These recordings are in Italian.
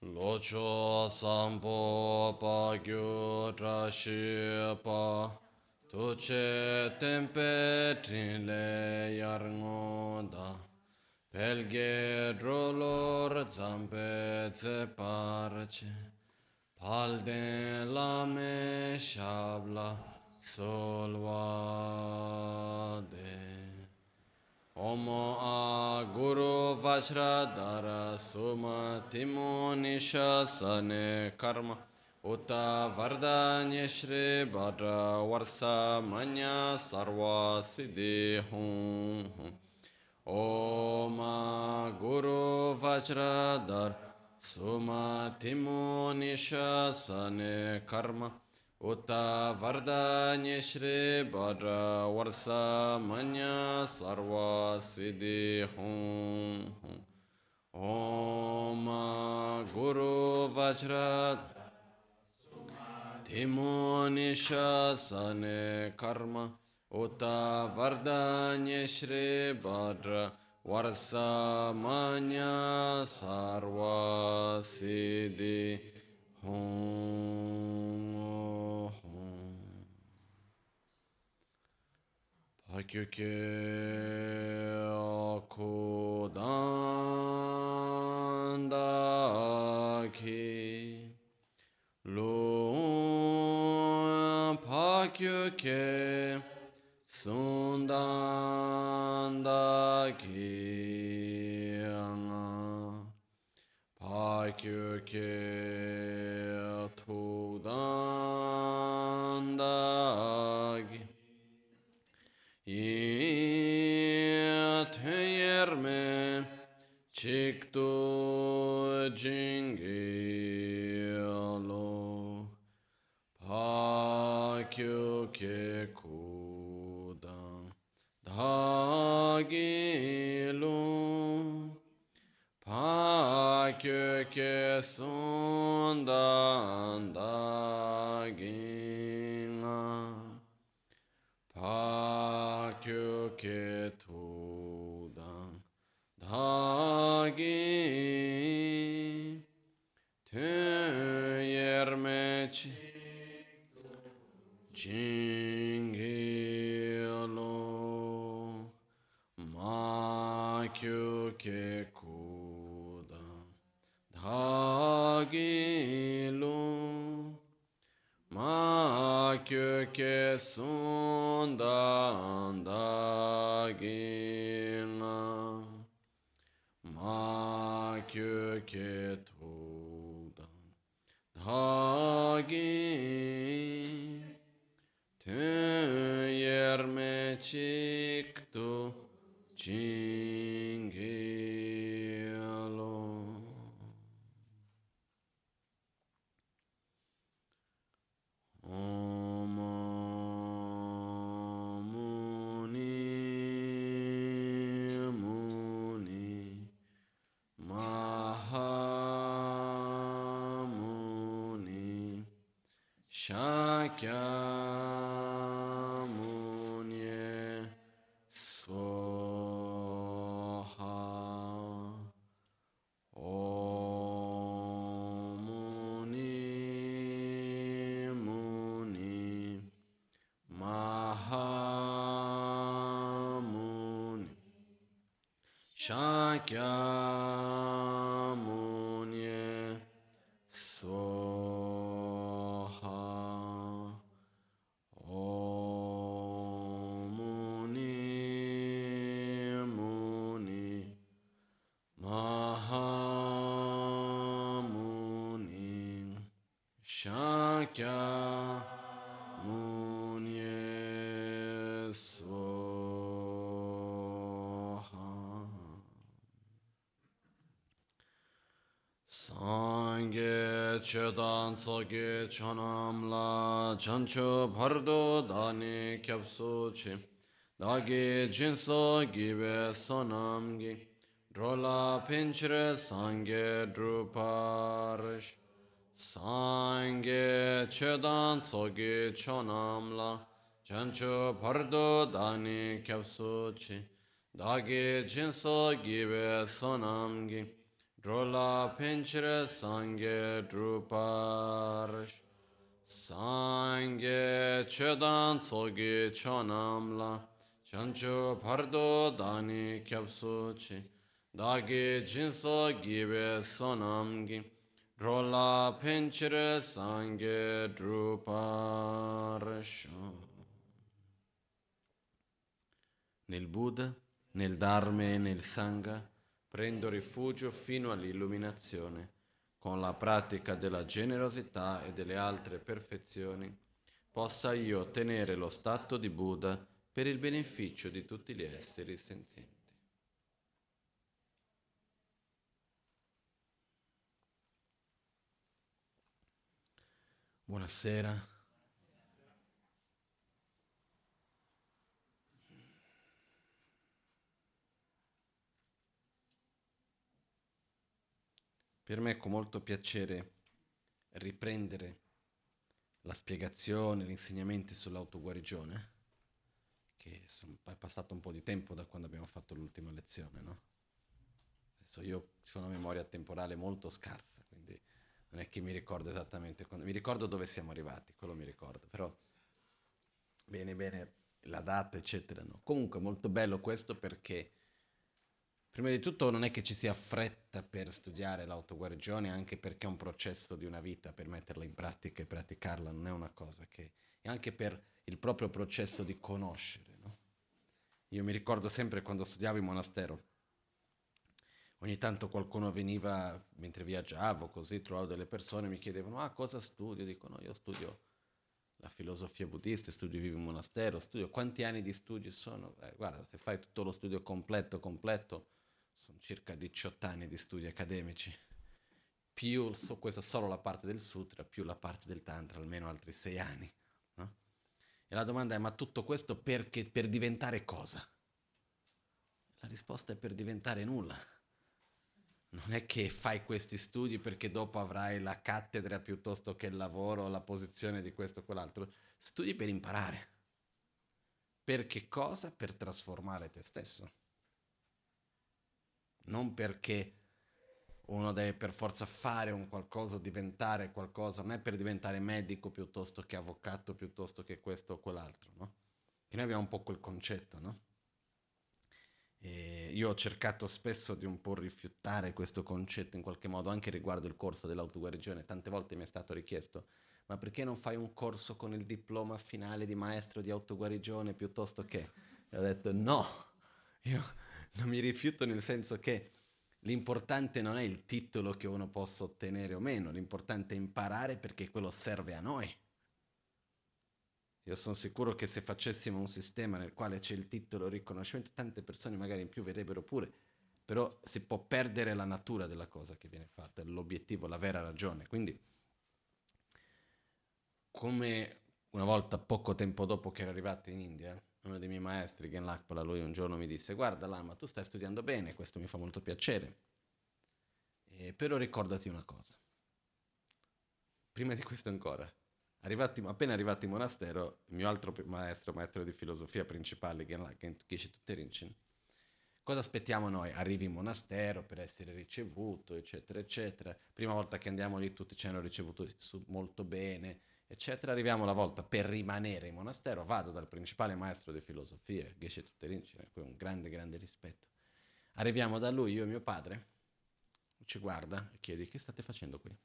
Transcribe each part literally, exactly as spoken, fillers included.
Locho sampo pa gyu trashi pa tuche tempe trile yarngoda pelge drolor zampe ze parche palden lame shabla solvade Omo a Guru Vajradhara Suma Timo Nishasane Karma Uta Vardanya Shri Bhadra Varsa Manya Sarva Siddhi Hum Om a Guru Vajradhara Suma Timo Nishasane Karma Uta Vardanya Shri Bhadra Varsa Manya Sarva Siddhi Hum Om Guru Vajrat Timo Nishasane Karma Uta Vardanya Shri Bhadra Varsa Manya Sarva Siddhi Hum Pakyuke Akudandaki Lu Pakyuke Sundandaki Pakyuke Tudandaki Yeteyerme Chiktu Jingelo Pakyuke Kudan Dagilu Pakyuke Sundan Dagina Pakyuke Tudang Dagi Teyermechi Jingilo Makyuke Kudang Dagilu Makyuke Sundandagina Makyuke Tudang Dagi Teyerme Chiktu Jingelo Om Muni Muni Mahamuni Shakyamuni Swaha Om Muni Muni Mahamuni Shakyamuni Swaha Om Muni Muni Mahamuni Shakyamuni Swaha Sangye Chedan Soge Chanamla Chancho Bhardo Dani Kyapsuchi Dagi Jinso Gibe Sonamgi Drola Pinchre Sangye Druparish Sangye Chedan Soge Chanamla Chancho Bhardo Dani Kyapsuchi Dagi Jinso Gibe Sonamgi Drola Pinchara Sangye Druparsh Sangye Chedan Tsogi Chonamla Chancho Pardo Dani Kyapsuchi Dagi Jinso Gibe Sonamgi Drola Pinchara Sangye Druparsh. Nel Buddha, nel Dharma e nel Sangha prendo rifugio fino all'illuminazione. Con la pratica della generosità e delle altre perfezioni possa io ottenere lo stato di Buddha per il beneficio di tutti gli esseri senzienti. Buonasera. Per me è con molto piacere riprendere la spiegazione, gli insegnamenti sull'autoguarigione, che è passato un po' di tempo da quando abbiamo fatto l'ultima lezione, no? Adesso io ho una memoria temporale molto scarsa, quindi non è che mi ricordo esattamente quando... Mi ricordo dove siamo arrivati, quello mi ricordo, però bene bene la data, eccetera, no? Comunque è molto bello questo perché prima di tutto non è che ci sia fretta per studiare l'autoguarigione, anche perché è un processo di una vita per metterla in pratica e praticarla, non è una cosa che... E anche per il proprio processo di conoscere, no? Io mi ricordo sempre quando studiavo in monastero, ogni tanto qualcuno veniva, mentre viaggiavo, così trovavo delle persone, mi chiedevano, ah, cosa studio? Dico, no, io studio la filosofia buddista, studio vivo in monastero, studio, quanti anni di studio sono? Eh, guarda, se fai tutto lo studio completo, completo, sono circa diciotto anni di studi accademici, più so, questa è solo la parte del sutra, più la parte del tantra, almeno altri sei anni, no? E la domanda è, ma tutto questo perché, per diventare cosa? La risposta è per diventare nulla. Non è che fai questi studi perché dopo avrai la cattedra piuttosto che il lavoro, la posizione di questo o quell'altro. Studi per imparare. Per che cosa? Per trasformare te stesso. Non perché uno deve per forza fare un qualcosa, diventare qualcosa, non è per diventare medico piuttosto che avvocato, piuttosto che questo o quell'altro, no? Che noi abbiamo un po' quel concetto, no? E io ho cercato spesso di un po' rifiutare questo concetto in qualche modo, anche riguardo il corso dell'autoguarigione. Tante volte mi è stato richiesto, ma perché non fai un corso con il diploma finale di maestro di autoguarigione piuttosto che... E ho detto no, io non mi rifiuto nel senso che l'importante non è il titolo che uno possa ottenere o meno, l'importante è imparare perché quello serve a noi. Io sono sicuro che se facessimo un sistema nel quale c'è il titolo, il riconoscimento, tante persone magari in più verrebbero pure, però si può perdere la natura della cosa che viene fatta, l'obiettivo, la vera ragione. Quindi, come una volta, poco tempo dopo che ero arrivato in India, uno dei miei maestri, Gen Lakpala, lui un giorno mi disse, guarda Lama, tu stai studiando bene, questo mi fa molto piacere, eh, però ricordati una cosa. Prima di questo ancora, arrivati, appena arrivati in monastero, il mio altro maestro, maestro di filosofia principale, Geshe Terinchen, cosa aspettiamo noi? Arrivi in monastero per essere ricevuto, eccetera, eccetera. Prima volta che andiamo lì tutti ci hanno ricevuto molto bene, eccetera. Arriviamo la volta per rimanere in monastero, vado dal principale maestro di filosofia, Geshe Terinchen, con un grande, grande rispetto. Arriviamo da lui, io e mio padre, ci guarda e chiede, che state facendo qui?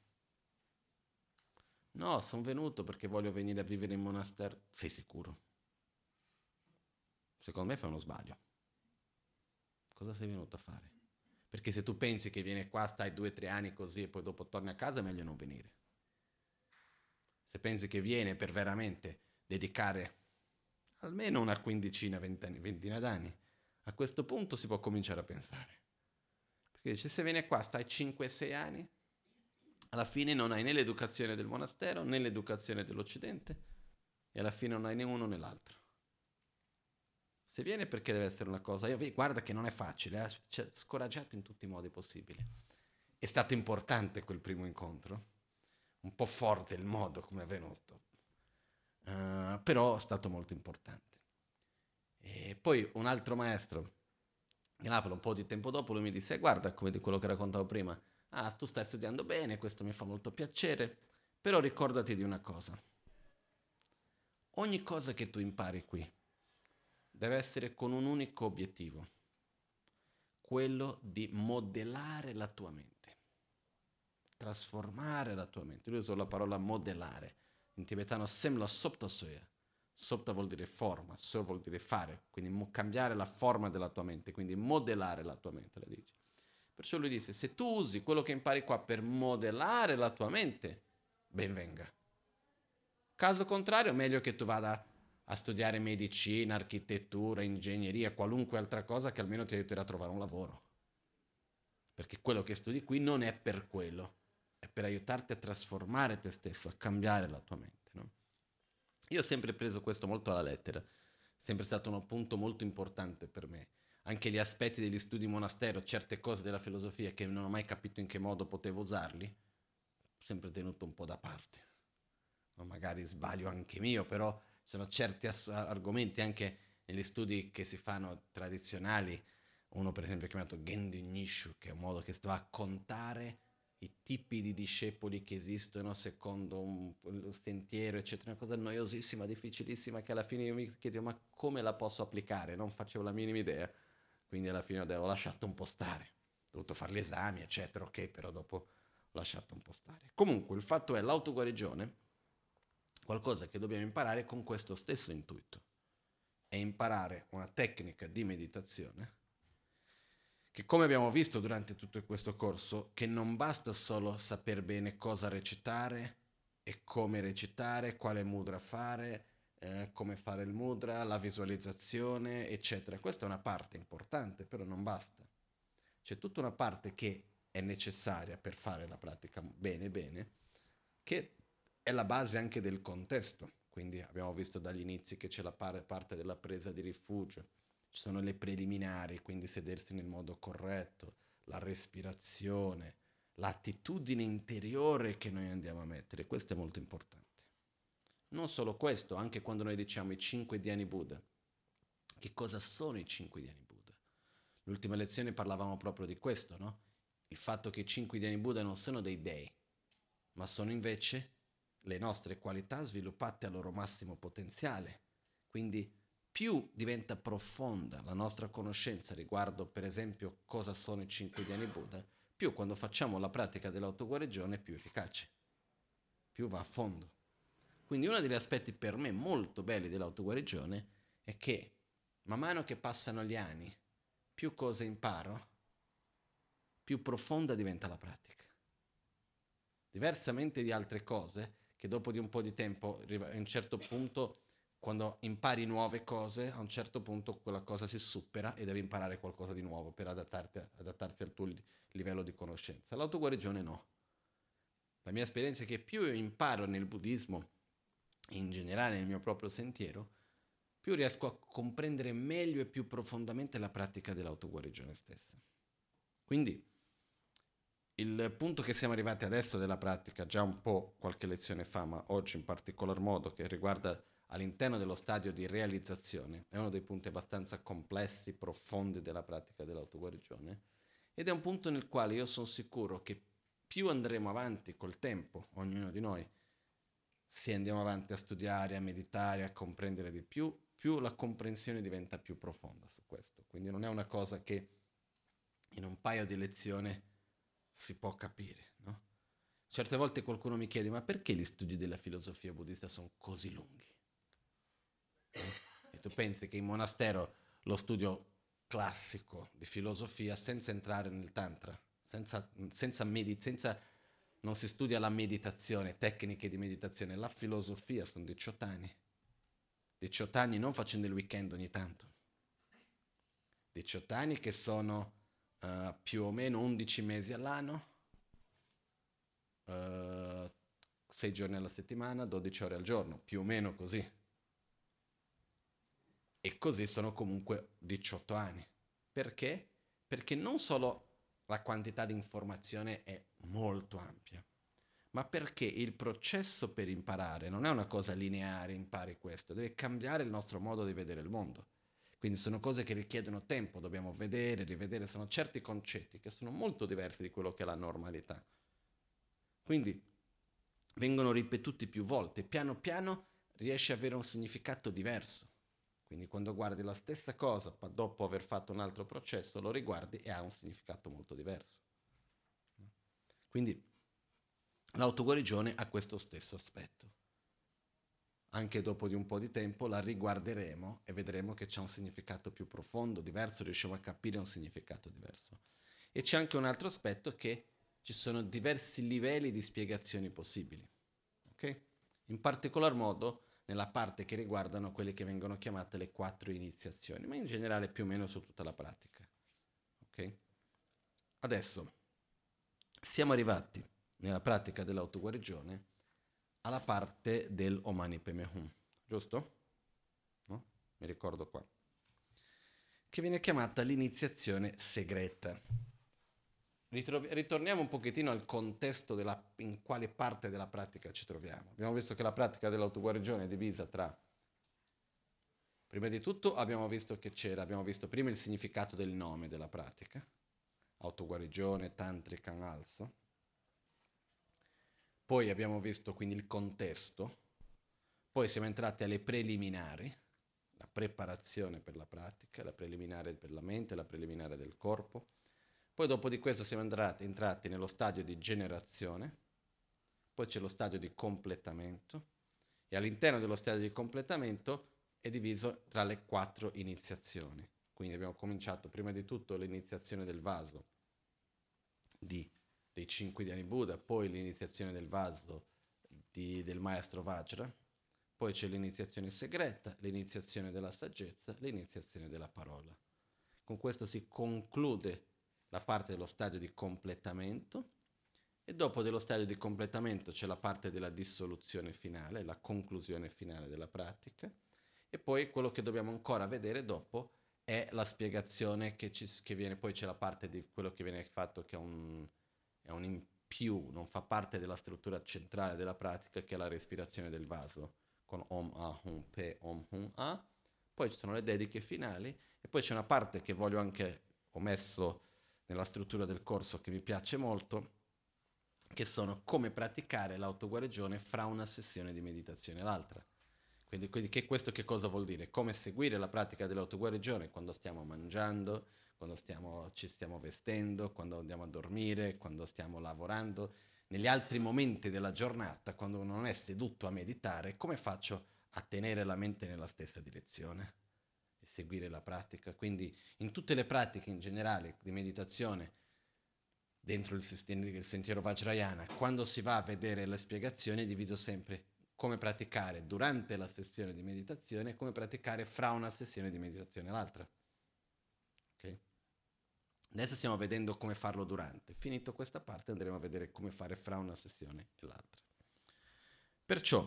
No, sono venuto perché voglio venire a vivere in monastero. Sei sicuro? Secondo me fai uno sbaglio. Cosa sei venuto a fare? Perché se tu pensi che vieni qua, stai due o tre anni così e poi dopo torni a casa, è meglio non venire. Se pensi che viene per veramente dedicare almeno una quindicina, ventina d'anni, a questo punto si può cominciare a pensare. Perché dice, se vieni qua, stai cinque sei anni, alla fine non hai né l'educazione del monastero né l'educazione dell'Occidente e alla fine non hai né uno né l'altro. Se viene perché deve essere una cosa, io, guarda che non è facile, eh? Cioè, scoraggiato in tutti i modi possibili. È stato importante quel primo incontro, un po' forte il modo come è venuto, uh, però è stato molto importante. E poi un altro maestro, in Napoli un po' di tempo dopo, lui mi disse, guarda come di quello che raccontavo prima, ah, tu stai studiando bene, questo mi fa molto piacere, però ricordati di una cosa. Ogni cosa che tu impari qui deve essere con un unico obiettivo, quello di modellare la tua mente, trasformare la tua mente. Io uso la parola modellare, in tibetano semla sopta soya. Sopta vuol dire forma, so vuol dire fare, quindi mo- cambiare la forma della tua mente, quindi modellare la tua mente, la dice. Perciò lui dice, se tu usi quello che impari qua per modellare la tua mente, ben venga. Caso contrario, meglio che tu vada a studiare medicina, architettura, ingegneria, qualunque altra cosa che almeno ti aiuterà a trovare un lavoro. Perché quello che studi qui non è per quello, è per aiutarti a trasformare te stesso, a cambiare la tua mente. No? Io ho sempre preso questo molto alla lettera, è sempre stato un punto molto importante per me. Anche gli aspetti degli studi monastero, certe cose della filosofia che non ho mai capito in che modo potevo usarli, ho sempre tenuto un po' da parte. No, magari sbaglio anche mio, però ci sono certi ass- argomenti anche negli studi che si fanno tradizionali. Uno per esempio chiamato Genrin Nishu, che è un modo che va a contare i tipi di discepoli che esistono secondo un, un sentiero, eccetera. Una cosa noiosissima, difficilissima, che alla fine io mi chiedevo ma come la posso applicare? Non facevo la minima idea. Quindi alla fine ho lasciato un po' stare. Ho dovuto fare gli esami, eccetera, ok, però dopo ho lasciato un po' stare. Comunque il fatto è l'autoguarigione, qualcosa che dobbiamo imparare con questo stesso intuito, è imparare una tecnica di meditazione che, come abbiamo visto durante tutto questo corso, che non basta solo saper bene cosa recitare e come recitare, quale mudra fare, eh, come fare il mudra, la visualizzazione, eccetera. Questa è una parte importante, però non basta. C'è tutta una parte che è necessaria per fare la pratica bene bene, che è la base anche del contesto. Quindi abbiamo visto dagli inizi che c'è la parte della presa di rifugio, ci sono le preliminari, quindi sedersi nel modo corretto, la respirazione, l'attitudine interiore che noi andiamo a mettere, questo è molto importante. Non solo questo, anche quando noi diciamo i cinque Dhyani Buddha, che cosa sono i cinque Dhyani Buddha? L'ultima lezione parlavamo proprio di questo, no? Il fatto che i cinque Dhyani Buddha non sono dei dei, ma sono invece le nostre qualità sviluppate al loro massimo potenziale. Quindi più diventa profonda la nostra conoscenza riguardo, per esempio, cosa sono i cinque Dhyani Buddha, più quando facciamo la pratica dell'autoguarigione è più efficace, più va a fondo. Quindi uno degli aspetti per me molto belli dell'autoguarigione è che man mano che passano gli anni, più cose imparo, più profonda diventa la pratica. Diversamente di altre cose, che dopo di un po' di tempo, a un certo punto, quando impari nuove cose, a un certo punto quella cosa si supera e devi imparare qualcosa di nuovo per adattarti, adattarsi al tuo livello di conoscenza. L'autoguarigione no. La mia esperienza è che più io imparo nel buddismo, in generale nel mio proprio sentiero, più riesco a comprendere meglio e più profondamente la pratica dell'autoguarigione stessa. Quindi il punto che siamo arrivati adesso della pratica, già un po' qualche lezione fa, ma oggi in particolar modo, che riguarda all'interno dello stadio di realizzazione, è uno dei punti abbastanza complessi, profondi della pratica dell'autoguarigione, ed è un punto nel quale io sono sicuro che più andremo avanti col tempo, ognuno di noi, se andiamo avanti a studiare, a meditare, a comprendere di più, più la comprensione diventa più profonda su questo. Quindi non è una cosa che in un paio di lezioni si può capire, no? Certe volte qualcuno mi chiede, ma perché gli studi della filosofia buddista sono così lunghi? E tu pensi che in monastero lo studio classico di filosofia, senza entrare nel tantra, senza, senza, medi- senza non si studia la meditazione, tecniche di meditazione, la filosofia sono diciotto anni. diciotto anni non facendo il weekend ogni tanto. diciotto anni che sono uh, più o meno undici mesi all'anno, uh, sei giorni alla settimana, dodici ore al giorno, più o meno così. E così sono comunque diciotto anni. Perché? Perché non solo la quantità di informazione è molto ampia, ma perché il processo per imparare non è una cosa lineare, impari questo, deve cambiare il nostro modo di vedere il mondo. Quindi sono cose che richiedono tempo, dobbiamo vedere, rivedere, sono certi concetti che sono molto diversi di quello che è la normalità. Quindi vengono ripetuti più volte, piano piano riesce ad avere un significato diverso. Quindi quando guardi la stessa cosa, ma dopo aver fatto un altro processo, lo riguardi e ha un significato molto diverso. Quindi l'autoguarigione ha questo stesso aspetto. Anche dopo di un po' di tempo la riguarderemo e vedremo che c'è un significato più profondo, diverso, riusciamo a capire un significato diverso. E c'è anche un altro aspetto, che ci sono diversi livelli di spiegazioni possibili. Ok? In particolar modo nella parte che riguardano quelle che vengono chiamate le quattro iniziazioni, ma in generale più o meno su tutta la pratica. Ok? Adesso siamo arrivati nella pratica dell'autoguarigione alla parte del Omani Pemehum, giusto? No? Mi ricordo qua. Che viene chiamata l'iniziazione segreta. Ritro- ritorniamo un pochettino al contesto della, in quale parte della pratica ci troviamo. Abbiamo visto che la pratica dell'autoguarigione è divisa tra... Prima di tutto abbiamo visto che c'era, abbiamo visto prima il significato del nome della pratica, autoguarigione, tantrika, alzo. Poi abbiamo visto quindi il contesto, poi siamo entrati alle preliminari, la preparazione per la pratica, la preliminare per la mente, la preliminare del corpo. Poi dopo di questo siamo entrati, entrati nello stadio di generazione, poi c'è lo stadio di completamento e all'interno dello stadio di completamento è diviso tra le quattro iniziazioni. Quindi abbiamo cominciato prima di tutto l'iniziazione del vaso di dei cinque Dhyani Buddha, poi l'iniziazione del vaso di, del maestro Vajra, poi c'è l'iniziazione segreta, l'iniziazione della saggezza, l'iniziazione della parola. Con questo si conclude la parte dello stadio di completamento e dopo dello stadio di completamento c'è la parte della dissoluzione finale, la conclusione finale della pratica e poi quello che dobbiamo ancora vedere dopo è la spiegazione che, ci, che viene, poi c'è la parte di quello che viene fatto che è un è un in più, non fa parte della struttura centrale della pratica, che è la respirazione del vaso, con Om A Hum Pe Om Hum A. Poi ci sono le dediche finali e poi c'è una parte che voglio anche, ho messo nella struttura del corso che mi piace molto, che sono come praticare l'autoguarigione fra una sessione di meditazione e l'altra. Quindi, quindi che questo che cosa vuol dire? Come seguire la pratica dell'autoguarigione quando stiamo mangiando, quando stiamo, ci stiamo vestendo, quando andiamo a dormire, quando stiamo lavorando, negli altri momenti della giornata, quando uno non è seduto a meditare, come faccio a tenere la mente nella stessa direzione e seguire la pratica? Quindi in tutte le pratiche in generale di meditazione, dentro il, il sentiero Vajrayana, quando si va a vedere le spiegazioni è diviso sempre come praticare durante la sessione di meditazione e come praticare fra una sessione di meditazione e l'altra. Ok? Adesso stiamo vedendo come farlo durante. Finito questa parte andremo a vedere come fare fra una sessione e l'altra. Perciò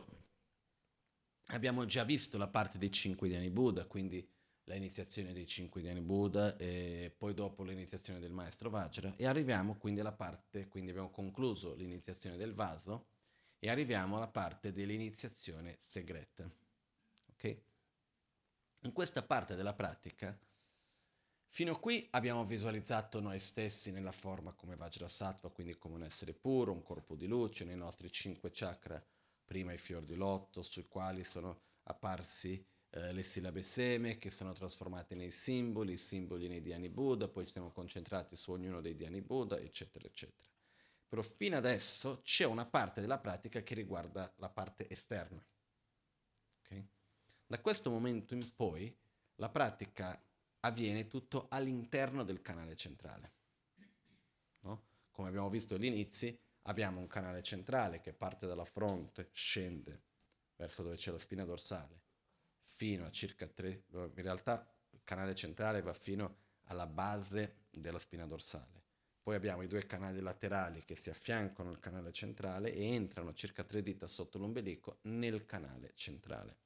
abbiamo già visto la parte dei cinque Dhyani Buddha, quindi l'iniziazione dei cinque Dhyani Buddha e poi dopo l'iniziazione del maestro Vajra e arriviamo quindi alla parte, quindi abbiamo concluso l'iniziazione del vaso e arriviamo alla parte dell'iniziazione segreta. Ok? In questa parte della pratica fino a qui abbiamo visualizzato noi stessi nella forma come Vajrasattva, quindi come un essere puro, un corpo di luce, nei nostri cinque chakra, prima i fior di lotto, sui quali sono apparsi eh, le sillabe seme, che sono trasformate nei simboli, i simboli nei Dhyani Buddha, poi ci siamo concentrati su ognuno dei Dhyani Buddha, eccetera, eccetera. Però fino adesso c'è una parte della pratica che riguarda la parte esterna. Okay? Da questo momento in poi la pratica avviene tutto all'interno del canale centrale. No? Come abbiamo visto agli inizi, abbiamo un canale centrale che parte dalla fronte, scende verso dove c'è la spina dorsale, fino a circa tre, in realtà il canale centrale va fino alla base della spina dorsale. Poi abbiamo i due canali laterali che si affiancano al canale centrale e entrano circa tre dita sotto l'ombelico nel canale centrale.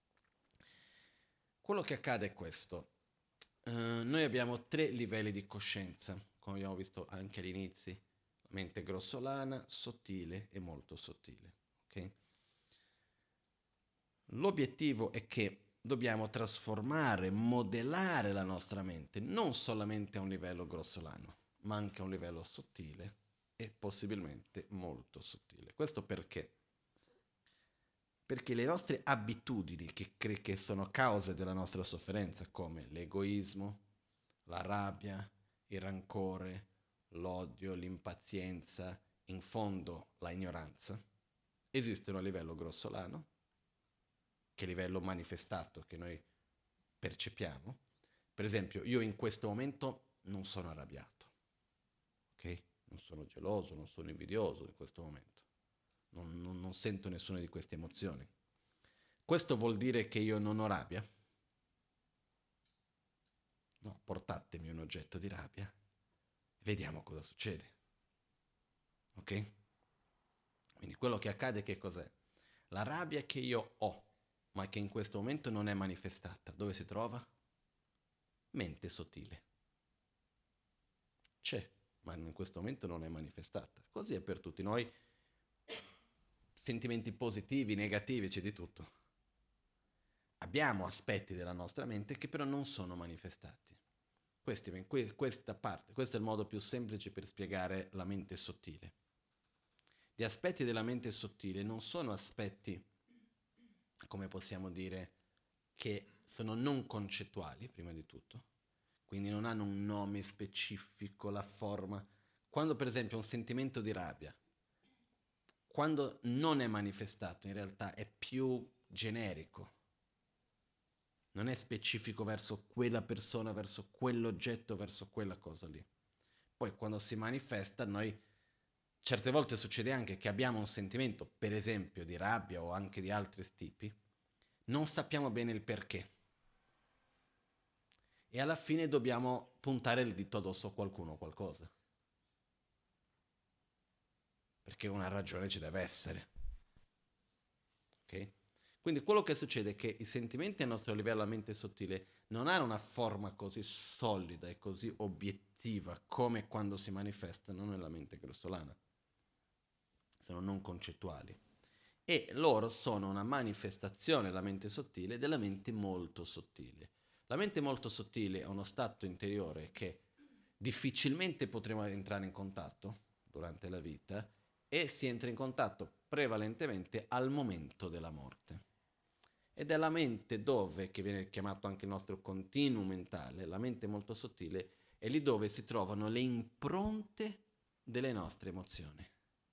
Quello che accade è questo. Uh, noi abbiamo tre livelli di coscienza, come abbiamo visto anche all'inizio, mente grossolana, sottile e molto sottile. Okay? L'obiettivo è che dobbiamo trasformare, modellare la nostra mente, non solamente a un livello grossolano, ma anche a un livello sottile e possibilmente molto sottile. Questo perché? Perché le nostre abitudini, che, cre- che sono cause della nostra sofferenza, come l'egoismo, la rabbia, il rancore, l'odio, l'impazienza, in fondo la ignoranza, esistono a livello grossolano, che è il livello manifestato che noi percepiamo. Per esempio, io in questo momento non sono arrabbiato, ok? Non sono geloso, non sono invidioso in questo momento. Non, non, non sento nessuna di queste emozioni. Questo vuol dire che io non ho rabbia? No, portatemi un oggetto di rabbia, vediamo cosa succede. Ok? Quindi quello che accade che cos'è? La rabbia che io ho, ma che in questo momento non è manifestata, dove si trova? Mente sottile. C'è, ma in questo momento non è manifestata. Così è per tutti noi. Sentimenti positivi, negativi, c'è di tutto. Abbiamo aspetti della nostra mente che però non sono manifestati. Questi, questa parte, questo è il modo più semplice per spiegare la mente sottile. Gli aspetti della mente sottile non sono aspetti, come possiamo dire, che sono non concettuali, prima di tutto, quindi non hanno un nome specifico, la forma. Quando per esempio un sentimento di rabbia, quando non è manifestato, in realtà è più generico, non è specifico verso quella persona, verso quell'oggetto, verso quella cosa lì. Poi quando si manifesta, noi certe volte succede anche che abbiamo un sentimento, per esempio di rabbia o anche di altri tipi, non sappiamo bene il perché. E alla fine dobbiamo puntare il dito addosso a qualcuno o qualcosa. Perché una ragione ci deve essere. Ok? Quindi quello che succede è che i sentimenti a nostro livello, a mente sottile, non hanno una forma così solida e così obiettiva come quando si manifestano nella mente grossolana. Sono non concettuali. E loro sono una manifestazione, la mente sottile, della mente molto sottile. La mente molto sottile è uno stato interiore che difficilmente potremo entrare in contatto durante la vita e si entra in contatto prevalentemente al momento della morte. Ed è la mente dove, che viene chiamato anche il nostro continuum mentale, la mente molto sottile, è lì dove si trovano le impronte delle nostre emozioni.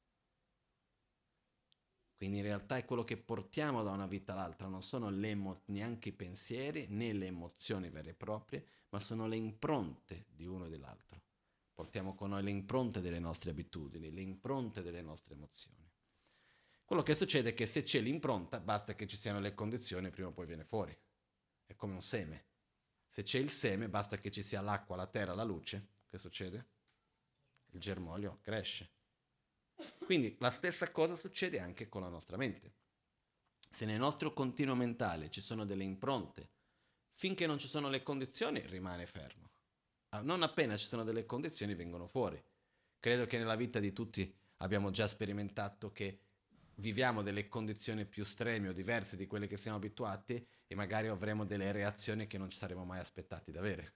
Quindi in realtà è quello che portiamo da una vita all'altra, non sono le emo- neanche i pensieri né le emozioni vere e proprie, ma sono le impronte di uno e dell'altro. Portiamo con noi le impronte delle nostre abitudini, le impronte delle nostre emozioni. Quello che succede è che se c'è l'impronta, basta che ci siano le condizioni, prima o poi viene fuori. È come un seme. Se c'è il seme, basta che ci sia l'acqua, la terra, la luce. Che succede? Il germoglio cresce. Quindi la stessa cosa succede anche con la nostra mente. Se nel nostro continuo mentale ci sono delle impronte, finché non ci sono le condizioni rimane fermo. Non appena ci sono delle condizioni vengono fuori. Credo che nella vita di tutti abbiamo già sperimentato che viviamo delle condizioni più estreme o diverse di quelle che siamo abituati e magari avremo delle reazioni che non ci saremmo mai aspettati di avere.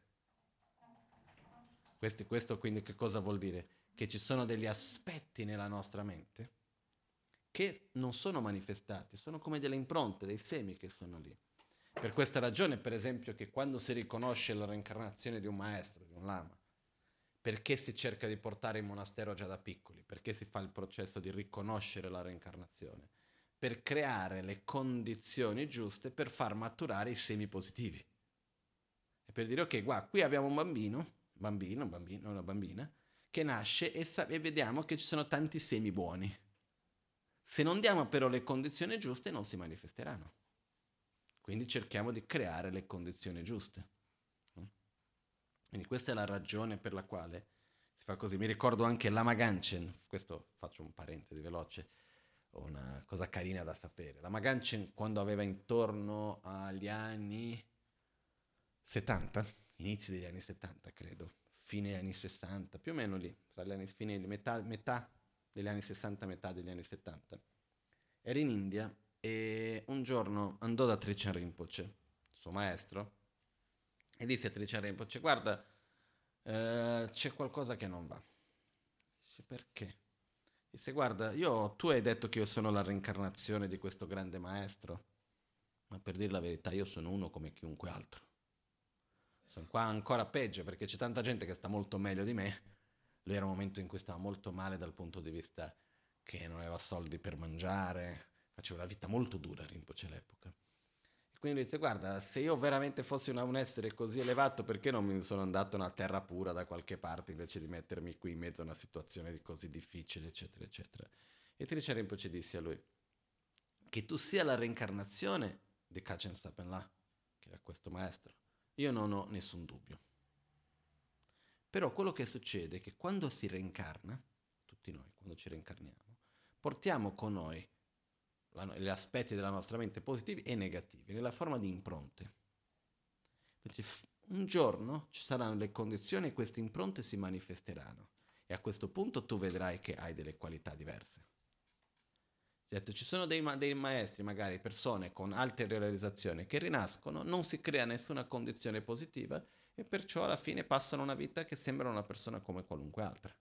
Questo, questo quindi che cosa vuol dire? Che ci sono degli aspetti nella nostra mente che non sono manifestati, sono come delle impronte, dei semi che sono lì. Per questa ragione, per esempio, che quando si riconosce la reincarnazione di un maestro, di un lama, perché si cerca di portare in monastero già da piccoli? Perché si fa il processo di riconoscere la reincarnazione? Per creare le condizioni giuste per far maturare i semi positivi. E per dire, ok, guarda, qui abbiamo un bambino, bambino, un bambino, una bambina, che nasce e, sa- e vediamo che ci sono tanti semi buoni. Se non diamo però le condizioni giuste non si manifesteranno. Quindi cerchiamo di creare le condizioni giuste. Quindi questa è la ragione per la quale si fa così. Mi ricordo anche Lama Ganchen, questo faccio un parentesi veloce, una cosa carina da sapere. Lama Ganchen quando aveva intorno agli anni settanta, inizi degli anni settanta credo, fine anni sessanta, più o meno lì, tra gli anni, fine, metà, metà degli anni sessanta, metà degli anni settanta. Era in India e un giorno andò da Trecen Rinpoche suo maestro, e disse a Trijang Rinpoche, guarda, eh, c'è qualcosa che non va. Dice, perché? Disse, guarda, io, tu hai detto che io sono la reincarnazione di questo grande maestro, ma per dire la verità io sono uno come chiunque altro. Sono qua ancora peggio perché c'è tanta gente che sta molto meglio di me. Lui era un momento in cui stava molto male dal punto di vista che non aveva soldi per mangiare, faceva una vita molto dura Rinpoche all'epoca. E quindi lui dice, guarda, se io veramente fossi una- un essere così elevato, perché non mi sono andato a una terra pura da qualche parte invece di mettermi qui in mezzo a una situazione di così difficile, eccetera, eccetera. E Trisha Rinpoche disse a lui, che tu sia la reincarnazione di Kachen Stapenla, che era questo maestro, io non ho nessun dubbio. Però quello che succede è che quando si reincarna, tutti noi, quando ci reincarniamo, portiamo con noi la- gli aspetti della nostra mente positivi e negativi, nella forma di impronte. Perché f- un giorno ci saranno le condizioni e queste impronte si manifesteranno. E a questo punto tu vedrai che hai delle qualità diverse. Detto, ci sono dei, ma- dei maestri, magari persone con alte realizzazioni che rinascono, non si crea nessuna condizione positiva e perciò alla fine passano una vita che sembra una persona come qualunque altra.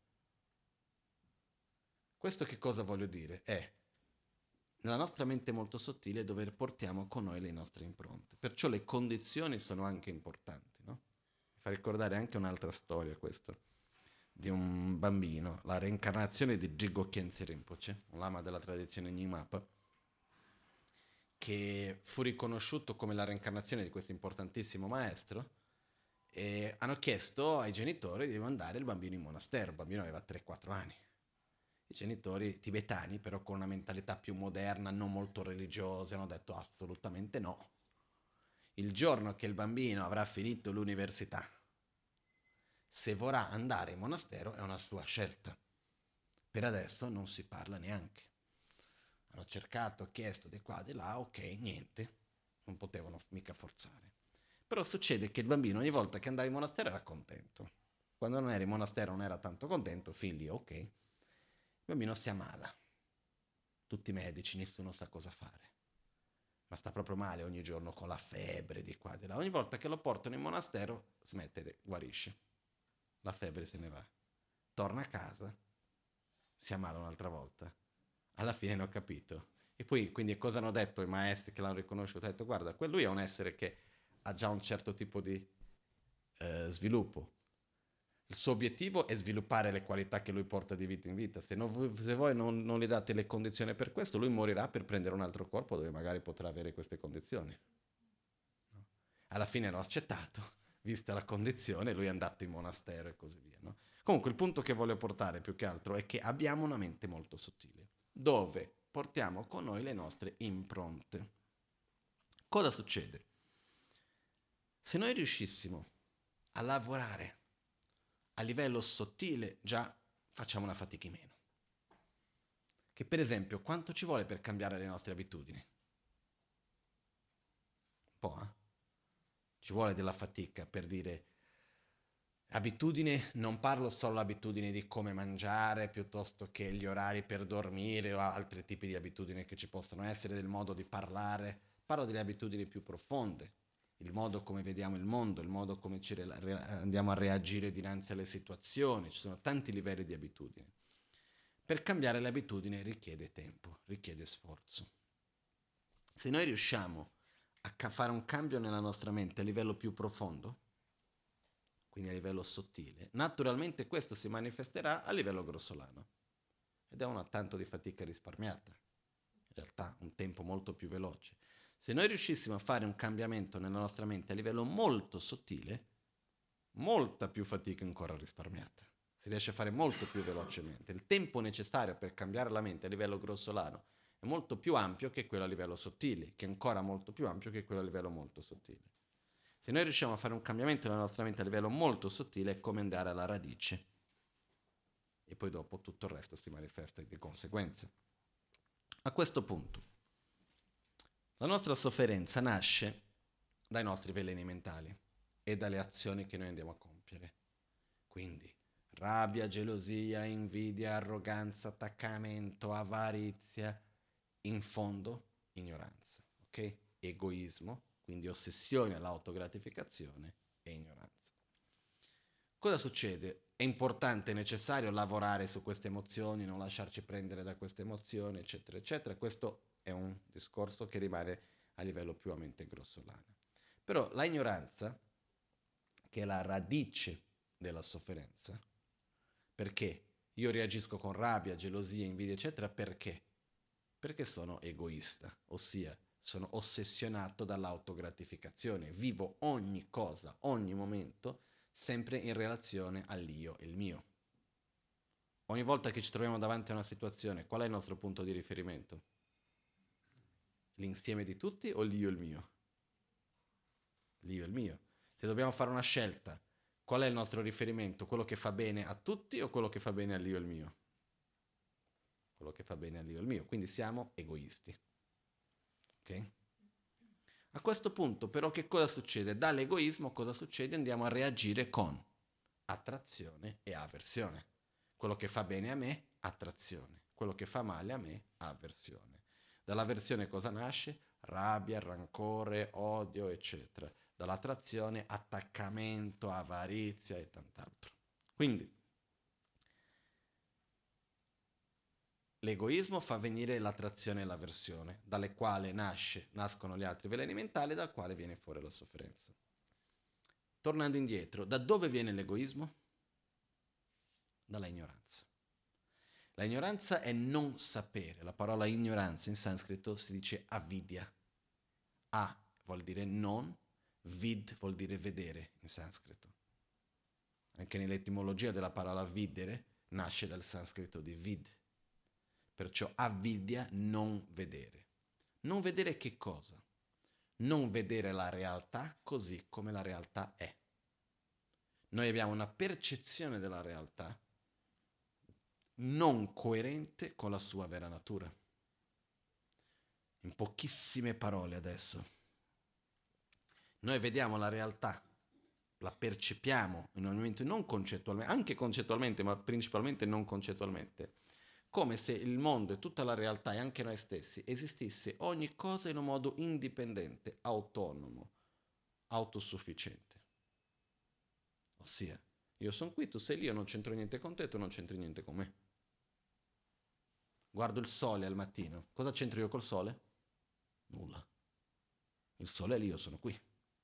Questo che cosa voglio dire? È nella nostra mente molto sottile dove portiamo con noi le nostre impronte. Perciò le condizioni sono anche importanti, no? Mi fa ricordare anche un'altra storia questo, di un bambino, la reincarnazione di Jiggo Khyentse Rinpoche, un lama della tradizione Nyingmapa, che fu riconosciuto come la reincarnazione di questo importantissimo maestro, e hanno chiesto ai genitori di mandare il bambino in monastero. Il bambino aveva tre quattro anni. I genitori tibetani, però con una mentalità più moderna, non molto religiosa, hanno detto assolutamente no. Il giorno che il bambino avrà finito l'università, se vorrà andare in monastero è una sua scelta. Per adesso non si parla neanche. Hanno cercato, chiesto di qua, di là, ok, niente, non potevano mica forzare. Però succede che il bambino ogni volta che andava in monastero era contento. Quando non era in monastero non era tanto contento, figli, ok. Il bambino si ammala. Tutti medici, nessuno sa cosa fare. Ma sta proprio male ogni giorno con la febbre di qua, di là. Ogni volta che lo portano in monastero smette, guarisce. La febbre se ne va. Torna a casa, si ammala un'altra volta. Alla fine ne ho capito. E poi, quindi, cosa hanno detto i maestri che l'hanno riconosciuto? Hanno detto, guarda, lui è un essere che ha già un certo tipo di eh, sviluppo. Il suo obiettivo è sviluppare le qualità che lui porta di vita in vita. Se, non, se voi non, non gli date le condizioni per questo, lui morirà per prendere un altro corpo dove magari potrà avere queste condizioni. No? Alla fine l'ho accettato, vista la condizione, lui è andato in monastero e così via. No? Comunque il punto che voglio portare più che altro è che abbiamo una mente molto sottile, dove portiamo con noi le nostre impronte. Cosa succede? Se noi riuscissimo a lavorare a livello sottile, già facciamo una fatica in meno. Che per esempio, quanto ci vuole per cambiare le nostre abitudini? Un po', eh? Ci vuole della fatica per dire abitudini, non parlo solo abitudini di come mangiare piuttosto che gli orari per dormire o altri tipi di abitudini che ci possono essere, del modo di parlare, parlo delle abitudini più profonde, il modo come vediamo il mondo, il modo come ci re- re- andiamo a reagire dinanzi alle situazioni, ci sono tanti livelli di abitudini. Per cambiare le abitudini richiede tempo, richiede sforzo. Se noi riusciamo a ca- fare un cambio nella nostra mente a livello più profondo, quindi a livello sottile, naturalmente questo si manifesterà a livello grossolano ed è una tanto di fatica risparmiata, in realtà un tempo molto più veloce. Se noi riuscissimo a fare un cambiamento nella nostra mente a livello molto sottile, molta più fatica ancora risparmiata. Si riesce a fare molto più velocemente. Il tempo necessario per cambiare la mente a livello grossolano è molto più ampio che quello a livello sottile, che è ancora molto più ampio che quello a livello molto sottile. Se noi riusciamo a fare un cambiamento nella nostra mente a livello molto sottile, è come andare alla radice. E poi dopo tutto il resto si manifesta di conseguenza. A questo punto, la nostra sofferenza nasce dai nostri veleni mentali e dalle azioni che noi andiamo a compiere. Quindi rabbia, gelosia, invidia, arroganza, attaccamento, avarizia, in fondo ignoranza, ok? Egoismo, quindi ossessione all'autogratificazione e ignoranza. Cosa succede? È importante, è necessario lavorare su queste emozioni, non lasciarci prendere da queste emozioni, eccetera, eccetera. Questo è un discorso che rimane a livello più a mente grossolana. Però la ignoranza, che è la radice della sofferenza, perché io reagisco con rabbia, gelosia, invidia, eccetera, perché? Perché sono egoista, ossia sono ossessionato dall'autogratificazione, vivo ogni cosa, ogni momento, sempre in relazione all'io e il mio. Ogni volta che ci troviamo davanti a una situazione, qual è il nostro punto di riferimento? L'insieme di tutti o l'io e il mio? L'io e il mio. Se dobbiamo fare una scelta, qual è il nostro riferimento? Quello che fa bene a tutti o quello che fa bene all'io e il mio? Quello che fa bene all'io e il mio. Quindi siamo egoisti. Ok? A questo punto però che cosa succede? Dall'egoismo cosa succede? Andiamo a reagire con attrazione e avversione. Quello che fa bene a me, attrazione. Quello che fa male a me, avversione. Dall'avversione cosa nasce? Rabbia, rancore, odio, eccetera. Dall'attrazione, attaccamento, avarizia e tant'altro. Quindi l'egoismo fa venire l'attrazione e l'avversione, dalle quali nasce, nascono gli altri veleni mentali, dal quale viene fuori la sofferenza. Tornando indietro, da dove viene l'egoismo? Dalla ignoranza. La ignoranza è non sapere. La parola ignoranza in sanscrito si dice avidya. A vuol dire non, vid vuol dire vedere in sanscrito. Anche nell'etimologia della parola videre nasce dal sanscrito di vid. Perciò avidya, non vedere. Non vedere che cosa? Non vedere la realtà così come la realtà è. Noi abbiamo una percezione della realtà non coerente con la sua vera natura. In pochissime parole adesso. Noi vediamo la realtà, la percepiamo in un momento non concettualmente, anche concettualmente, ma principalmente non concettualmente, come se il mondo e tutta la realtà e anche noi stessi esistisse ogni cosa in un modo indipendente, autonomo, autosufficiente. Ossia, io sono qui, tu sei lì, io non c'entro niente con te, tu non c'entri niente con me. Guardo il sole al mattino, cosa c'entro io col sole? Nulla. Il sole è lì, io sono qui.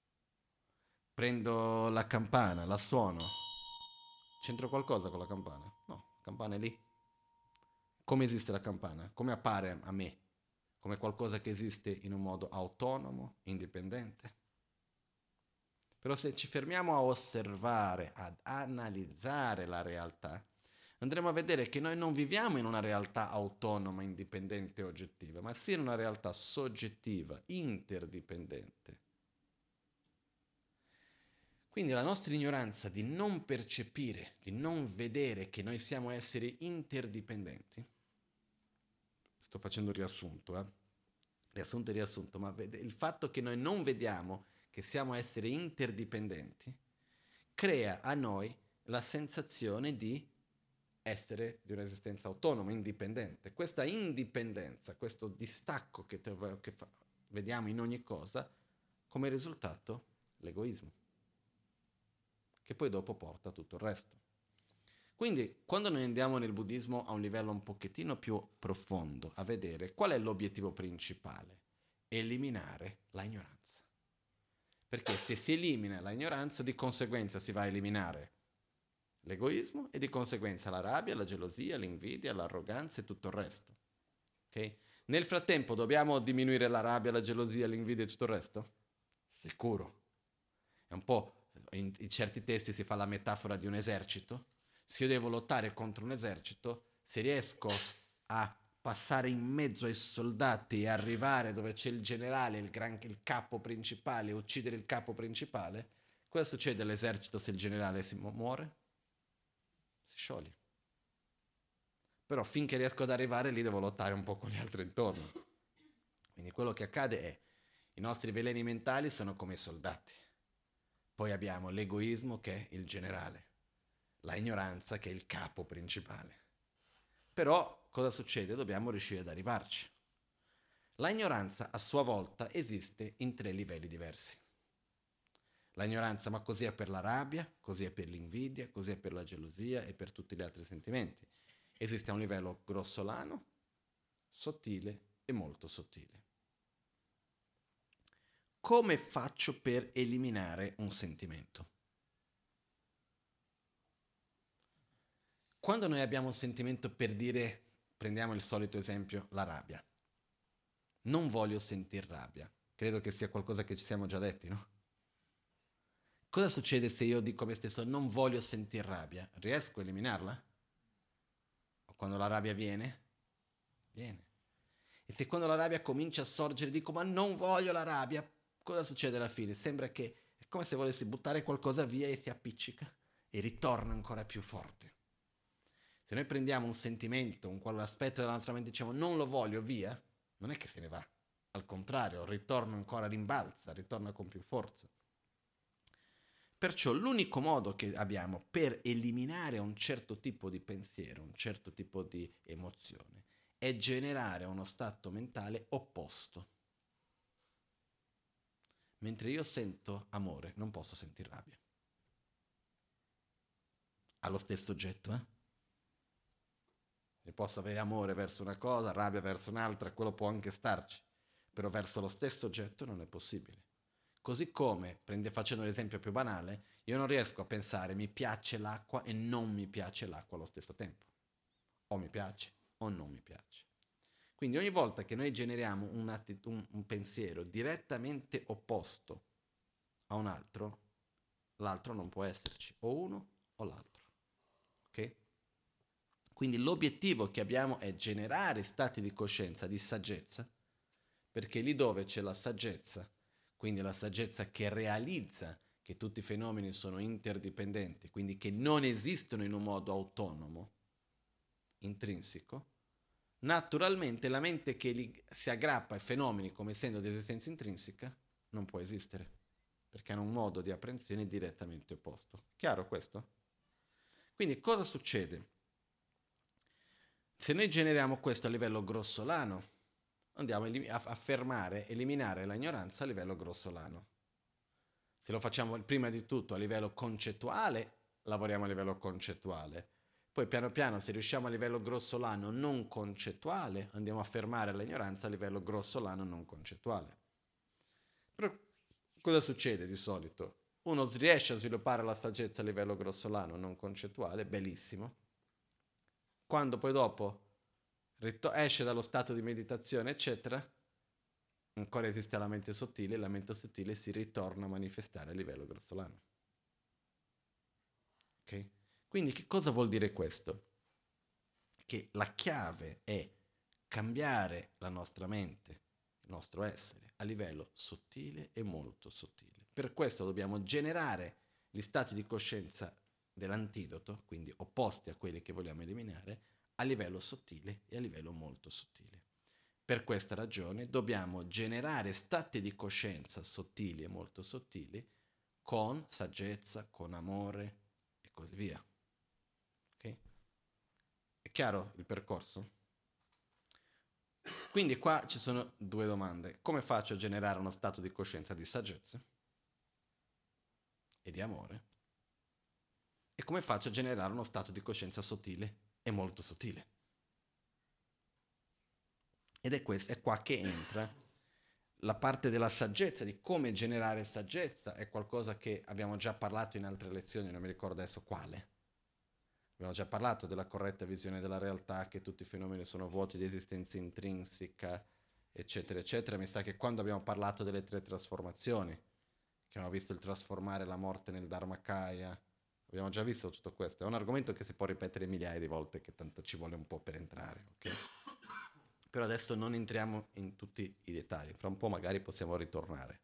Prendo la campana, la suono. C'entro qualcosa con la campana? No, la campana è lì. Come esiste la campana? Come appare a me? Come qualcosa che esiste in un modo autonomo, indipendente? Però se ci fermiamo a osservare, ad analizzare la realtà, andremo a vedere che noi non viviamo in una realtà autonoma, indipendente e oggettiva, ma sì in una realtà soggettiva, interdipendente. Quindi la nostra ignoranza di non percepire, di non vedere che noi siamo esseri interdipendenti, sto facendo il riassunto, eh? riassunto e riassunto, ma il fatto che noi non vediamo che siamo esseri interdipendenti crea a noi la sensazione di essere di un'esistenza autonoma, indipendente. Questa indipendenza, questo distacco che, te, che fa, vediamo in ogni cosa, come risultato l'egoismo, che poi dopo porta a tutto il resto. Quindi, quando noi andiamo nel buddismo a un livello un pochettino più profondo, a vedere qual è l'obiettivo principale, eliminare la ignoranza. Perché se si elimina la ignoranza, di conseguenza si va a eliminare l'egoismo e di conseguenza la rabbia, la gelosia, l'invidia, l'arroganza e tutto il resto. Okay? Nel frattempo dobbiamo diminuire la rabbia, la gelosia, l'invidia e tutto il resto? Sicuro. È un po', in, in certi testi si fa la metafora di un esercito. Se io devo lottare contro un esercito, se riesco a passare in mezzo ai soldati e arrivare dove c'è il generale, il, gran, il capo principale, e uccidere il capo principale, cosa succede all'esercito se il generale si mu- muore? Si scioglie. Però finché riesco ad arrivare lì devo lottare un po' con gli altri intorno. Quindi quello che accade è i nostri veleni mentali sono come i soldati. Poi abbiamo l'egoismo che è il generale, la ignoranza che è il capo principale. Però cosa succede? Dobbiamo riuscire ad arrivarci. La ignoranza a sua volta esiste in tre livelli diversi. La ignoranza, ma così è per la rabbia, così è per l'invidia, così è per la gelosia e per tutti gli altri sentimenti. Esiste a un livello grossolano, sottile e molto sottile. Come faccio per eliminare un sentimento? Quando noi abbiamo un sentimento, per dire, prendiamo il solito esempio, la rabbia. Non voglio sentir rabbia. Credo che sia qualcosa che ci siamo già detti, no? Cosa succede se io dico a me stesso non voglio sentir rabbia? Riesco a eliminarla? O quando la rabbia viene? Viene. E se quando la rabbia comincia a sorgere dico ma non voglio la rabbia, cosa succede alla fine? Sembra che è come se volessi buttare qualcosa via e si appiccica e ritorna ancora più forte. Se noi prendiamo un sentimento, un qualche aspetto della nostra mente e diciamo non lo voglio via, non è che se ne va. Al contrario, ritorna ancora, rimbalza, ritorna con più forza. Perciò l'unico modo che abbiamo per eliminare un certo tipo di pensiero, un certo tipo di emozione, è generare uno stato mentale opposto. Mentre io sento amore, non posso sentire rabbia. Allo stesso oggetto, eh? E posso avere amore verso una cosa, rabbia verso un'altra, quello può anche starci, però verso lo stesso oggetto non è possibile. Così come, prende, facendo l'esempio più banale, io non riesco a pensare mi piace l'acqua e non mi piace l'acqua allo stesso tempo. O mi piace o non mi piace. Quindi ogni volta che noi generiamo un, attit- un, un pensiero direttamente opposto a un altro, l'altro non può esserci, o uno o l'altro. Ok? Quindi l'obiettivo che abbiamo è generare stati di coscienza, di saggezza, perché lì dove c'è la saggezza, quindi la saggezza che realizza che tutti i fenomeni sono interdipendenti, quindi che non esistono in un modo autonomo, intrinseco, naturalmente la mente che li, si aggrappa ai fenomeni come essendo di esistenza intrinseca non può esistere, perché hanno un modo di apprensione direttamente opposto. Chiaro questo? Quindi cosa succede? Se noi generiamo questo a livello grossolano, andiamo a fermare, eliminare l'ignoranza a livello grossolano. Se lo facciamo prima di tutto a livello concettuale, lavoriamo a livello concettuale. Poi piano piano, se riusciamo a livello grossolano non concettuale, andiamo a fermare l'ignoranza a livello grossolano non concettuale. Però cosa succede di solito? Uno riesce a sviluppare la saggezza a livello grossolano non concettuale, bellissimo. Quando poi dopo esce dallo stato di meditazione, eccetera, ancora esiste la mente sottile, e la mente sottile si ritorna a manifestare a livello grossolano. Ok? Quindi che cosa vuol dire questo? Che la chiave è cambiare la nostra mente, il nostro essere, a livello sottile e molto sottile. Per questo dobbiamo generare gli stati di coscienza dell'antidoto, quindi opposti a quelli che vogliamo eliminare, a livello sottile e a livello molto sottile. Per questa ragione dobbiamo generare stati di coscienza sottili e molto sottili con saggezza, con amore e così via. Ok? È chiaro il percorso? Quindi qua ci sono due domande. Come faccio a generare uno stato di coscienza di saggezza e di amore? E come faccio a generare uno stato di coscienza sottile e molto sottile? Ed è, questo, è qua che entra la parte della saggezza, di come generare saggezza, è qualcosa che abbiamo già parlato in altre lezioni, non mi ricordo adesso quale. Abbiamo già parlato della corretta visione della realtà, che tutti i fenomeni sono vuoti di esistenza intrinseca, eccetera, eccetera. Mi sa che quando abbiamo parlato delle tre trasformazioni, che abbiamo visto il trasformare la morte nel Dharmakaya, abbiamo già visto tutto questo. È un argomento che si può ripetere migliaia di volte, che tanto ci vuole un po' per entrare, ok? Però adesso non entriamo in tutti i dettagli, fra un po' magari possiamo ritornare.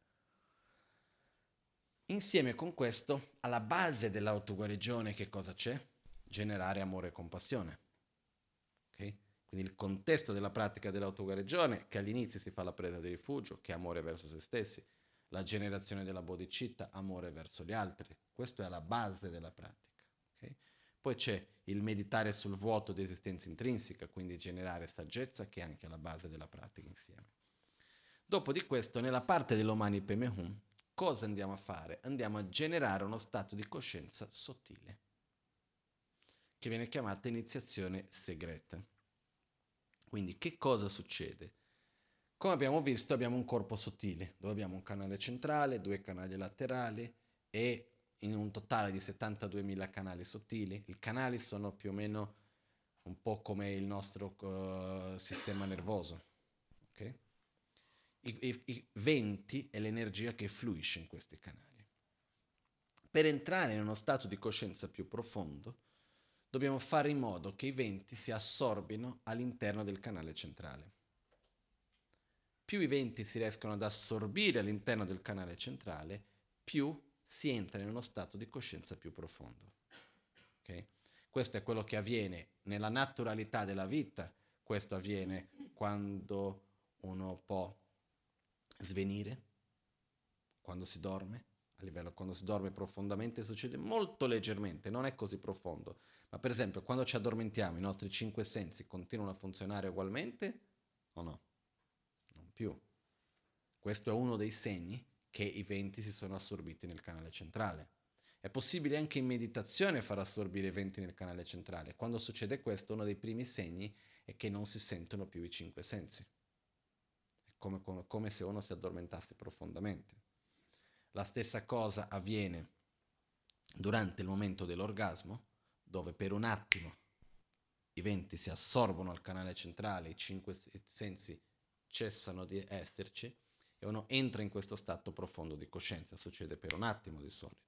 Insieme con questo, alla base dell'autoguarigione che cosa c'è? Generare amore e compassione. Okay? Quindi il contesto della pratica dell'autoguarigione, che all'inizio si fa la presa di rifugio, che è amore verso se stessi, la generazione della bodhicitta, amore verso gli altri. Questo è la base della pratica. Okay? Poi c'è il meditare sul vuoto di esistenza intrinseca, quindi generare saggezza, che è anche la base della pratica insieme. Dopo di questo, nella parte dell'Omani Pemehun, cosa andiamo a fare? Andiamo a generare uno stato di coscienza sottile, che viene chiamata iniziazione segreta. Quindi che cosa succede? Come abbiamo visto, abbiamo un corpo sottile, dove abbiamo un canale centrale, due canali laterali e in un totale di settantaduemila canali sottili. I canali sono più o meno un po' come il nostro uh, sistema nervoso. Okay? I, i, I venti è l'energia che fluisce in questi canali. Per entrare in uno stato di coscienza più profondo, dobbiamo fare in modo che i venti si assorbino all'interno del canale centrale. Più i venti si riescono ad assorbire all'interno del canale centrale, più si entra in uno stato di coscienza più profondo. Okay? Questo è quello che avviene nella naturalità della vita, questo avviene quando uno può svenire, quando si dorme, a livello quando si dorme profondamente succede molto leggermente, non è così profondo, ma per esempio quando ci addormentiamo i nostri cinque sensi continuano a funzionare ugualmente o no? Non più. Questo è uno dei segni che i venti si sono assorbiti nel canale centrale. È possibile anche in meditazione far assorbire i venti nel canale centrale. Quando succede questo, uno dei primi segni è che non si sentono più i cinque sensi. È come, come, come se uno si addormentasse profondamente. La stessa cosa avviene durante il momento dell'orgasmo, dove per un attimo i venti si assorbono al canale centrale, i cinque sensi cessano di esserci e uno entra in questo stato profondo di coscienza. Succede per un attimo di solito.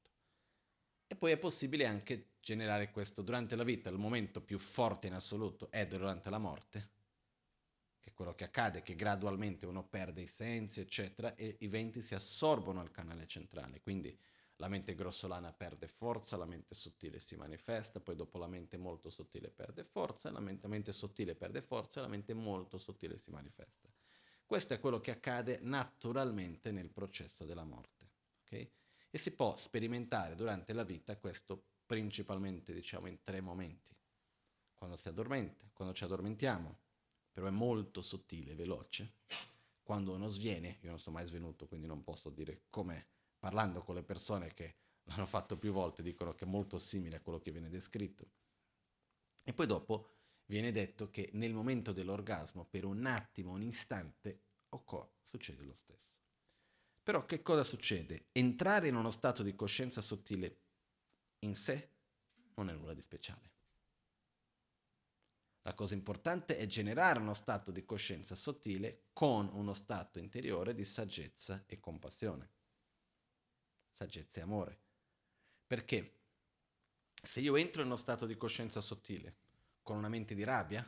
E poi è possibile anche generare questo durante la vita. Il momento più forte in assoluto è durante la morte, che è quello che accade, che gradualmente uno perde i sensi, eccetera, e i venti si assorbono al canale centrale. Quindi la mente grossolana perde forza, la mente sottile si manifesta, poi dopo la mente molto sottile perde forza, la mente, la mente sottile perde forza e la mente molto sottile si manifesta. Questo è quello che accade naturalmente nel processo della morte, ok? E si può sperimentare durante la vita questo principalmente, diciamo, in tre momenti. Quando si addormenta, quando ci addormentiamo, però è molto sottile, veloce. Quando uno sviene, io non sono mai svenuto, quindi non posso dire com'è. Parlando con le persone che l'hanno fatto più volte, dicono che è molto simile a quello che viene descritto. E poi dopo viene detto che nel momento dell'orgasmo, per un attimo, un istante, occorre, succede lo stesso. Però che cosa succede? Entrare in uno stato di coscienza sottile in sé non è nulla di speciale. La cosa importante è generare uno stato di coscienza sottile con uno stato interiore di saggezza e compassione. Saggezza e amore. Perché se io entro in uno stato di coscienza sottile con una mente di rabbia,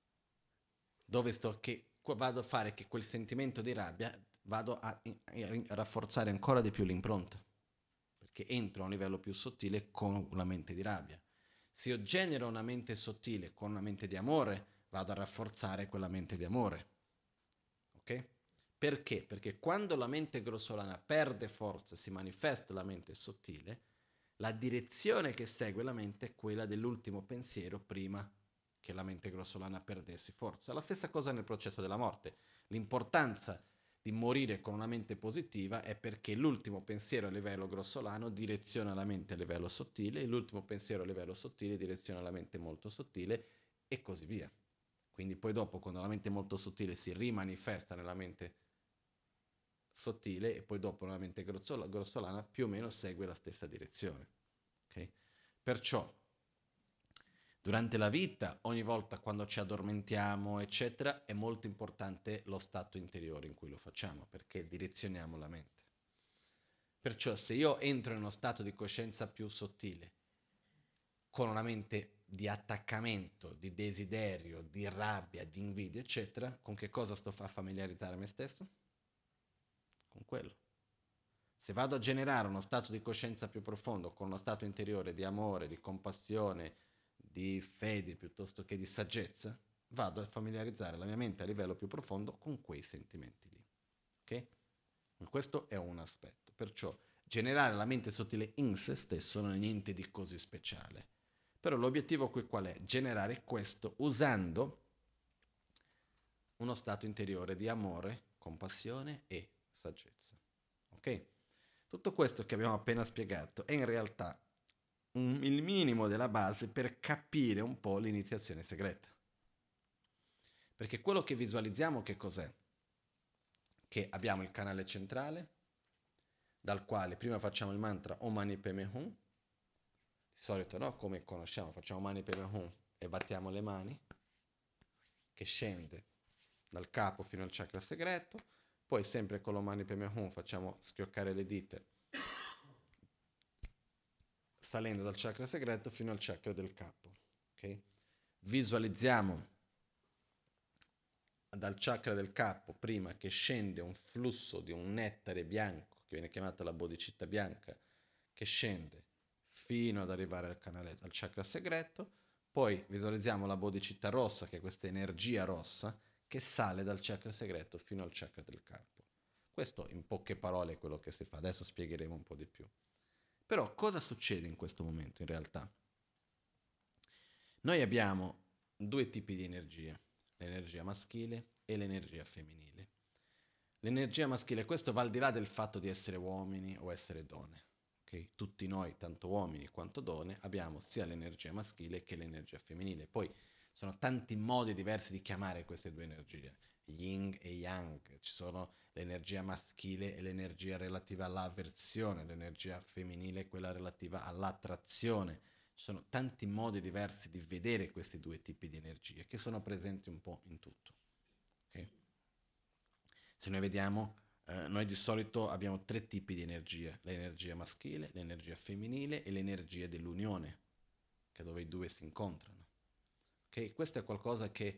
dove sto che vado a fare che quel sentimento di rabbia vado a, a rafforzare ancora di più l'impronta, perché entro a un livello più sottile con una mente di rabbia. Se io genero una mente sottile con una mente di amore, vado a rafforzare quella mente di amore. Ok? Perché? Perché quando la mente grossolana perde forza, si manifesta la mente sottile, la direzione che segue la mente è quella dell'ultimo pensiero prima che la mente grossolana perdesse forza. La stessa cosa nel processo della morte. L'importanza di morire con una mente positiva è perché l'ultimo pensiero a livello grossolano direziona la mente a livello sottile e l'ultimo pensiero a livello sottile direziona la mente molto sottile e così via. Quindi poi dopo, quando la mente molto sottile si rimanifesta nella mente sottile e poi dopo nella mente grossolana, più o meno segue la stessa direzione. Okay? Perciò durante la vita, ogni volta quando ci addormentiamo, eccetera, è molto importante lo stato interiore in cui lo facciamo, perché direzioniamo la mente. Perciò se io entro in uno stato di coscienza più sottile, con una mente di attaccamento, di desiderio, di rabbia, di invidia, eccetera, con che cosa sto a familiarizzare me stesso? Con quello. Se vado a generare uno stato di coscienza più profondo, con uno stato interiore di amore, di compassione, di fede piuttosto che di saggezza, vado a familiarizzare la mia mente a livello più profondo con quei sentimenti lì. Ok? Questo è un aspetto. Perciò generare la mente sottile in se stesso non è niente di così speciale. Però l'obiettivo qui qual è? Generare questo usando uno stato interiore di amore, compassione e saggezza. Ok? Tutto questo che abbiamo appena spiegato è in realtà un, il minimo della base per capire un po' l'iniziazione segreta. Perché quello che visualizziamo che cos'è? Che abbiamo il canale centrale, dal quale prima facciamo il mantra Om Mani Padme Hum, di solito no, come conosciamo, facciamo Mani Padme Hum e battiamo le mani, che scende dal capo fino al chakra segreto, poi sempre con Om Mani Padme Hum facciamo schioccare le dita, salendo dal chakra segreto fino al chakra del capo. Okay? Visualizziamo dal chakra del capo prima che scende un flusso di un nettare bianco, che viene chiamata la bodhicitta bianca, che scende fino ad arrivare al canale, al chakra segreto, poi visualizziamo la bodhicitta rossa, che è questa energia rossa, che sale dal chakra segreto fino al chakra del capo. Questo in poche parole è quello che si fa, adesso spiegheremo un po' di più. Però cosa succede in questo momento in realtà? Noi abbiamo due tipi di energie, l'energia maschile e l'energia femminile. L'energia maschile, questo va al di là del fatto di essere uomini o essere donne. Okay? Tutti noi, tanto uomini quanto donne, abbiamo sia l'energia maschile che l'energia femminile. Poi sono tanti modi diversi di chiamare queste due energie, yin e yang. Ci sono l'energia maschile e l'energia relativa all'avversione, l'energia femminile è quella relativa all'attrazione. Ci sono tanti modi diversi di vedere questi due tipi di energie che sono presenti un po' in tutto. Okay? Se noi vediamo, eh, noi di solito abbiamo tre tipi di energia, l'energia maschile, l'energia femminile e l'energia dell'unione, che è dove i due si incontrano. Okay? Questo è qualcosa che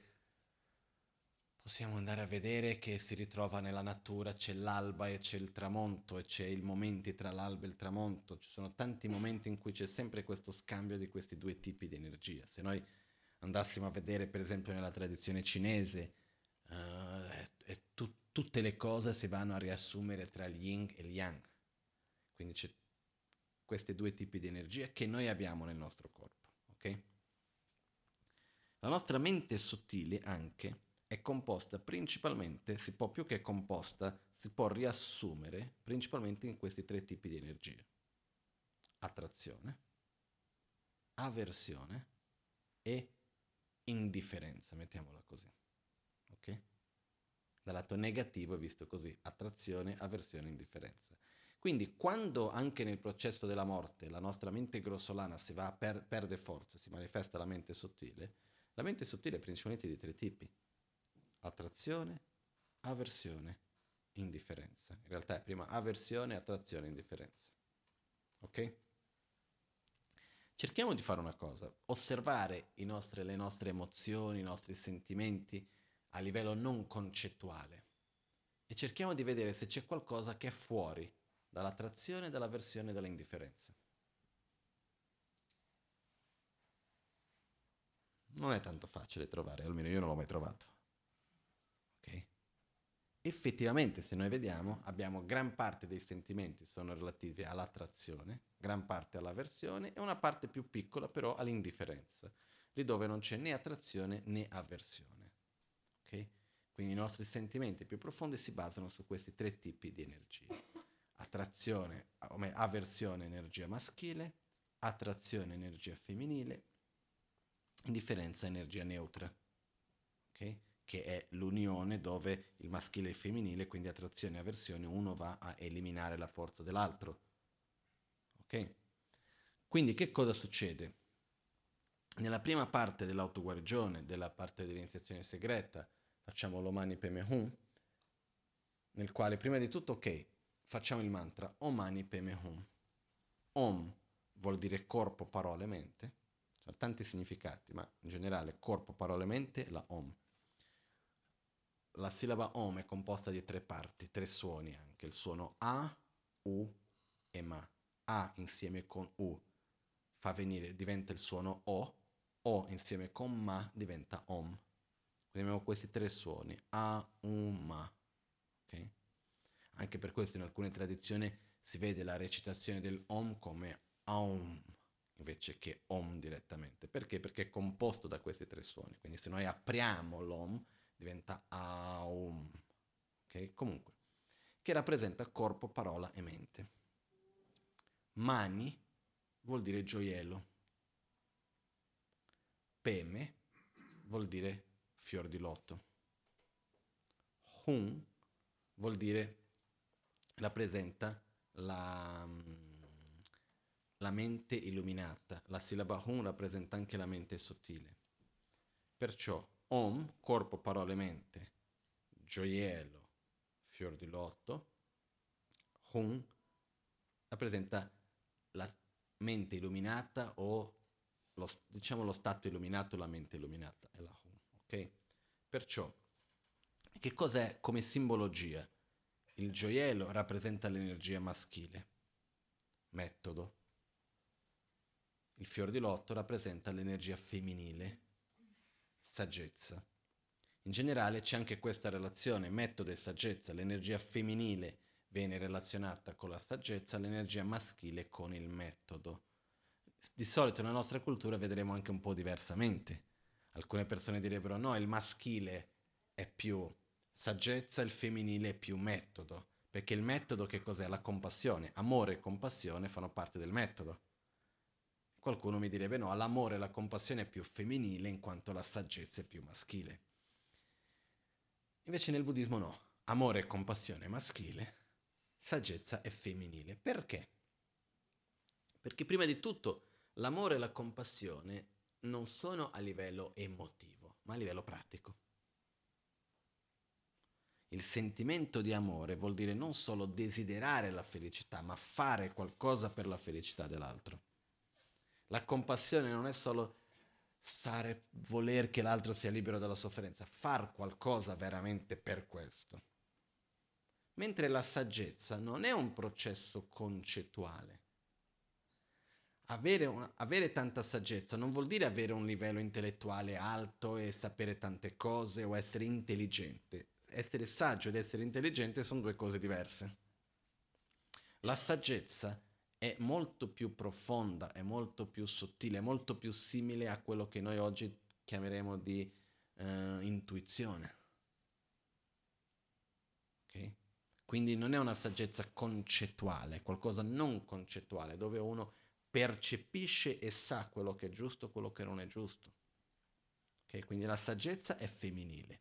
possiamo andare a vedere, che si ritrova nella natura, c'è l'alba e c'è il tramonto e c'è i momenti tra l'alba e il tramonto, ci sono tanti momenti in cui c'è sempre questo scambio di questi due tipi di energia. Se noi andassimo a vedere per esempio nella tradizione cinese, uh, è, è tu, tutte le cose si vanno a riassumere tra il yin e il yang, quindi c'è questi due tipi di energia che noi abbiamo nel nostro corpo, ok? La nostra mente sottile anche è composta principalmente, si può più che composta, si può riassumere principalmente in questi tre tipi di energie. Attrazione, avversione e indifferenza, mettiamola così. Ok? Dal lato negativo è visto così, attrazione, avversione, indifferenza. Quindi quando anche nel processo della morte la nostra mente grossolana si va a per- perde forza, si manifesta la mente sottile, la mente sottile è principalmente di tre tipi. Attrazione, avversione, indifferenza. In realtà è prima avversione, attrazione, indifferenza. Ok? Cerchiamo di fare una cosa, osservare i nostri, le nostre emozioni, i nostri sentimenti a livello non concettuale e cerchiamo di vedere se c'è qualcosa che è fuori dall'attrazione, dall'avversione e dall'indifferenza. Non è tanto facile trovare, almeno io non l'ho mai trovato. Ok? Effettivamente, se noi vediamo, abbiamo gran parte dei sentimenti sono relativi all'attrazione, gran parte all'avversione e una parte più piccola però all'indifferenza, lì dove non c'è né attrazione né avversione. Ok? Quindi i nostri sentimenti più profondi si basano su questi tre tipi di energie. Attrazione, avversione, energia maschile, attrazione, energia femminile, indifferenza, energia neutra. Ok? Che è l'unione dove il maschile e il femminile, quindi attrazione e avversione, uno va a eliminare la forza dell'altro. Ok? Quindi che cosa succede? Nella prima parte dell'autoguarigione, della parte dell'iniziazione segreta, facciamo l'Om Mani Padme Hum, nel quale prima di tutto, ok, facciamo il mantra Om Mani Padme Hum. Om vuol dire corpo, parole, mente. Sono tanti significati, ma in generale corpo, parole, mente, la Om. La sillaba Om è composta di tre parti, tre suoni anche, il suono A, U e Ma. A insieme con U fa venire, diventa il suono O, O insieme con Ma diventa Om. Quindi abbiamo questi tre suoni, A, U, Ma. Okay? Anche per questo in alcune tradizioni si vede la recitazione del Om come Aum, invece che Om direttamente. Perché? Perché è composto da questi tre suoni. Quindi se noi apriamo l'Om, diventa Aum, ok? ok? Comunque, che rappresenta corpo, parola e mente. Mani vuol dire gioiello. Peme vuol dire fior di lotto. Hun vuol dire, rappresenta la, la mente illuminata. La sillaba Hun rappresenta anche la mente sottile. Perciò Om, corpo, parole, mente, gioiello, fior di lotto. Hun rappresenta la mente illuminata o lo, diciamo lo stato illuminato, la mente illuminata, è la Hun, ok? Perciò, che cos'è come simbologia? Il gioiello rappresenta l'energia maschile, metodo. Il fior di lotto rappresenta l'energia femminile, saggezza. In generale c'è anche questa relazione, metodo e saggezza. L'energia femminile viene relazionata con la saggezza, l'energia maschile con il metodo. Di solito nella nostra cultura vedremo anche un po' diversamente. Alcune persone direbbero no, il maschile è più saggezza, il femminile è più metodo. Perché il metodo che cos'è? La compassione. Amore e compassione fanno parte del metodo. Qualcuno mi direbbe no, l'amore e la compassione è più femminile in quanto la saggezza è più maschile. Invece nel buddismo no, amore e compassione è maschile, saggezza è femminile. Perché? Perché prima di tutto l'amore e la compassione non sono a livello emotivo, ma a livello pratico. Il sentimento di amore vuol dire non solo desiderare la felicità, ma fare qualcosa per la felicità dell'altro. La compassione non è solo stare, voler che l'altro sia libero dalla sofferenza, far qualcosa veramente per questo. Mentre la saggezza non è un processo concettuale. Avere, una, avere tanta saggezza non vuol dire avere un livello intellettuale alto e sapere tante cose o essere intelligente. Essere saggio ed essere intelligente sono due cose diverse. La saggezza è molto più profonda, è molto più sottile, è molto più simile a quello che noi oggi chiameremo di uh, intuizione. Ok? Quindi non è una saggezza concettuale, è qualcosa non concettuale, dove uno percepisce e sa quello che è giusto, quello che non è giusto. Okay? Quindi la saggezza è femminile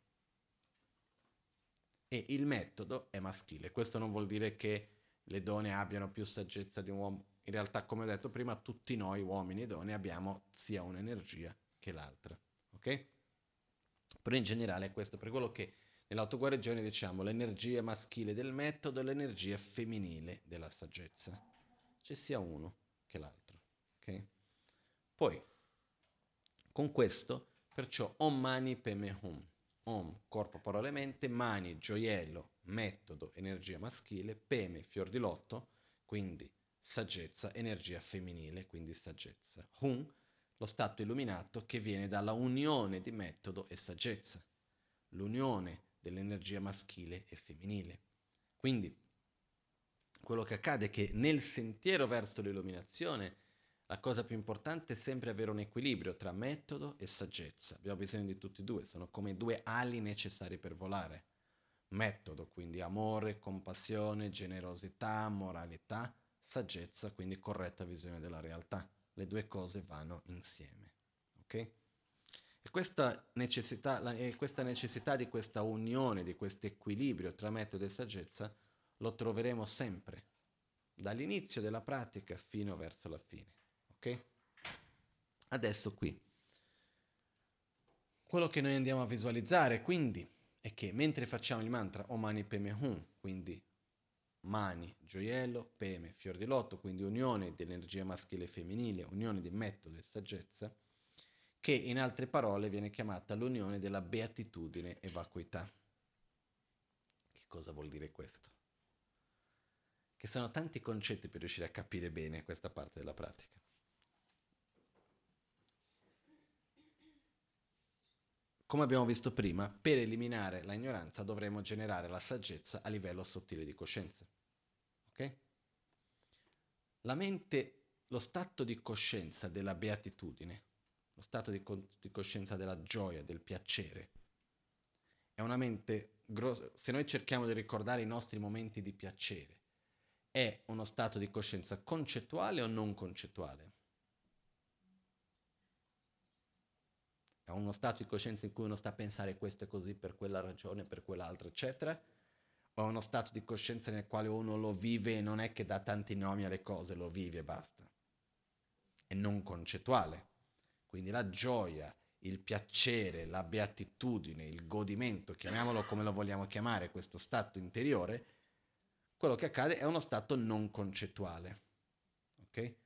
e il metodo è maschile. Questo non vuol dire che le donne abbiano più saggezza di un uomo. In realtà, come ho detto prima, tutti noi, uomini e donne, abbiamo sia un'energia che l'altra. Ok? Però in generale è questo, per quello che nell'autoguarigione diciamo l'energia maschile del metodo e l'energia femminile della saggezza. C'è sia uno che l'altro. Ok? Poi, con questo, perciò Om Mani Padme Hum. Om, corpo, parole, mente, mani, gioiello, metodo, energia maschile, peme, fior di lotto, quindi saggezza, energia femminile, quindi saggezza. Hum, lo stato illuminato che viene dalla unione di metodo e saggezza, l'unione dell'energia maschile e femminile. Quindi, quello che accade è che nel sentiero verso l'illuminazione la cosa più importante è sempre avere un equilibrio tra metodo e saggezza. Abbiamo bisogno di tutti e due, sono come due ali necessari per volare. Metodo, quindi amore, compassione, generosità, moralità, saggezza, quindi corretta visione della realtà. Le due cose vanno insieme. Ok? E questa necessità, la, e questa necessità di questa unione, di questo equilibrio tra metodo e saggezza, lo troveremo sempre, dall'inizio della pratica fino verso la fine. Ok? Adesso qui, quello che noi andiamo a visualizzare quindi è che mentre facciamo il mantra Om Mani Padme Hum, quindi mani, gioiello, peme, fior di lotto, quindi unione dell'energia maschile e femminile, unione di metodo e saggezza, che in altre parole viene chiamata l'unione della beatitudine e vacuità. Che cosa vuol dire questo? Che sono tanti concetti per riuscire a capire bene questa parte della pratica. Come abbiamo visto prima, per eliminare la ignoranza dovremo generare la saggezza a livello sottile di coscienza. Ok? La mente, lo stato di coscienza della beatitudine, lo stato di, co- di coscienza della gioia, del piacere, è una mente gro- se noi cerchiamo di ricordare i nostri momenti di piacere, è uno stato di coscienza concettuale o non concettuale? È uno stato di coscienza in cui uno sta a pensare questo è così per quella ragione, per quell'altra, eccetera? O è uno stato di coscienza nel quale uno lo vive e non è che dà tanti nomi alle cose, lo vive e basta? È non concettuale. Quindi la gioia, il piacere, la beatitudine, il godimento, chiamiamolo come lo vogliamo chiamare, questo stato interiore, quello che accade è uno stato non concettuale. Ok?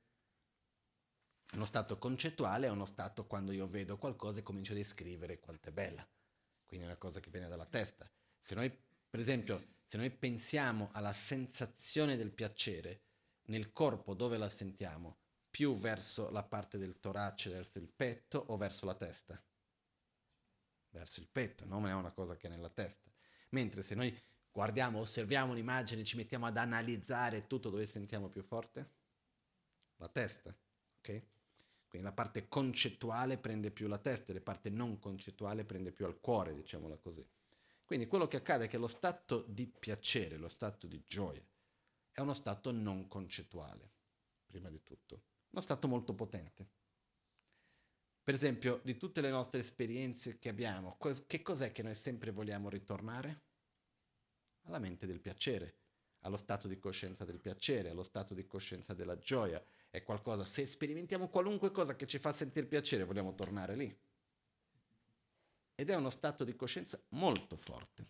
Uno stato concettuale è uno stato quando io vedo qualcosa e comincio a descrivere quanto è bella. Quindi è una cosa che viene dalla testa. Se noi, per esempio, se noi pensiamo alla sensazione del piacere nel corpo, dove la sentiamo? Più verso la parte del torace, verso il petto o verso la testa? Verso il petto, non è una cosa che è nella testa. Mentre se noi guardiamo, osserviamo un'immagine, ci mettiamo ad analizzare tutto, dove sentiamo più forte? La testa, ok? Quindi la parte concettuale prende più la testa e la parte non concettuale prende più al cuore, diciamola così. Quindi quello che accade è che lo stato di piacere, lo stato di gioia, è uno stato non concettuale, prima di tutto. Uno stato molto potente. Per esempio, di tutte le nostre esperienze che abbiamo, che cos'è che noi sempre vogliamo ritornare? Alla mente del piacere, allo stato di coscienza del piacere, allo stato di coscienza della gioia. È qualcosa, se sperimentiamo qualunque cosa che ci fa sentire piacere, vogliamo tornare lì. Ed è uno stato di coscienza molto forte.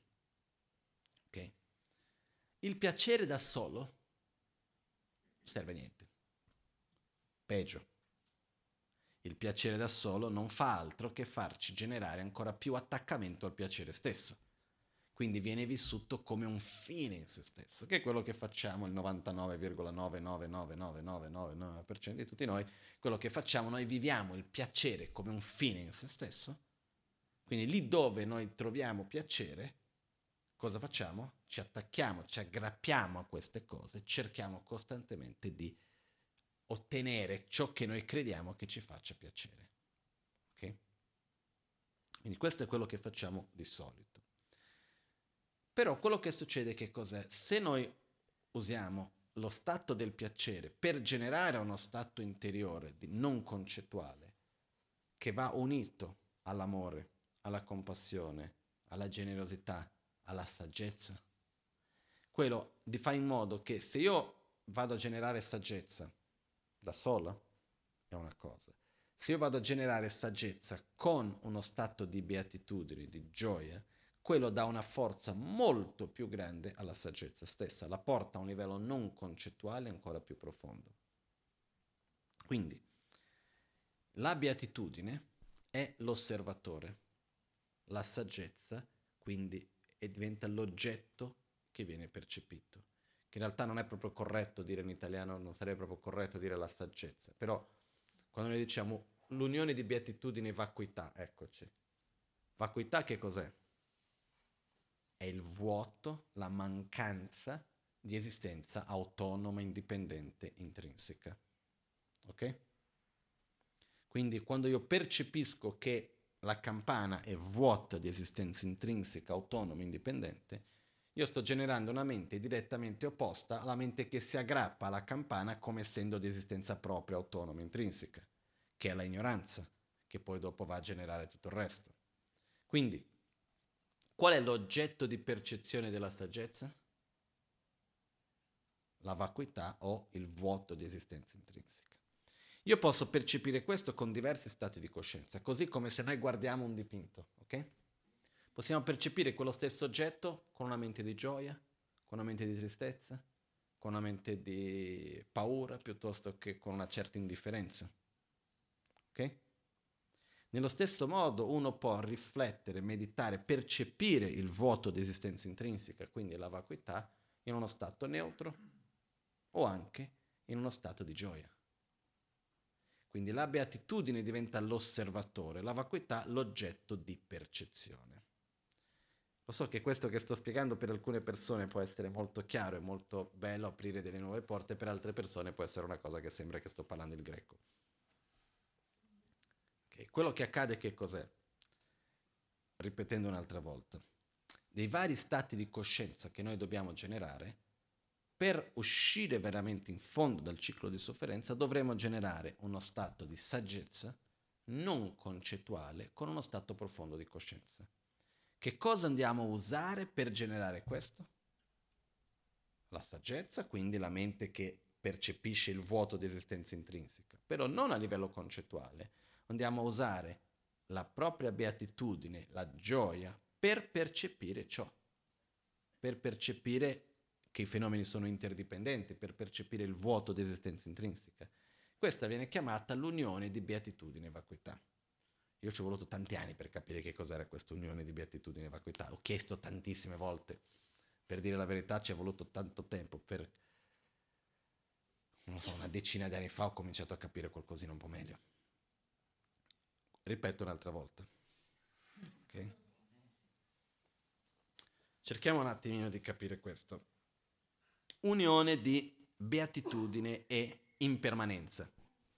Ok? Il piacere da solo non serve a niente. Peggio. Il piacere da solo non fa altro che farci generare ancora più attaccamento al piacere stesso. Quindi viene vissuto come un fine in se stesso, che è quello che facciamo il novantanove virgola nove nove nove nove nove nove nove per cento di tutti noi. Quello che facciamo, noi viviamo il piacere come un fine in se stesso. Quindi lì dove noi troviamo piacere, cosa facciamo? Ci attacchiamo, ci aggrappiamo a queste cose, cerchiamo costantemente di ottenere ciò che noi crediamo che ci faccia piacere. Ok? Quindi questo è quello che facciamo di solito. Però quello che succede che cos'è? Se noi usiamo lo stato del piacere per generare uno stato interiore di non concettuale che va unito all'amore, alla compassione, alla generosità, alla saggezza, quello di fa in modo che se io vado a generare saggezza da sola, è una cosa. Se io vado a generare saggezza con uno stato di beatitudine, di gioia, quello dà una forza molto più grande alla saggezza stessa, la porta a un livello non concettuale ancora più profondo. Quindi, la beatitudine è l'osservatore, la saggezza quindi è, diventa l'oggetto che viene percepito, che in realtà non è proprio corretto dire in italiano, non sarebbe proprio corretto dire la saggezza, però quando noi diciamo l'unione di beatitudine e vacuità, eccoci. Vacuità che cos'è? È il vuoto, la mancanza di esistenza autonoma, indipendente, intrinseca. Ok? Quindi quando io percepisco che la campana è vuota di esistenza intrinseca, autonoma, indipendente, io sto generando una mente direttamente opposta alla mente che si aggrappa alla campana come essendo di esistenza propria, autonoma, intrinseca, che è la ignoranza, che poi dopo va a generare tutto il resto. Quindi, qual è l'oggetto di percezione della saggezza? La vacuità o il vuoto di esistenza intrinseca. Io posso percepire questo con diversi stati di coscienza, così come se noi guardiamo un dipinto, ok? Possiamo percepire quello stesso oggetto con una mente di gioia, con una mente di tristezza, con una mente di paura, piuttosto che con una certa indifferenza, ok? Nello stesso modo uno può riflettere, meditare, percepire il vuoto di esistenza intrinseca, quindi la vacuità, in uno stato neutro o anche in uno stato di gioia. Quindi la beatitudine diventa l'osservatore, la vacuità l'oggetto di percezione. Lo so che questo che sto spiegando per alcune persone può essere molto chiaro e molto bello, aprire delle nuove porte, per altre persone può essere una cosa che sembra che sto parlando il greco. Okay. Quello che accade che cos'è? Ripetendo un'altra volta. dei vari stati di coscienza che noi dobbiamo generare, per uscire veramente in fondo dal ciclo di sofferenza dovremo generare uno stato di saggezza non concettuale con uno stato profondo di coscienza. Che cosa andiamo a usare per generare questo? La saggezza, quindi la mente che percepisce il vuoto di esistenza intrinseca, però non a livello concettuale. Andiamo a usare la propria beatitudine, la gioia, per percepire ciò, per percepire che i fenomeni sono interdipendenti, per percepire il vuoto di esistenza intrinseca. Questa viene chiamata l'unione di beatitudine e vacuità. Io ci ho voluto tanti anni per capire che cos'era questa unione di beatitudine e vacuità. Ho chiesto tantissime volte. Per dire la verità ci è voluto tanto tempo. Per, non so, una decina di anni fa ho cominciato a capire qualcosina un po' meglio. Ripeto un'altra volta. Ok? Cerchiamo un attimino di capire questo. Unione di beatitudine e impermanenza.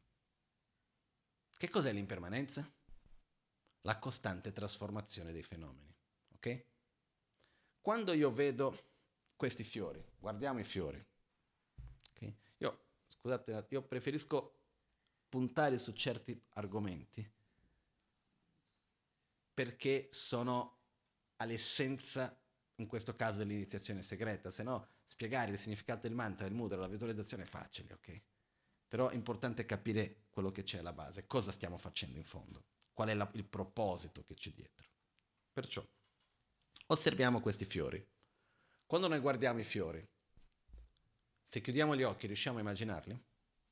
Che cos'è l'impermanenza? La costante trasformazione dei fenomeni, ok? Quando io vedo questi fiori, guardiamo i fiori, okay? Io, scusate, io preferisco puntare su certi argomenti perché sono all'essenza, in questo caso, dell'iniziazione segreta, se no spiegare il significato del mantra, del mudra, la visualizzazione è facile, ok? Però è importante capire quello che c'è alla base, cosa stiamo facendo in fondo. Qual è la, il proposito che c'è dietro. Perciò, osserviamo questi fiori. Quando noi guardiamo i fiori, se chiudiamo gli occhi, riusciamo a immaginarli?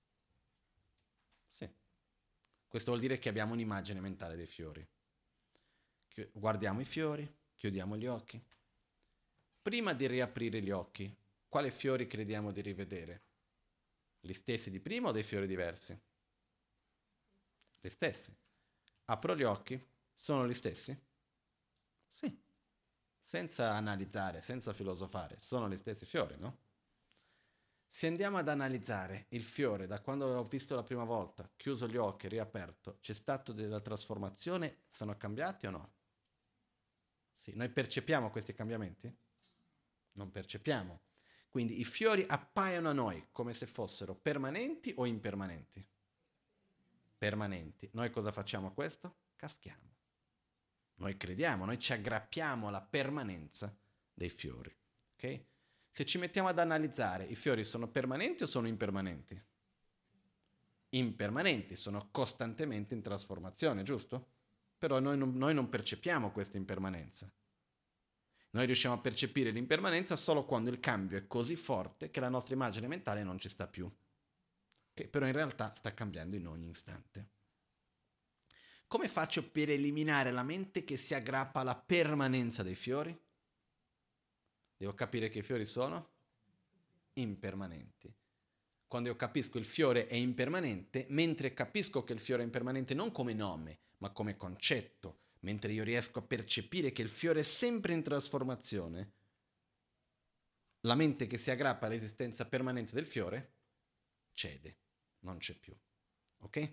Sì. Questo vuol dire che abbiamo un'immagine mentale dei fiori. Guardiamo i fiori, chiudiamo gli occhi. Prima di riaprire gli occhi, quali fiori crediamo di rivedere? Gli stessi di prima o dei fiori diversi? Gli stessi. Apro gli occhi, sono gli stessi? Sì, senza analizzare, senza filosofare, sono gli stessi fiori, no? Se andiamo ad analizzare il fiore da quando l'ho visto la prima volta, chiuso gli occhi, riaperto, c'è stata della trasformazione, sono cambiati o no? Sì, noi percepiamo questi cambiamenti? Non percepiamo. Quindi i fiori appaiono a noi come se fossero permanenti o impermanenti? Permanenti. Noi cosa facciamo a questo? Caschiamo. Noi crediamo, noi ci aggrappiamo alla permanenza dei fiori. Ok? Se ci mettiamo ad analizzare, i fiori sono permanenti o sono impermanenti? Impermanenti, sono costantemente in trasformazione, giusto? Però noi non, noi non percepiamo questa impermanenza. Noi riusciamo a percepire l'impermanenza solo quando il cambio è così forte che la nostra immagine mentale non ci sta più, che però in realtà sta cambiando in ogni istante. Come faccio per eliminare la mente che si aggrappa alla permanenza dei fiori? Devo capire che i fiori sono impermanenti. Quando io capisco il fiore è impermanente, mentre capisco che il fiore è impermanente non come nome, ma come concetto, mentre io riesco a percepire che il fiore è sempre in trasformazione, la mente che si aggrappa all'esistenza permanente del fiore cede, non c'è più. Ok?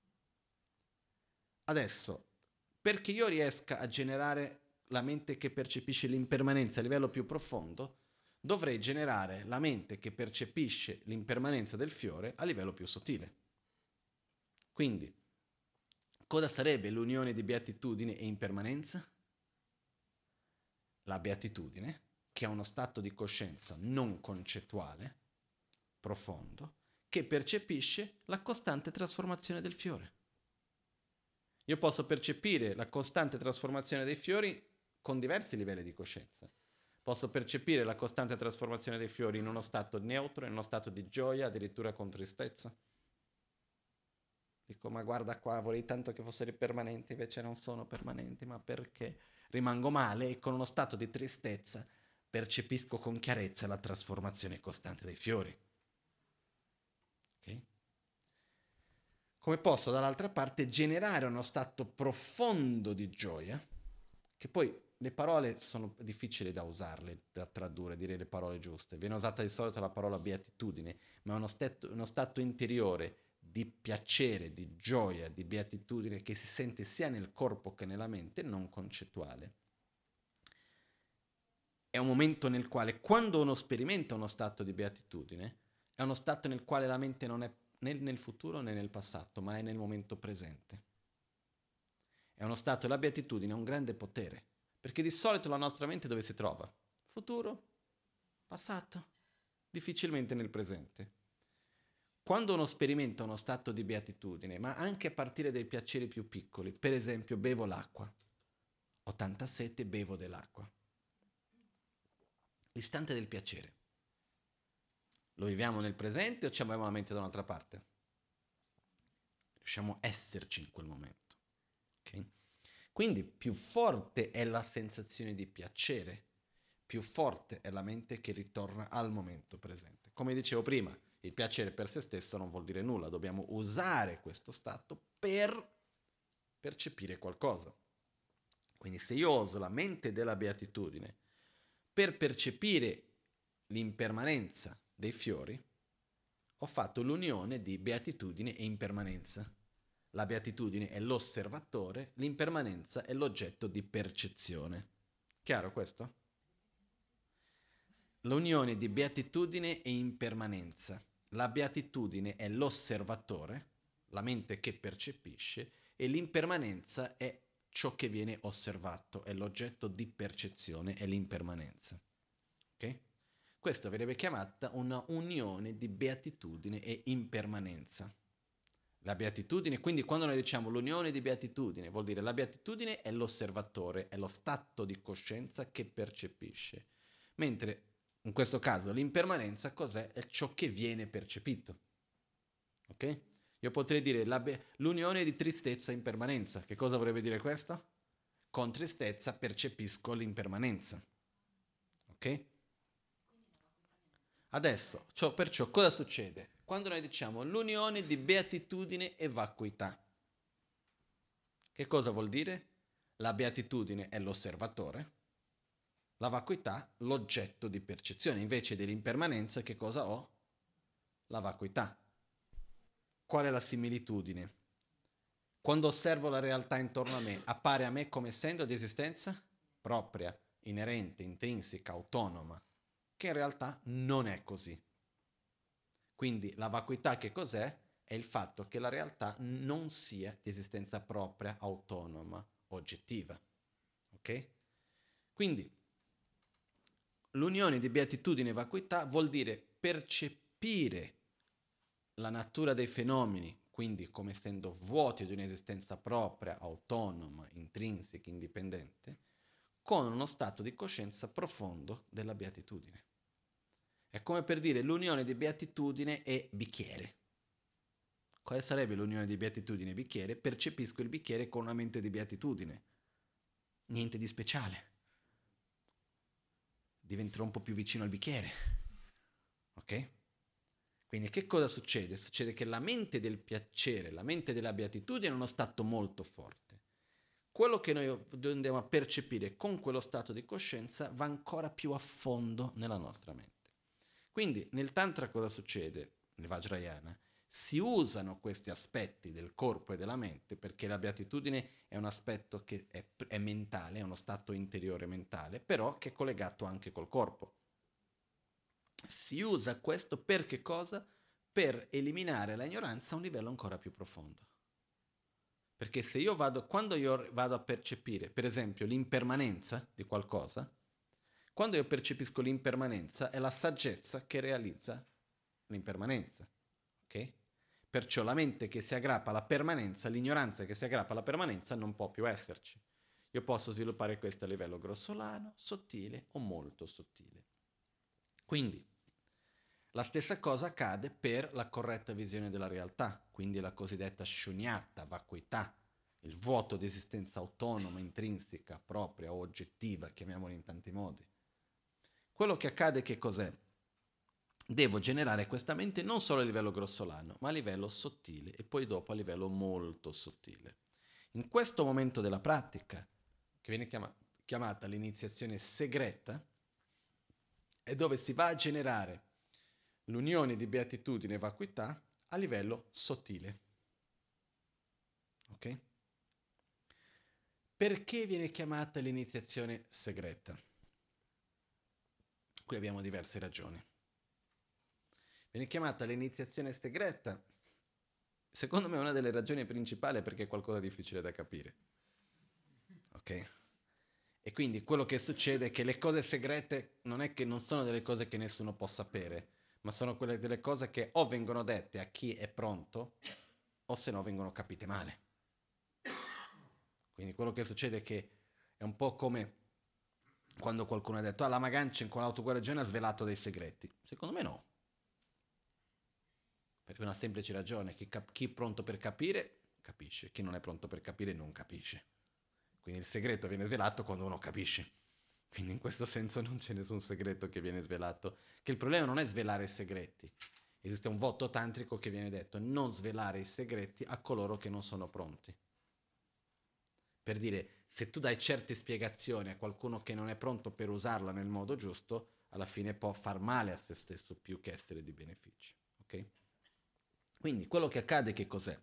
Adesso, perché io riesca a generare la mente che percepisce l'impermanenza a livello più profondo, dovrei generare la mente che percepisce l'impermanenza del fiore a livello più sottile. Quindi, cosa sarebbe l'unione di beatitudine e impermanenza? La beatitudine, che è uno stato di coscienza non concettuale, profondo, che percepisce la costante trasformazione del fiore. Io posso percepire la costante trasformazione dei fiori con diversi livelli di coscienza. Posso percepire la costante trasformazione dei fiori in uno stato neutro, in uno stato di gioia, addirittura con tristezza. Dico, ma guarda qua, vorrei tanto che fossero permanenti, invece non sono permanenti, ma perché? Rimango male e con uno stato di tristezza percepisco con chiarezza la trasformazione costante dei fiori. Ok? Come posso dall'altra parte generare uno stato profondo di gioia, che poi le parole sono difficili da usarle, da tradurre, dire le parole giuste. Viene usata di solito la parola beatitudine, ma è uno stato, uno stato interiore di piacere, di gioia, di beatitudine che si sente sia nel corpo che nella mente, non concettuale. è un momento nel quale, quando uno sperimenta uno stato di beatitudine, è uno stato nel quale la mente non è né nel futuro né nel passato, ma è nel momento presente. È uno stato, la beatitudine ha un grande potere, perché di solito la nostra mente dove si trova? Futuro, passato, difficilmente nel presente. Quando uno sperimenta uno stato di beatitudine, ma anche a partire dai piaceri più piccoli, per esempio bevo l'acqua, ho tanta sete, bevo dell'acqua. L'istante del piacere. Lo viviamo nel presente o ci abbiamo la mente da un'altra parte? Riusciamo a esserci in quel momento. Okay? Quindi più forte è la sensazione di piacere, più forte è la mente che ritorna al momento presente. Come dicevo prima, il piacere per se stesso non vuol dire nulla, dobbiamo usare questo stato per percepire qualcosa. Quindi se io uso la mente della beatitudine per percepire l'impermanenza dei fiori, ho fatto l'unione di beatitudine e impermanenza. La beatitudine è l'osservatore, l'impermanenza è l'oggetto di percezione. Chiaro questo? L'unione di beatitudine e impermanenza. La beatitudine è l'osservatore, la mente che percepisce, e l'impermanenza è ciò che viene osservato, è l'oggetto di percezione, è l'impermanenza. Ok? Questo verrebbe chiamata una unione di beatitudine e impermanenza. La beatitudine, quindi quando noi diciamo l'unione di beatitudine, vuol dire la beatitudine è l'osservatore, è lo stato di coscienza che percepisce, mentre in questo caso l'impermanenza cos'è? È ciò che viene percepito. Ok? Io potrei dire la be- l'unione di tristezza e impermanenza. Che cosa vorrebbe dire questo? Con tristezza percepisco l'impermanenza. Ok? Adesso, ciò, perciò cosa succede? Quando noi diciamo l'unione di beatitudine e vacuità. Che cosa vuol dire? La beatitudine è l'osservatore, la vacuità l'oggetto di percezione. Invece dell'impermanenza che cosa ho? La vacuità. Qual è la similitudine? Quando osservo la realtà intorno a me, appare a me come essendo di esistenza propria, inerente, intrinseca, autonoma, che in realtà non è così. Quindi la vacuità che cos'è? È il fatto che la realtà non sia di esistenza propria, autonoma, oggettiva. Ok? Quindi l'unione di beatitudine e vacuità vuol dire percepire la natura dei fenomeni, quindi come essendo vuoti di un'esistenza propria, autonoma, intrinseca, indipendente, con uno stato di coscienza profondo della beatitudine. È come per dire l'unione di beatitudine e bicchiere. Quale sarebbe l'unione di beatitudine e bicchiere? Percepisco il bicchiere con una mente di beatitudine. Niente di speciale. Diventerò un po' più vicino al bicchiere. Ok? Quindi che cosa succede? Succede che la mente del piacere, la mente della beatitudine è uno stato molto forte. Quello che noi andiamo a percepire con quello stato di coscienza va ancora più a fondo nella nostra mente. Quindi nel Tantra cosa succede? Nel Vajrayana si usano questi aspetti del corpo e della mente perché la beatitudine è un aspetto che è, è mentale, è uno stato interiore mentale, però che è collegato anche col corpo. Si usa questo per che cosa? Per eliminare la ignoranza a un livello ancora più profondo. Perché se io vado, quando io vado a percepire, per esempio, l'impermanenza di qualcosa, quando io percepisco l'impermanenza è la saggezza che realizza l'impermanenza. Ok? Perciò la mente che si aggrappa alla permanenza, l'ignoranza che si aggrappa alla permanenza non può più esserci. Io posso sviluppare questo a livello grossolano, sottile o molto sottile. Quindi, la stessa cosa accade per la corretta visione della realtà, quindi la cosiddetta shunyata, vacuità, il vuoto di esistenza autonoma, intrinseca, propria o oggettiva, chiamiamola in tanti modi. Quello che accade che cos'è? Devo generare questa mente non solo a livello grossolano, ma a livello sottile e poi dopo a livello molto sottile. In questo momento della pratica, che viene chiama- chiamata l'iniziazione segreta, è dove si va a generare l'unione di beatitudine e vacuità a livello sottile. Ok? Perché viene chiamata l'iniziazione segreta? Qui abbiamo diverse ragioni. Viene chiamata l'iniziazione segreta, secondo me una delle ragioni principali è perché è qualcosa di difficile da capire. Ok? E quindi quello che succede è che le cose segrete non è che non sono delle cose che nessuno può sapere, ma sono quelle delle cose che o vengono dette a chi è pronto o se no vengono capite male. Quindi quello che succede è che è un po' come quando qualcuno ha detto ah, la Magancia con l'autoguarigione ha svelato dei segreti. Secondo me no. Per una semplice ragione, chi, cap- chi è pronto per capire capisce, chi non è pronto per capire non capisce. Quindi il segreto viene svelato quando uno capisce. Quindi in questo senso non c'è nessun segreto che viene svelato. Che il problema non è svelare i segreti. Esiste un voto tantrico che viene detto non svelare i segreti a coloro che non sono pronti. Per dire, se tu dai certe spiegazioni a qualcuno che non è pronto per usarla nel modo giusto, alla fine può far male a se stesso più che essere di beneficio. Ok? Quindi quello che accade che cos'è?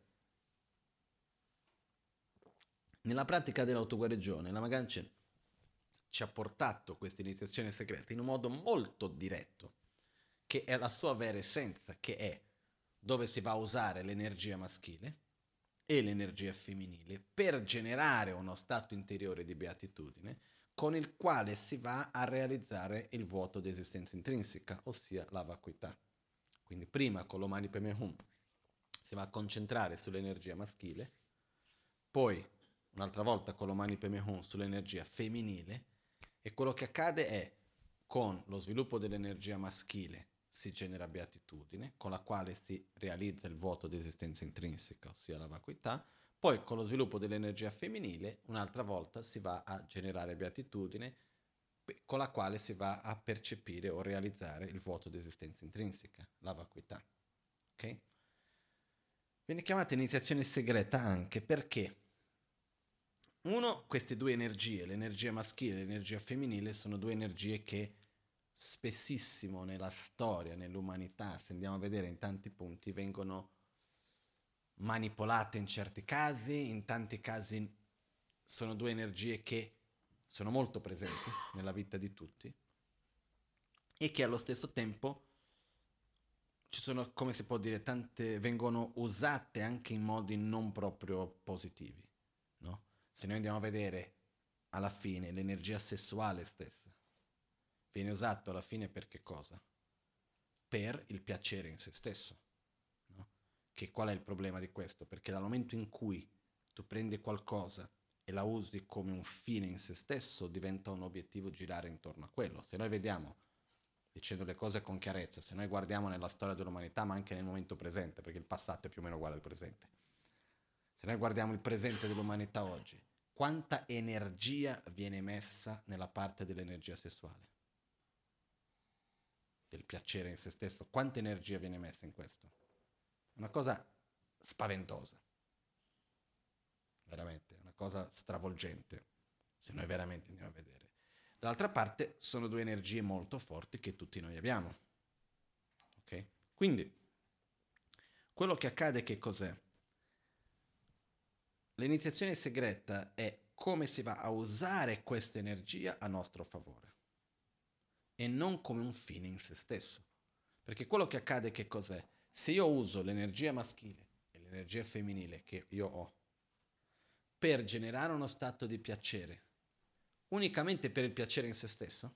Nella pratica dell'autoguarigione la Magancia ci ha portato questa iniziazione segreta in un modo molto diretto, che è la sua vera essenza, che è dove si va a usare l'energia maschile e l'energia femminile per generare uno stato interiore di beatitudine con il quale si va a realizzare il vuoto di esistenza intrinseca, ossia la vacuità. Quindi prima con l'Omani Padme Hum si va a concentrare sull'energia maschile, poi un'altra volta con l'Omani Padme Hum sull'energia femminile, e quello che accade è con lo sviluppo dell'energia maschile si genera beatitudine, con la quale si realizza il vuoto di esistenza intrinseca, ossia la vacuità. Poi con lo sviluppo dell'energia femminile, un'altra volta si va a generare beatitudine, con la quale si va a percepire o realizzare il vuoto di esistenza intrinseca, la vacuità. Ok? Viene chiamata iniziazione segreta anche perché, uno, queste due energie, l'energia maschile e l'energia femminile, sono due energie che spessissimo nella storia, nell'umanità, se andiamo a vedere in tanti punti, vengono manipolate in certi casi, in tanti casi sono due energie che sono molto presenti nella vita di tutti e che allo stesso tempo ci sono, come si può dire, tante, vengono usate anche in modi non proprio positivi, no? Se noi andiamo a vedere alla fine l'energia sessuale stessa viene usato alla fine per che cosa? Per il piacere in se stesso, no? Che qual è il problema di questo? Perché dal momento in cui tu prendi qualcosa e la usi come un fine in se stesso, diventa un obiettivo girare intorno a quello. Se noi vediamo, dicendo le cose con chiarezza, se noi guardiamo nella storia dell'umanità, ma anche nel momento presente, perché il passato è più o meno uguale al presente, se noi guardiamo il presente dell'umanità oggi, quanta energia viene messa nella parte dell'energia sessuale? Del piacere in se stesso, quanta energia viene messa in questo? Una cosa spaventosa, veramente, una cosa stravolgente, se noi veramente andiamo a vedere. Dall'altra parte sono due energie molto forti che tutti noi abbiamo, ok? Quindi, quello che accade che cos'è? L'iniziazione segreta è come si va a usare questa energia a nostro favore e non come un fine in se stesso. Perché quello che accade che cos'è? Se io uso l'energia maschile e l'energia femminile che io ho per generare uno stato di piacere, unicamente per il piacere in se stesso,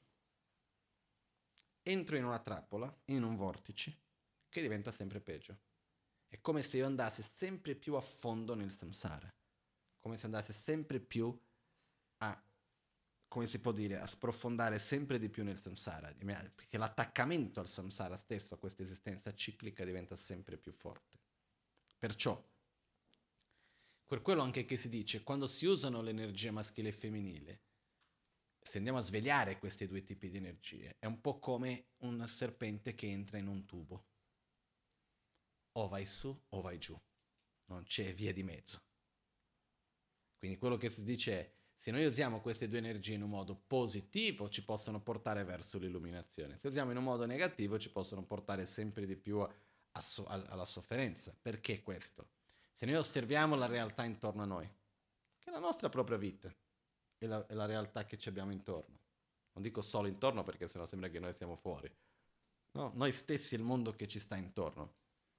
entro in una trappola, in un vortice, che diventa sempre peggio. È come se io andassi sempre più a fondo nel samsara, come se andassi sempre più a, come si può dire, a sprofondare sempre di più nel samsara, perché l'attaccamento al samsara stesso, a questa esistenza ciclica, diventa sempre più forte. Perciò, per quello anche che si dice, quando si usano l'energia maschile e femminile, se andiamo a svegliare questi due tipi di energie, è un po' come un serpente che entra in un tubo. O vai su o vai giù, non c'è via di mezzo. Quindi quello che si dice è, se noi usiamo queste due energie in un modo positivo ci possono portare verso l'illuminazione, se usiamo in un modo negativo ci possono portare sempre di più a, a so, a, alla sofferenza. Perché questo? Se noi osserviamo la realtà intorno a noi, che è la nostra propria vita, è la, è la realtà che ci abbiamo intorno, Non dico solo intorno perché sennò sembra che noi siamo fuori. No, noi stessi e il mondo che ci sta intorno.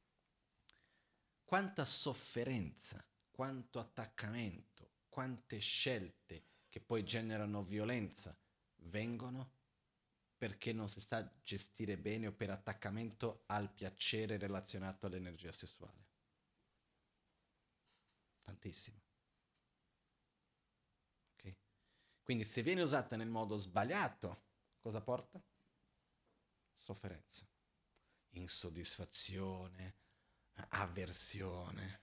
Quanta sofferenza, quanto attaccamento, quante scelte che poi generano violenza vengono perché non si sa gestire bene o per attaccamento al piacere relazionato all'energia sessuale. Tantissimo. Okay? Quindi se viene usata nel modo sbagliato, cosa porta? Sofferenza, insoddisfazione, avversione,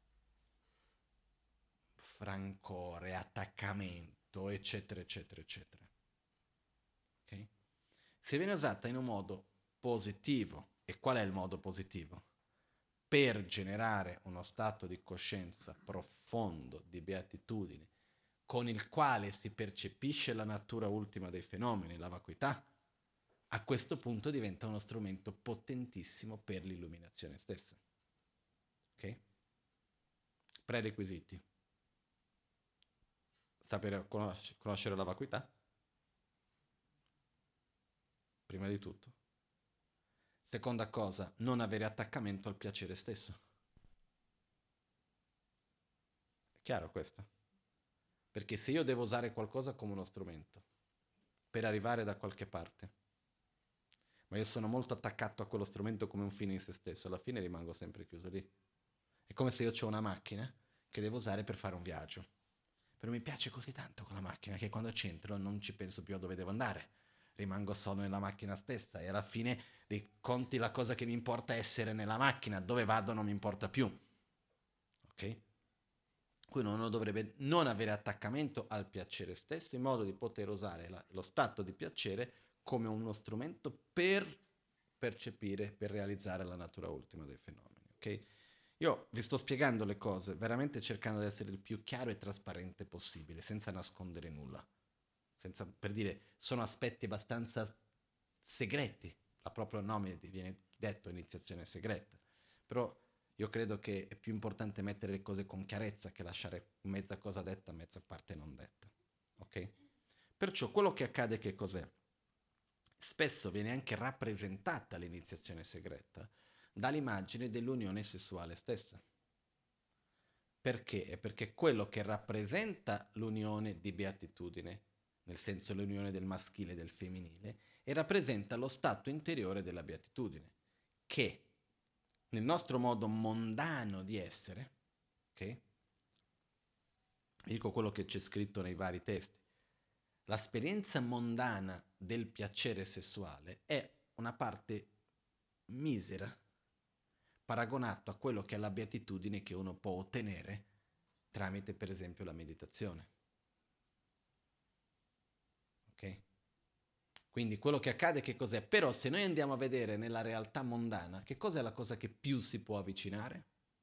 francore, attaccamento, eccetera, eccetera, eccetera. Okay? Se viene usata in un modo positivo, e qual è il modo positivo? Per generare uno stato di coscienza profondo, di beatitudine, con il quale si percepisce la natura ultima dei fenomeni, la vacuità, a questo punto diventa uno strumento potentissimo per l'illuminazione stessa. Ok? Prerequisiti. Sapere conoscere, conoscere la vacuità? Prima di tutto. Seconda cosa, non avere attaccamento al piacere stesso. È chiaro questo? Perché se io devo usare qualcosa come uno strumento per arrivare da qualche parte, ma io sono molto attaccato a quello strumento come un fine in se stesso, alla fine rimango sempre chiuso lì. È come se io ho una macchina che devo usare per fare un viaggio. Però mi piace così tanto quella macchina che quando c'entro non ci penso più a dove devo andare. Rimango solo nella macchina stessa e alla fine dei conti la cosa che mi importa è essere nella macchina, dove vado non mi importa più. Ok? Quindi uno dovrebbe non avere attaccamento al piacere stesso in modo di poter usare la, lo stato di piacere come uno strumento per percepire, per realizzare la natura ultima dei fenomeni. Ok? Io vi sto spiegando le cose veramente cercando di essere il più chiaro e trasparente possibile, senza nascondere nulla. Senza, per dire, sono aspetti abbastanza segreti, a proprio nome viene detto iniziazione segreta, però io credo che è più importante mettere le cose con chiarezza che lasciare mezza cosa detta, mezza parte non detta, ok? Perciò quello che accade che cos'è? Spesso viene anche rappresentata l'iniziazione segreta dall'immagine dell'unione sessuale stessa. Perché? Perché quello che rappresenta l'unione di beatitudine, nel senso l'unione del maschile e del femminile, e rappresenta lo stato interiore della beatitudine, che nel nostro modo mondano di essere, ok? Dico quello che c'è scritto nei vari testi, l'esperienza mondana del piacere sessuale è una parte misera paragonato a quello che è la beatitudine che uno può ottenere tramite per esempio la meditazione. Ok? Quindi quello che accade che cos'è? Però se noi andiamo a vedere nella realtà mondana, che cos'è la cosa che più si può avvicinare?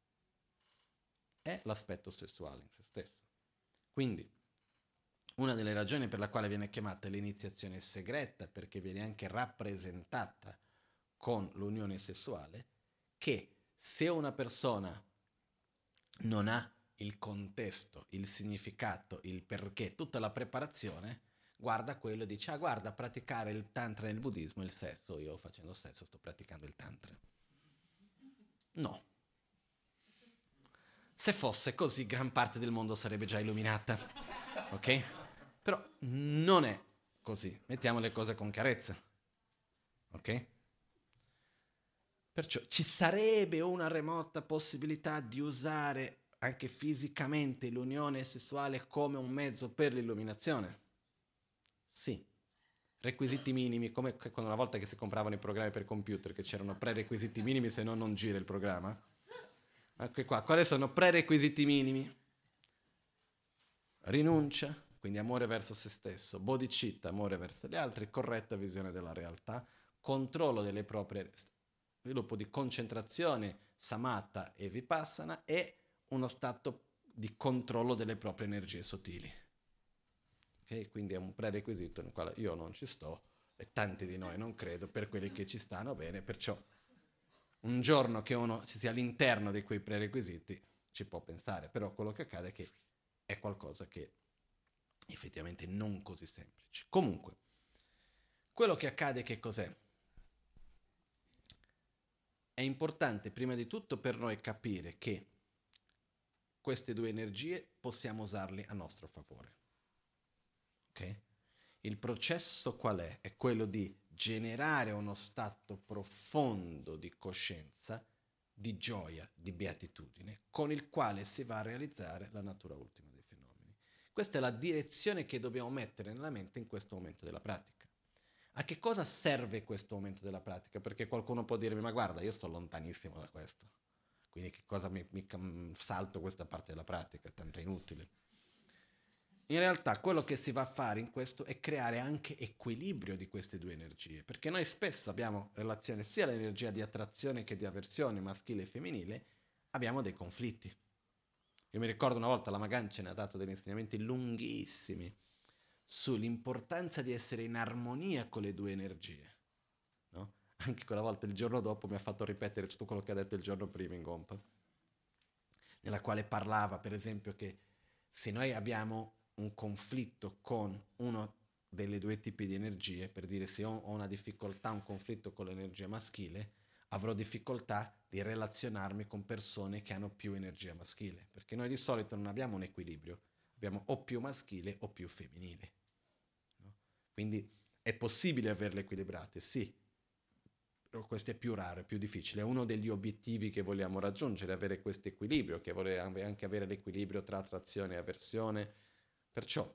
È l'aspetto sessuale in se stesso. Quindi una delle ragioni per la quale viene chiamata l'iniziazione segreta, perché viene anche rappresentata con l'unione sessuale, che se una persona non ha il contesto, il significato, il perché, tutta la preparazione, guarda quello e dice, ah guarda, praticare il tantra nel buddismo è il sesso, io facendo sesso sto praticando il tantra. No. Se fosse così, gran parte del mondo sarebbe già illuminata, ok? Però non è così, mettiamo le cose con chiarezza, ok? Perciò ci sarebbe una remota possibilità di usare anche fisicamente l'unione sessuale come un mezzo per l'illuminazione? Sì. Requisiti minimi, come quando una volta che si compravano i programmi per computer, che c'erano prerequisiti minimi, se no non gira il programma. Anche qua, quali sono prerequisiti minimi? Rinuncia, quindi amore verso se stesso, bodhicitta, amore verso gli altri, corretta visione della realtà, controllo delle proprie, sviluppo di concentrazione, samatha e vipassana e uno stato di controllo delle proprie energie sottili. Okay? Quindi è un prerequisito nel quale io non ci sto e tanti di noi non credo, per quelli che ci stanno bene, perciò un giorno che uno ci sia all'interno di quei prerequisiti ci può pensare, però quello che accade è che è qualcosa che effettivamente non così semplice. Comunque, Quello che accade che cos'è? È importante prima di tutto per noi capire che queste due energie possiamo usarle a nostro favore. Ok? Il processo qual è? È quello di generare uno stato profondo di coscienza, di gioia, di beatitudine, con il quale si va a realizzare la natura ultima dei fenomeni. Questa è la direzione che dobbiamo mettere nella mente in questo momento della pratica. A che cosa serve questo momento della pratica? Perché qualcuno può dirmi, ma guarda, io sto lontanissimo da questo, quindi che cosa mi, mi salto questa parte della pratica, tanto è inutile. In realtà quello che si va a fare in questo è creare anche equilibrio di queste due energie, perché noi spesso abbiamo relazione sia all'energia di attrazione che di avversione maschile e femminile, abbiamo dei conflitti. Io mi ricordo una volta la Magan ce ne ha dato degli insegnamenti lunghissimi sull'importanza di essere in armonia con le due energie, no? Anche quella volta il giorno dopo mi ha fatto ripetere tutto quello che ha detto il giorno prima in Gompa, nella quale parlava per esempio che se noi abbiamo un conflitto con uno delle due tipi di energie, per dire se ho una difficoltà, un conflitto con l'energia maschile, avrò difficoltà di relazionarmi con persone che hanno più energia maschile, perché noi di solito non abbiamo un equilibrio, abbiamo o più maschile o più femminile. No? Quindi è possibile averle equilibrate, sì, però questo è più raro, è più difficile. È uno degli obiettivi che vogliamo raggiungere, avere questo equilibrio, che vuole anche avere l'equilibrio tra attrazione e avversione. Perciò,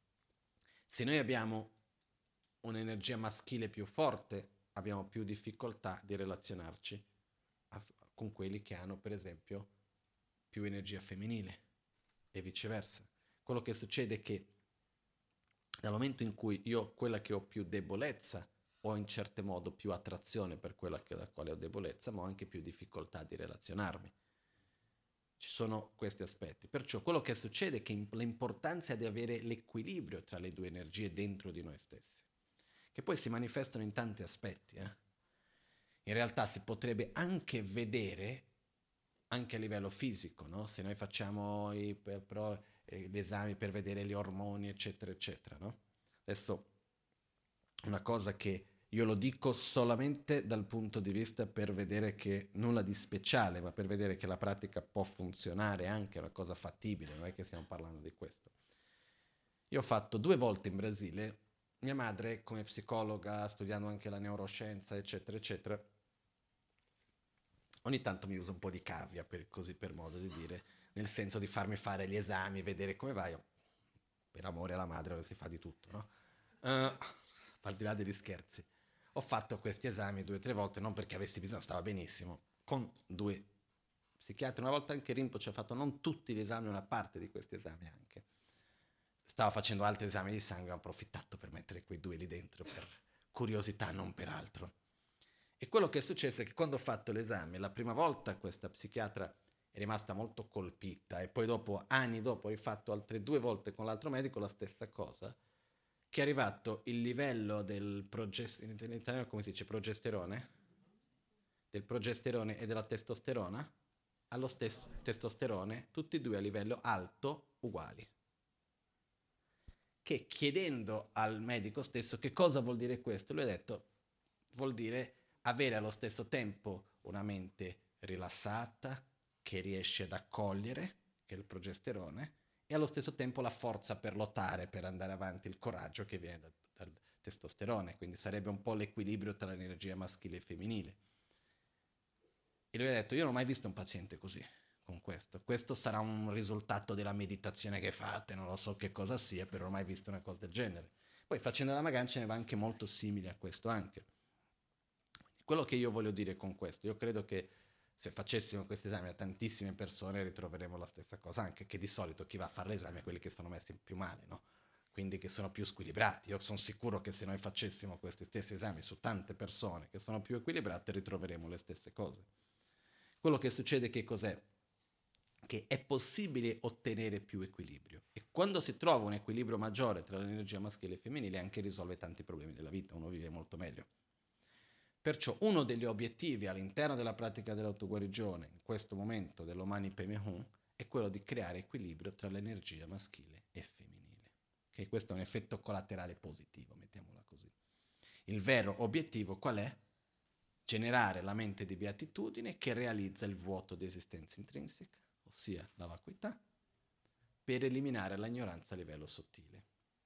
se noi abbiamo un'energia maschile più forte, abbiamo più difficoltà di relazionarci con quelli che hanno, per esempio, più energia femminile e viceversa. Quello che succede è che dal momento in cui io, quella che ho più debolezza, ho in certo modo più attrazione per quella che, da quale ho debolezza, ma ho anche più difficoltà di relazionarmi. Ci sono questi aspetti. Perciò quello che succede è che l'importanza è di avere l'equilibrio tra le due energie dentro di noi stessi, che poi si manifestano in tanti aspetti. Eh? In realtà si potrebbe anche vedere, anche a livello fisico, no? Se noi facciamo i, però, eh, gli esami per vedere gli ormoni, eccetera, eccetera. No? Adesso una cosa che io lo dico solamente dal punto di vista per vedere che nulla di speciale, ma per vedere che la pratica può funzionare, anche è una cosa fattibile, non è che stiamo parlando di questo. Io ho fatto due volte in Brasile, mia madre come psicologa, studiando anche la neuroscienza, eccetera, eccetera, ogni tanto mi usa un po' di cavia, per, così per modo di dire, nel senso di farmi fare gli esami, vedere come vai. Io, per amore alla madre si fa di tutto, no? Uh, al di là degli scherzi. Ho fatto questi esami due o tre volte, non perché avessi bisogno, stava benissimo, con due psichiatri. Una volta anche Rinpoche ha fatto non tutti gli esami, una parte di questi esami anche. Stava facendo altri esami di sangue, ho approfittato per mettere quei due lì dentro, per curiosità, non per altro. E quello che è successo è che quando ho fatto l'esame, la prima volta questa psichiatra è rimasta molto colpita e poi dopo, anni dopo, ho rifatto altre due volte con l'altro medico la stessa cosa, che è arrivato il livello del progesterone, in italiano come si dice, progesterone, del progesterone e della testosterona, allo stesso testosterone, tutti e due a livello alto, uguali. Che chiedendo al medico stesso che cosa vuol dire questo, lui ha detto, vuol dire avere allo stesso tempo una mente rilassata, che riesce ad accogliere, che è il progesterone, e allo stesso tempo la forza per lottare, per andare avanti, il coraggio che viene dal, dal testosterone, quindi sarebbe un po' l'equilibrio tra l'energia maschile e femminile. E lui ha detto, io non ho mai visto un paziente così, con questo. Questo sarà un risultato della meditazione che fate, non lo so che cosa sia, però non ho mai visto una cosa del genere. Poi facendo la Magan ce ne va anche molto simile a questo anche. Quello che io voglio dire con questo, io credo che se facessimo questi esami a tantissime persone ritroveremo la stessa cosa, anche che di solito chi va a fare l'esame è quelli che sono messi più male, no? Quindi che sono più squilibrati. Io sono sicuro che se noi facessimo questi stessi esami su tante persone che sono più equilibrate ritroveremo le stesse cose. Quello che succede che cos'è? Che è possibile ottenere più equilibrio e quando si trova un equilibrio maggiore tra l'energia maschile e femminile anche risolve tanti problemi della vita, uno vive molto meglio. Perciò uno degli obiettivi all'interno della pratica dell'autoguarigione, in questo momento dell'Omani Padme Hum, è quello di creare equilibrio tra l'energia maschile e femminile. Okay? Questo è un effetto collaterale positivo, mettiamola così. Il vero obiettivo qual è? Generare la mente di beatitudine che realizza il vuoto di esistenza intrinseca, ossia la vacuità, per eliminare l'ignoranza a livello sottile.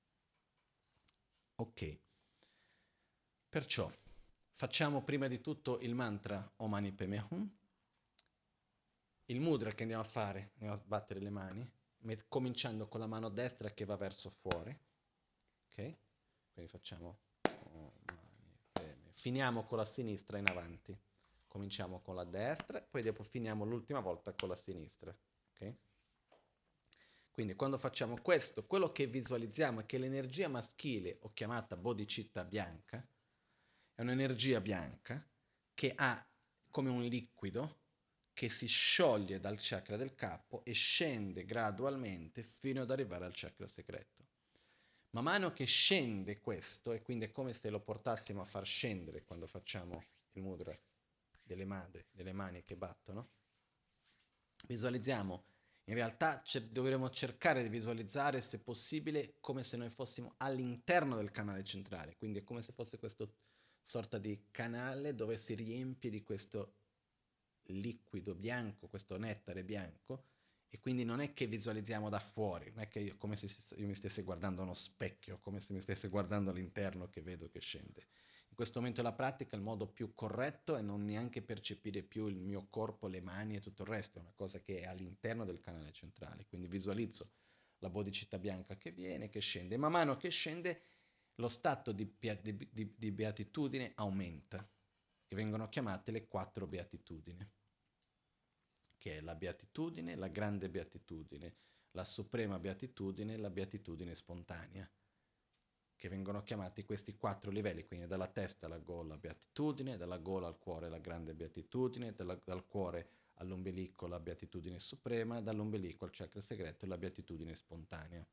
Ok, perciò facciamo prima di tutto il mantra Om Mani Padme Hum. Il mudra che andiamo a fare, andiamo a sbattere le mani, met- cominciando con la mano destra che va verso fuori, ok? Quindi facciamo Om Mani Padme. Finiamo con la sinistra in avanti. Cominciamo con la destra, poi dopo finiamo l'ultima volta con la sinistra, ok? Quindi quando facciamo questo, quello che visualizziamo è che l'energia maschile, o chiamata bodhicitta bianca, è un'energia bianca che ha come un liquido che si scioglie dal chakra del capo e scende gradualmente fino ad arrivare al chakra segreto. Man mano che scende questo, e quindi è come se lo portassimo a far scendere quando facciamo il mudra delle, madri, delle mani che battono, visualizziamo. In realtà cer- dovremmo cercare di visualizzare, se possibile, come se noi fossimo all'interno del canale centrale, quindi è come se fosse questa sorta di canale dove si riempie di questo liquido bianco, questo nettare bianco, e quindi non è che visualizziamo da fuori, non è che io, come se io mi stessi guardando a uno specchio, come se mi stessi guardando all'interno che vedo che scende. In questo momento della pratica il modo più corretto è non neanche percepire più il mio corpo, le mani e tutto il resto, è una cosa che è all'interno del canale centrale, quindi visualizzo la bodhicitta bianca che viene, che scende, e man mano che scende lo stato di, di, di, di beatitudine aumenta, che vengono chiamate le quattro beatitudini, che è la beatitudine, la grande beatitudine, la suprema beatitudine e la beatitudine spontanea, che vengono chiamati questi quattro livelli, quindi dalla testa alla gola beatitudine, dalla gola al cuore la grande beatitudine, dalla, dal cuore all'ombelico la beatitudine suprema, dall'ombelico al chakra segreto la beatitudine spontanea.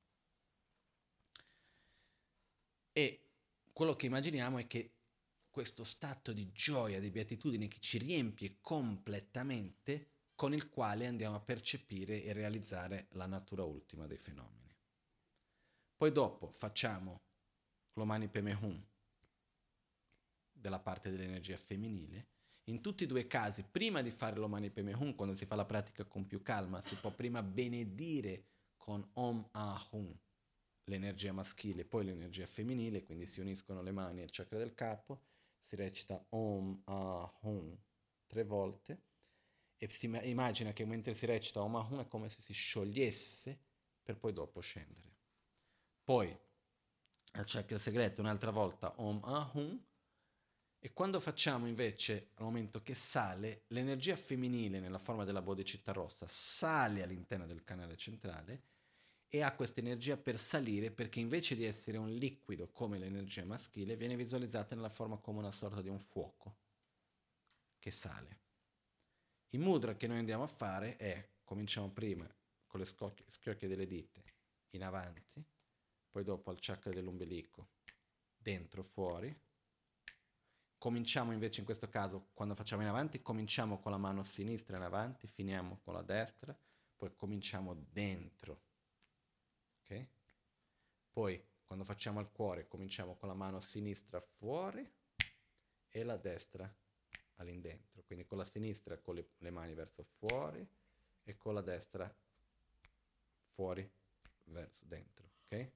E quello che immaginiamo è che questo stato di gioia, di beatitudine che ci riempie completamente, con il quale andiamo a percepire e realizzare la natura ultima dei fenomeni. Poi dopo facciamo l'Om Mani Padme Hum della parte dell'energia femminile. In tutti e due i casi, prima di fare l'Om Mani Padme Hum, quando si fa la pratica con più calma, si può prima benedire con Om Ahum l'energia maschile, poi l'energia femminile, quindi si uniscono le mani al chakra del capo, si recita Om Ahum tre volte e si immagina che mentre si recita Om Ahum è come se si sciogliesse per poi dopo scendere. Poi al chakra segreto un'altra volta Om Ahum, e quando facciamo invece, al momento che sale, l'energia femminile nella forma della bodhicitta rossa sale all'interno del canale centrale e ha questa energia per salire, perché invece di essere un liquido come l'energia maschile viene visualizzata nella forma come una sorta di un fuoco che sale. Il mudra che noi andiamo a fare è, cominciamo prima con le scocchie, schiocchie delle dita in avanti, poi dopo al chakra dell'ombelico, dentro, fuori. Cominciamo invece in questo caso, quando facciamo in avanti, cominciamo con la mano sinistra in avanti, finiamo con la destra, poi cominciamo dentro. Ok? Poi quando facciamo al cuore cominciamo con la mano sinistra fuori e la destra all'indentro, quindi con la sinistra con le, le mani verso fuori e con la destra fuori verso dentro, ok?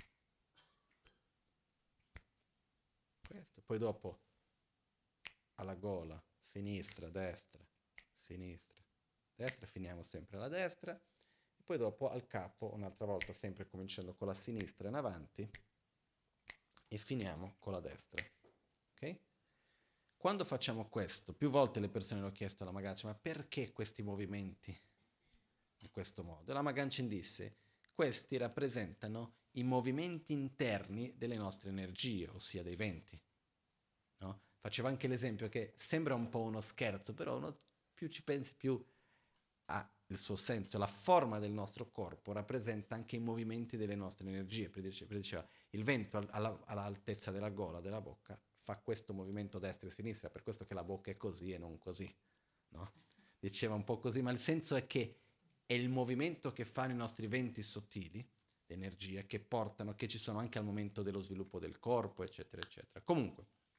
Questo. Poi dopo alla gola, sinistra, destra, sinistra, destra, finiamo sempre alla destra, e poi dopo al capo, un'altra volta sempre cominciando con la sinistra in avanti, e finiamo con la destra, ok? Quando facciamo questo, più volte le persone hanno chiesto alla Magancia, ma perché questi movimenti in questo modo? La Magancia disse, questi rappresentano i movimenti interni delle nostre energie, ossia dei venti, no? Faceva anche l'esempio che sembra un po' uno scherzo, però uno più ci pensi più ha il suo senso. La forma del nostro corpo rappresenta anche i movimenti delle nostre energie. Prima diceva, il vento alla, all'altezza della gola, della bocca, fa questo movimento destra e sinistra, per questo che la bocca è così e non così, no? Diceva un po' così, ma il senso è che è il movimento che fanno i nostri venti sottili, l'energia, che portano, che ci sono anche al momento dello sviluppo del corpo, eccetera, eccetera. Comunque,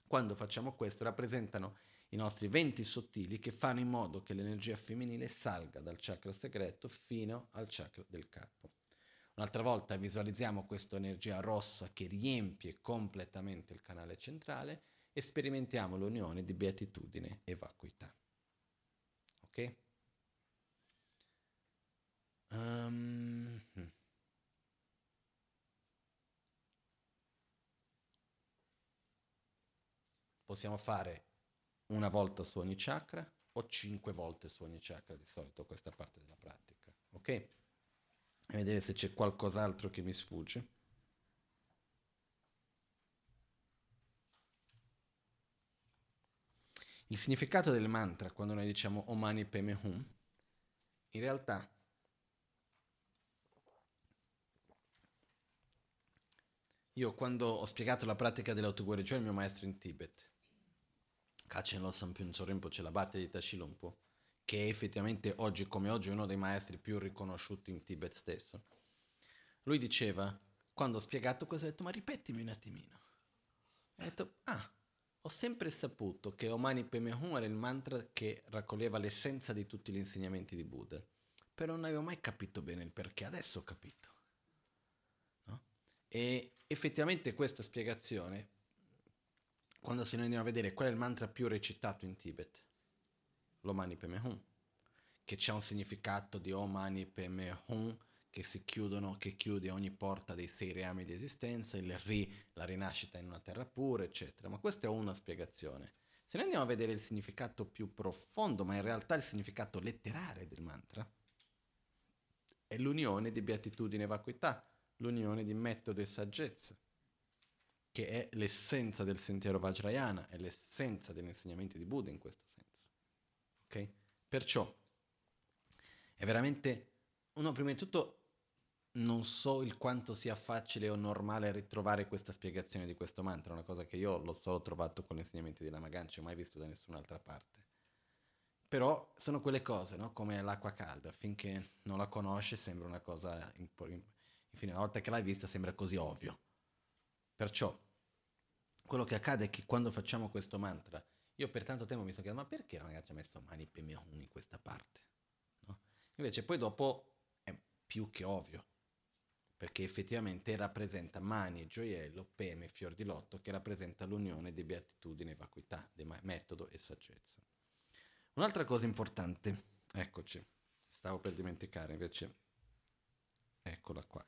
Quando facciamo questo rappresentano i nostri venti sottili che fanno in modo che l'energia femminile salga dal chakra segreto fino al chakra del capo. Un'altra volta visualizziamo questa energia rossa che riempie completamente il canale centrale e sperimentiamo l'unione di beatitudine e vacuità. Ok? Um, possiamo fare una volta su ogni chakra o cinque volte su ogni chakra di solito questa parte della pratica. Ok? E vedere se c'è qualcos'altro che mi sfugge. Il significato del mantra, quando noi diciamo Om Mani Padme Hum, in realtà io quando ho spiegato la pratica dell'autoguarigione al mio maestro in Tibet, Kachen Losam Phuntsho Rinpoche, l'abate di Tashilhunpo, che è effettivamente oggi come oggi uno dei maestri più riconosciuti in Tibet stesso, lui diceva, quando ho spiegato questo, ho detto, ma ripetimi un attimino. E ho detto, ah, ho sempre saputo che Om Mani Padme Hum era il mantra che raccoglieva l'essenza di tutti gli insegnamenti di Buddha, però non avevo mai capito bene il perché, adesso ho capito. No? E effettivamente questa spiegazione, quando se noi andiamo a vedere qual è il mantra più recitato in Tibet, l'Om Mani Padme Hum, che c'è un significato di Om Mani Padme Hum, che si chiudono, che chiude ogni porta dei sei reami di esistenza, il Ri, la rinascita in una terra pura, eccetera. Ma questa è una spiegazione. Se noi andiamo a vedere il significato più profondo, ma in realtà il significato letterale del mantra, è l'unione di beatitudine e vacuità, l'unione di metodo e saggezza, che è l'essenza del sentiero Vajrayana, è l'essenza degli insegnamenti di Buddha in questo senso. Ok? Perciò è veramente, uno prima di tutto non so il quanto sia facile o normale ritrovare questa spiegazione di questo mantra, è una cosa che io l'ho solo trovato con gli insegnamenti di Lama Ganchen, mai visto da nessun'altra parte. Però sono quelle cose, no? Come l'acqua calda, finché non la conosci sembra una cosa, infine una volta che l'hai vista sembra così ovvio. Perciò quello che accade è che quando facciamo questo mantra, io per tanto tempo mi sono chiesto, ma perché la ragazza ha messo Mani Padme Hum in questa parte? No? Invece poi dopo è più che ovvio, perché effettivamente rappresenta mani e gioiello, peme, fior di lotto, che rappresenta l'unione di beatitudine e vacuità, di metodo e saggezza. Un'altra cosa importante, eccoci, stavo per dimenticare invece, eccola qua.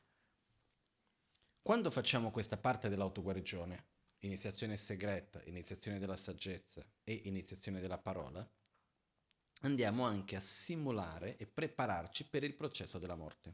Quando facciamo questa parte dell'autoguarigione, iniziazione segreta, iniziazione della saggezza e iniziazione della parola, andiamo anche a simulare e prepararci per il processo della morte.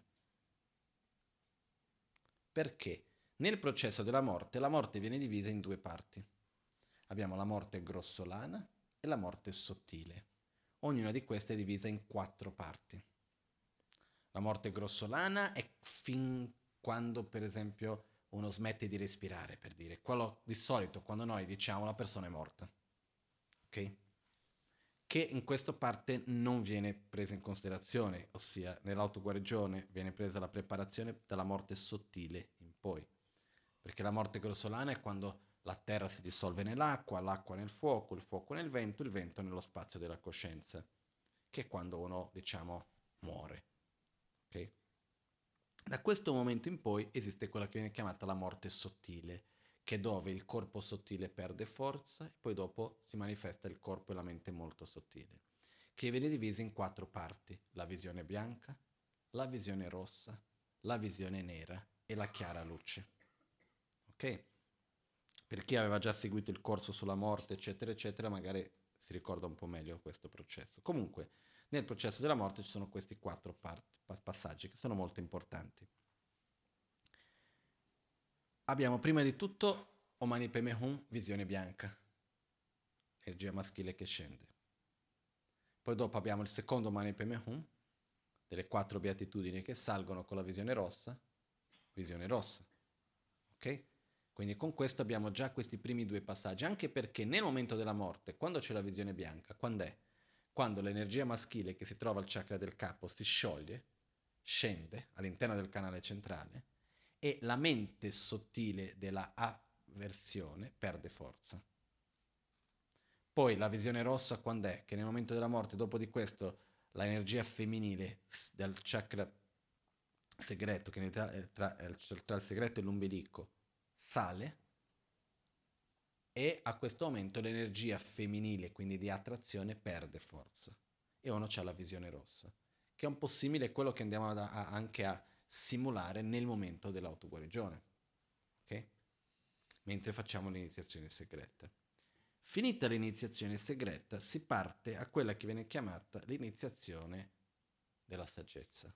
Perché nel processo della morte la morte viene divisa in due parti. Abbiamo la morte grossolana e la morte sottile. Ognuna di queste è divisa in quattro parti. La morte grossolana è fin quando, per esempio, uno smette di respirare, per dire. Quello di solito quando noi diciamo la persona è morta. Ok? Che in questa parte non viene presa in considerazione, ossia nell'autoguarigione viene presa la preparazione dalla morte sottile in poi. Perché la morte grossolana è quando la terra si dissolve nell'acqua, l'acqua nel fuoco, il fuoco nel vento, il vento nello spazio della coscienza, che è quando uno, diciamo, muore. Ok? Da questo momento in poi esiste quella che viene chiamata la morte sottile, che è dove il corpo sottile perde forza e poi dopo si manifesta il corpo e la mente molto sottile, che viene divisa in quattro parti: la visione bianca, la visione rossa, la visione nera e la chiara luce. Ok? Per chi aveva già seguito il corso sulla morte, eccetera, eccetera, magari si ricorda un po' meglio questo processo. Comunque, nel processo della morte ci sono questi quattro parti, passaggi che sono molto importanti. Abbiamo prima di tutto Om Mani Padme Hum, visione bianca, energia maschile che scende. Poi dopo abbiamo il secondo Om Mani Padme Hum, delle quattro beatitudini che salgono con la visione rossa, visione rossa. Ok? Quindi con questo abbiamo già questi primi due passaggi, anche perché nel momento della morte, quando c'è la visione bianca, quando è? Quando l'energia maschile che si trova al chakra del capo si scioglie, scende all'interno del canale centrale e la mente sottile della avversione perde forza. Poi la visione rossa quando è? Che nel momento della morte, dopo di questo, l'energia femminile del chakra segreto, che è tra, tra il segreto e l'ombelico, sale, e a questo momento l'energia femminile, quindi di attrazione, perde forza. E uno ha la visione rossa, che è un po' simile a quello che andiamo a, a, anche a simulare nel momento dell'autoguarigione, ok? Mentre facciamo l'iniziazione segreta. Finita l'iniziazione segreta, si parte a quella che viene chiamata l'iniziazione della saggezza.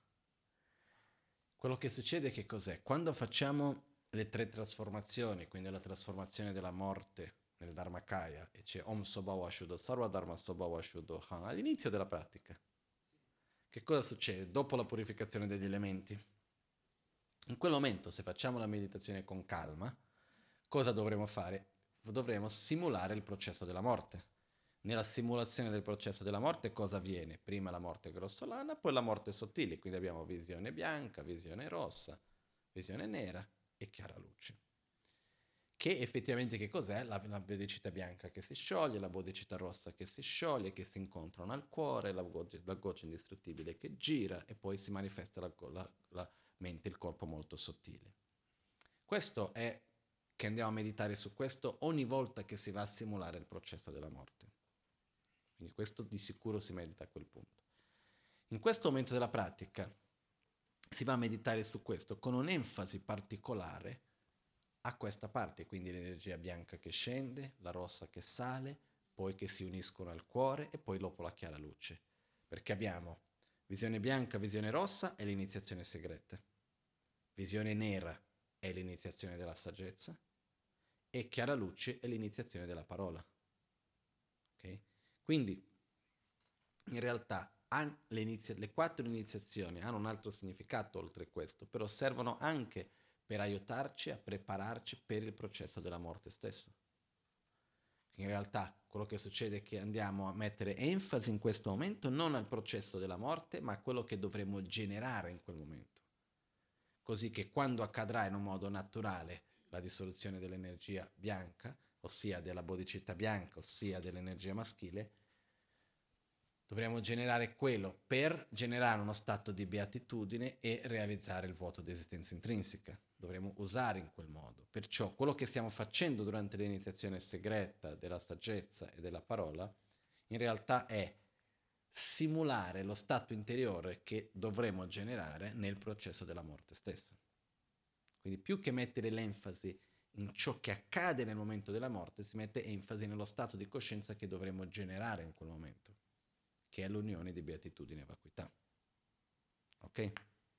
Quello che succede che cos'è? Quando facciamo le tre trasformazioni, quindi la trasformazione della morte nel Dharmakaya, e c'è Om Sobhava Shuddha Sarva Dharma Sobhava Shuddha Han, all'inizio della pratica. Che cosa succede? Dopo la purificazione degli elementi. In quel momento, se facciamo la meditazione con calma, cosa dovremo fare? Dovremo simulare il processo della morte. Nella simulazione del processo della morte cosa avviene? Prima la morte grossolana, poi la morte sottile, quindi abbiamo visione bianca, visione rossa, visione nera e chiara luce. Che effettivamente che cos'è? La, la bodhicitta bianca che si scioglie, la bodhicitta rossa che si scioglie, che si incontrano al cuore, la, la goccia indistruttibile che gira e poi si manifesta la, la, la mente, il corpo molto sottile. Questo è che andiamo a meditare su questo ogni volta che si va a simulare il processo della morte. Quindi questo di sicuro si medita a quel punto. In questo momento della pratica si va a meditare su questo con un'enfasi particolare a questa parte, quindi l'energia bianca che scende, la rossa che sale, poi che si uniscono al cuore e poi dopo la chiara luce. Perché abbiamo visione bianca, visione rossa è l'iniziazione segreta, visione nera è l'iniziazione della saggezza e chiara luce è l'iniziazione della parola. Ok? Quindi in realtà le, inizia- le quattro iniziazioni hanno un altro significato oltre questo, però servono anche per aiutarci a prepararci per il processo della morte stesso. In realtà quello che succede è che andiamo a mettere enfasi in questo momento non al processo della morte, ma a quello che dovremo generare in quel momento. Così che quando accadrà in un modo naturale la dissoluzione dell'energia bianca, ossia della bodhicitta bianca, ossia dell'energia maschile, dovremo generare quello per generare uno stato di beatitudine e realizzare il vuoto di esistenza intrinseca. Dovremo usare in quel modo. Perciò quello che stiamo facendo durante l'iniziazione segreta della saggezza e della parola, in realtà è simulare lo stato interiore che dovremo generare nel processo della morte stessa. Quindi più che mettere l'enfasi in ciò che accade nel momento della morte, si mette enfasi nello stato di coscienza che dovremo generare in quel momento, che è l'unione di beatitudine e vacuità. Ok?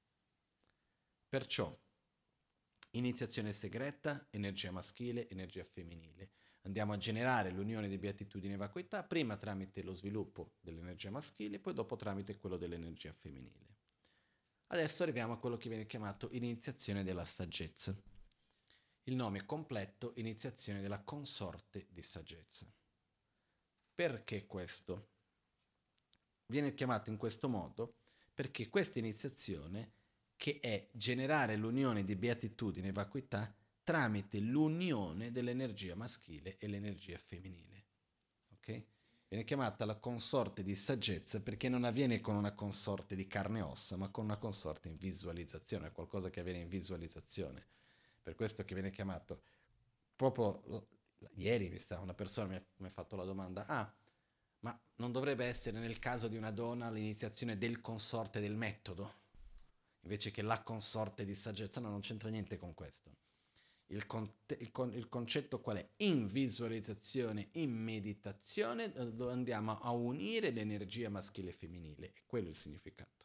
Perciò, iniziazione segreta, energia maschile, energia femminile. Andiamo a generare l'unione di beatitudine e vacuità, prima tramite lo sviluppo dell'energia maschile, poi dopo tramite quello dell'energia femminile. Adesso arriviamo a quello che viene chiamato iniziazione della saggezza. Il nome completo, iniziazione della consorte di saggezza. Perché questo? Viene chiamato in questo modo perché questa iniziazione, che è generare l'unione di beatitudine e vacuità tramite l'unione dell'energia maschile e l'energia femminile. Ok? Viene chiamata la consorte di saggezza perché non avviene con una consorte di carne e ossa, ma con una consorte in visualizzazione, qualcosa che avviene in visualizzazione. Per questo che viene chiamato, proprio ieri mi sta, una persona mi ha, mi ha fatto la domanda, ah, ma non dovrebbe essere nel caso di una donna l'iniziazione del consorte del metodo, invece che la consorte di saggezza? No, non c'entra niente con questo. Il, con- il, con- il concetto qual è? In visualizzazione, in meditazione, dove andiamo a unire l'energia maschile e femminile, è quello il significato.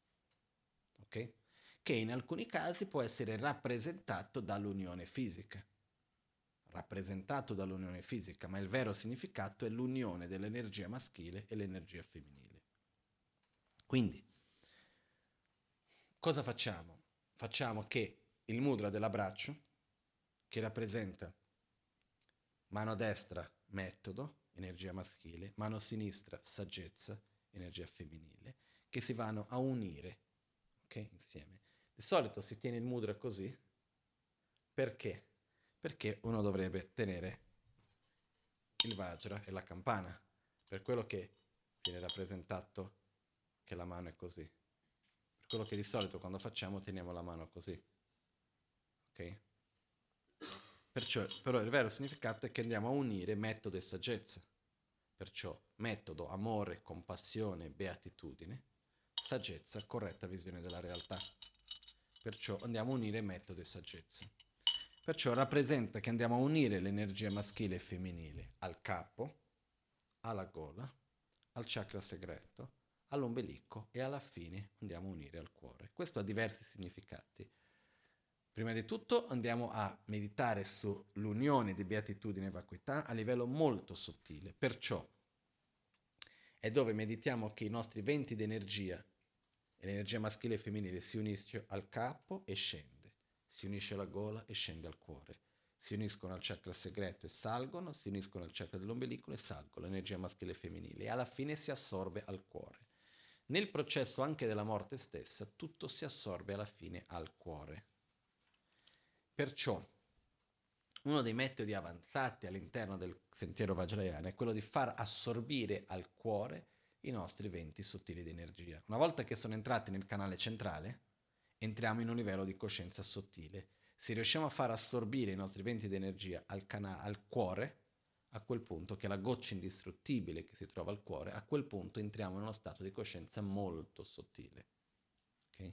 Ok? Che in alcuni casi può essere rappresentato dall'unione fisica. Rappresentato dall'unione fisica, ma il vero significato è l'unione dell'energia maschile e l'energia femminile. Quindi, cosa facciamo? Facciamo che il mudra dell'abbraccio, che rappresenta mano destra metodo, energia maschile, mano sinistra saggezza, energia femminile, che si vanno a unire, ok, insieme. Di solito si tiene il mudra così, perché? Perché uno dovrebbe tenere il Vajra è la campana, per quello che viene rappresentato che la mano è così. Per quello che di solito quando facciamo teniamo la mano così. Ok? Perciò, però il vero significato è che andiamo a unire metodo e saggezza. Perciò metodo, amore, compassione, beatitudine, saggezza, corretta visione della realtà. Perciò andiamo a unire metodo e saggezza. Perciò rappresenta che andiamo a unire l'energia maschile e femminile al capo, alla gola, al chakra segreto, all'ombelico e alla fine andiamo a unire al cuore. Questo ha diversi significati. Prima di tutto andiamo a meditare sull'unione di beatitudine e vacuità a livello molto sottile, perciò è dove meditiamo che i nostri venti di energia e l'energia maschile e femminile si unisce al capo e scende, si unisce alla gola e scende al cuore, si uniscono al chakra segreto e salgono, si uniscono al chakra dell'ombelico e salgono, l'energia maschile e femminile, e alla fine si assorbe al cuore. Nel processo anche della morte stessa, tutto si assorbe alla fine al cuore. Perciò uno dei metodi avanzati all'interno del sentiero vajrayana è quello di far assorbire al cuore i nostri venti sottili di energia. Una volta che sono entrati nel canale centrale, entriamo in un livello di coscienza sottile. Se riusciamo a far assorbire i nostri venti di energia al, cana- al cuore, a quel punto, che è la goccia indistruttibile che si trova al cuore, a quel punto entriamo in uno stato di coscienza molto sottile. Ok?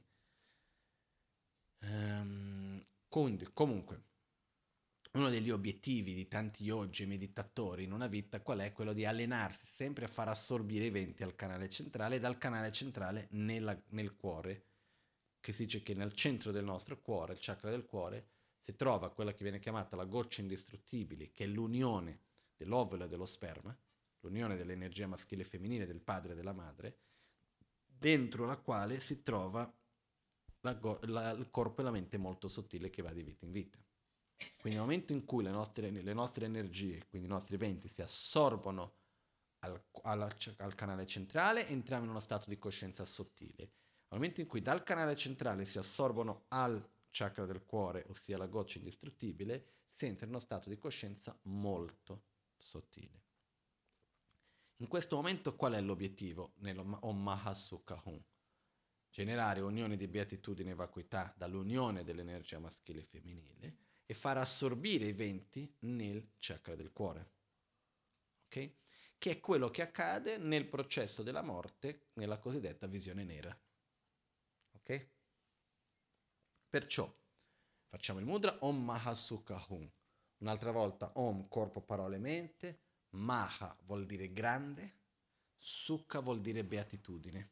Um, quindi, comunque, uno degli obiettivi di tanti yogi e meditatori in una vita qual è? Quello di allenarsi sempre a far assorbire i venti al canale centrale e dal canale centrale nella, nel cuore, che si dice che nel centro del nostro cuore, il chakra del cuore, si trova quella che viene chiamata la goccia indistruttibile, che è l'unione dell'ovulo e dello sperma, l'unione dell'energia maschile e femminile del padre e della madre, dentro la quale si trova la go- la, il corpo e la mente molto sottile che va di vita in vita. Quindi nel momento in cui le nostre, le nostre energie, quindi i nostri venti, si assorbono al, alla, al canale centrale, entriamo in uno stato di coscienza sottile. Nel momento in cui dal canale centrale si assorbono al chakra del cuore, ossia la goccia indistruttibile, si entra in uno stato di coscienza molto sottile. In questo momento qual è l'obiettivo nell'Om Mahasukha Hum? Generare unione di beatitudine e vacuità dall'unione dell'energia maschile e femminile e far assorbire i venti nel chakra del cuore, ok? Che è quello che accade nel processo della morte, nella cosiddetta visione nera, ok? Perciò facciamo il mudra Om Mahasukha Hum. Un'altra volta Om, corpo, parole, mente. Maha vuol dire grande, Sukha vuol dire beatitudine,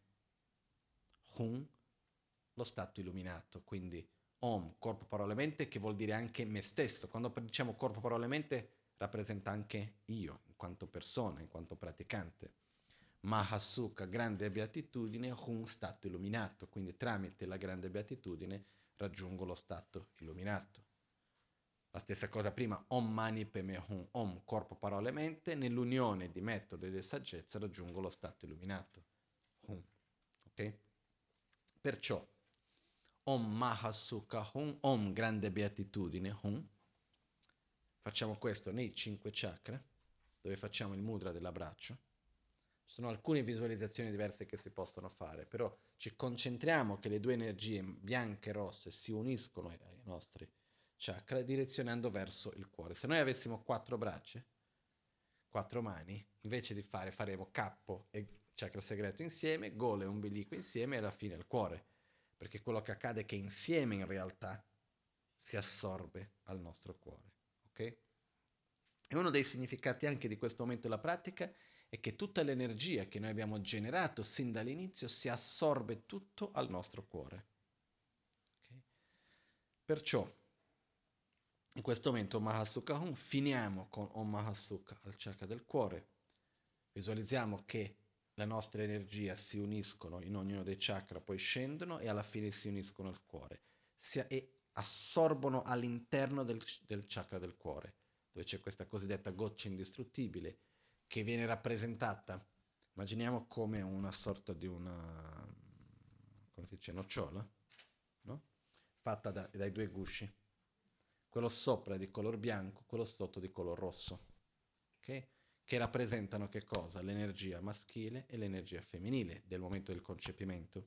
Hum lo stato illuminato, quindi Om, corpo, parole, mente, che vuol dire anche me stesso. Quando diciamo corpo, parole, mente, rappresenta anche io, in quanto persona, in quanto praticante. Mahasukha, grande beatitudine, Hum, stato illuminato. Quindi tramite la grande beatitudine raggiungo lo stato illuminato. La stessa cosa prima, Om Mani Padme Hum, Om, corpo, parole, mente, nell'unione di metodo e di saggezza raggiungo lo stato illuminato. Hum. Ok? Perciò, Om Mahasukha Hum, Om grande beatitudine Hum. Facciamo questo nei cinque chakra, dove facciamo il mudra dell'abbraccio. Ci sono alcune visualizzazioni diverse che si possono fare, però ci concentriamo che le due energie bianche e rosse si uniscono ai nostri chakra direzionando verso il cuore. Se noi avessimo quattro braccia, quattro mani, invece di fare faremo capo e chakra segreto insieme, gola e ombelico insieme e alla fine il cuore, perché quello che accade è che insieme in realtà si assorbe al nostro cuore, ok? E uno dei significati anche di questo momento della pratica è che tutta l'energia che noi abbiamo generato sin dall'inizio si assorbe tutto al nostro cuore. Okay? Perciò, in questo momento Mahasukha Hum, finiamo con Om Mahasukha al chakra del cuore, visualizziamo che le nostre energie si uniscono in ognuno dei chakra, poi scendono e alla fine si uniscono al cuore si, e assorbono all'interno del, del chakra del cuore, dove c'è questa cosiddetta goccia indistruttibile che viene rappresentata, immaginiamo come una sorta di una, come si dice, nocciola, no? Fatta da, dai due gusci, quello sopra è di color bianco, quello sotto di color rosso, ok? che rappresentano che cosa? L'energia maschile e l'energia femminile del momento del concepimento.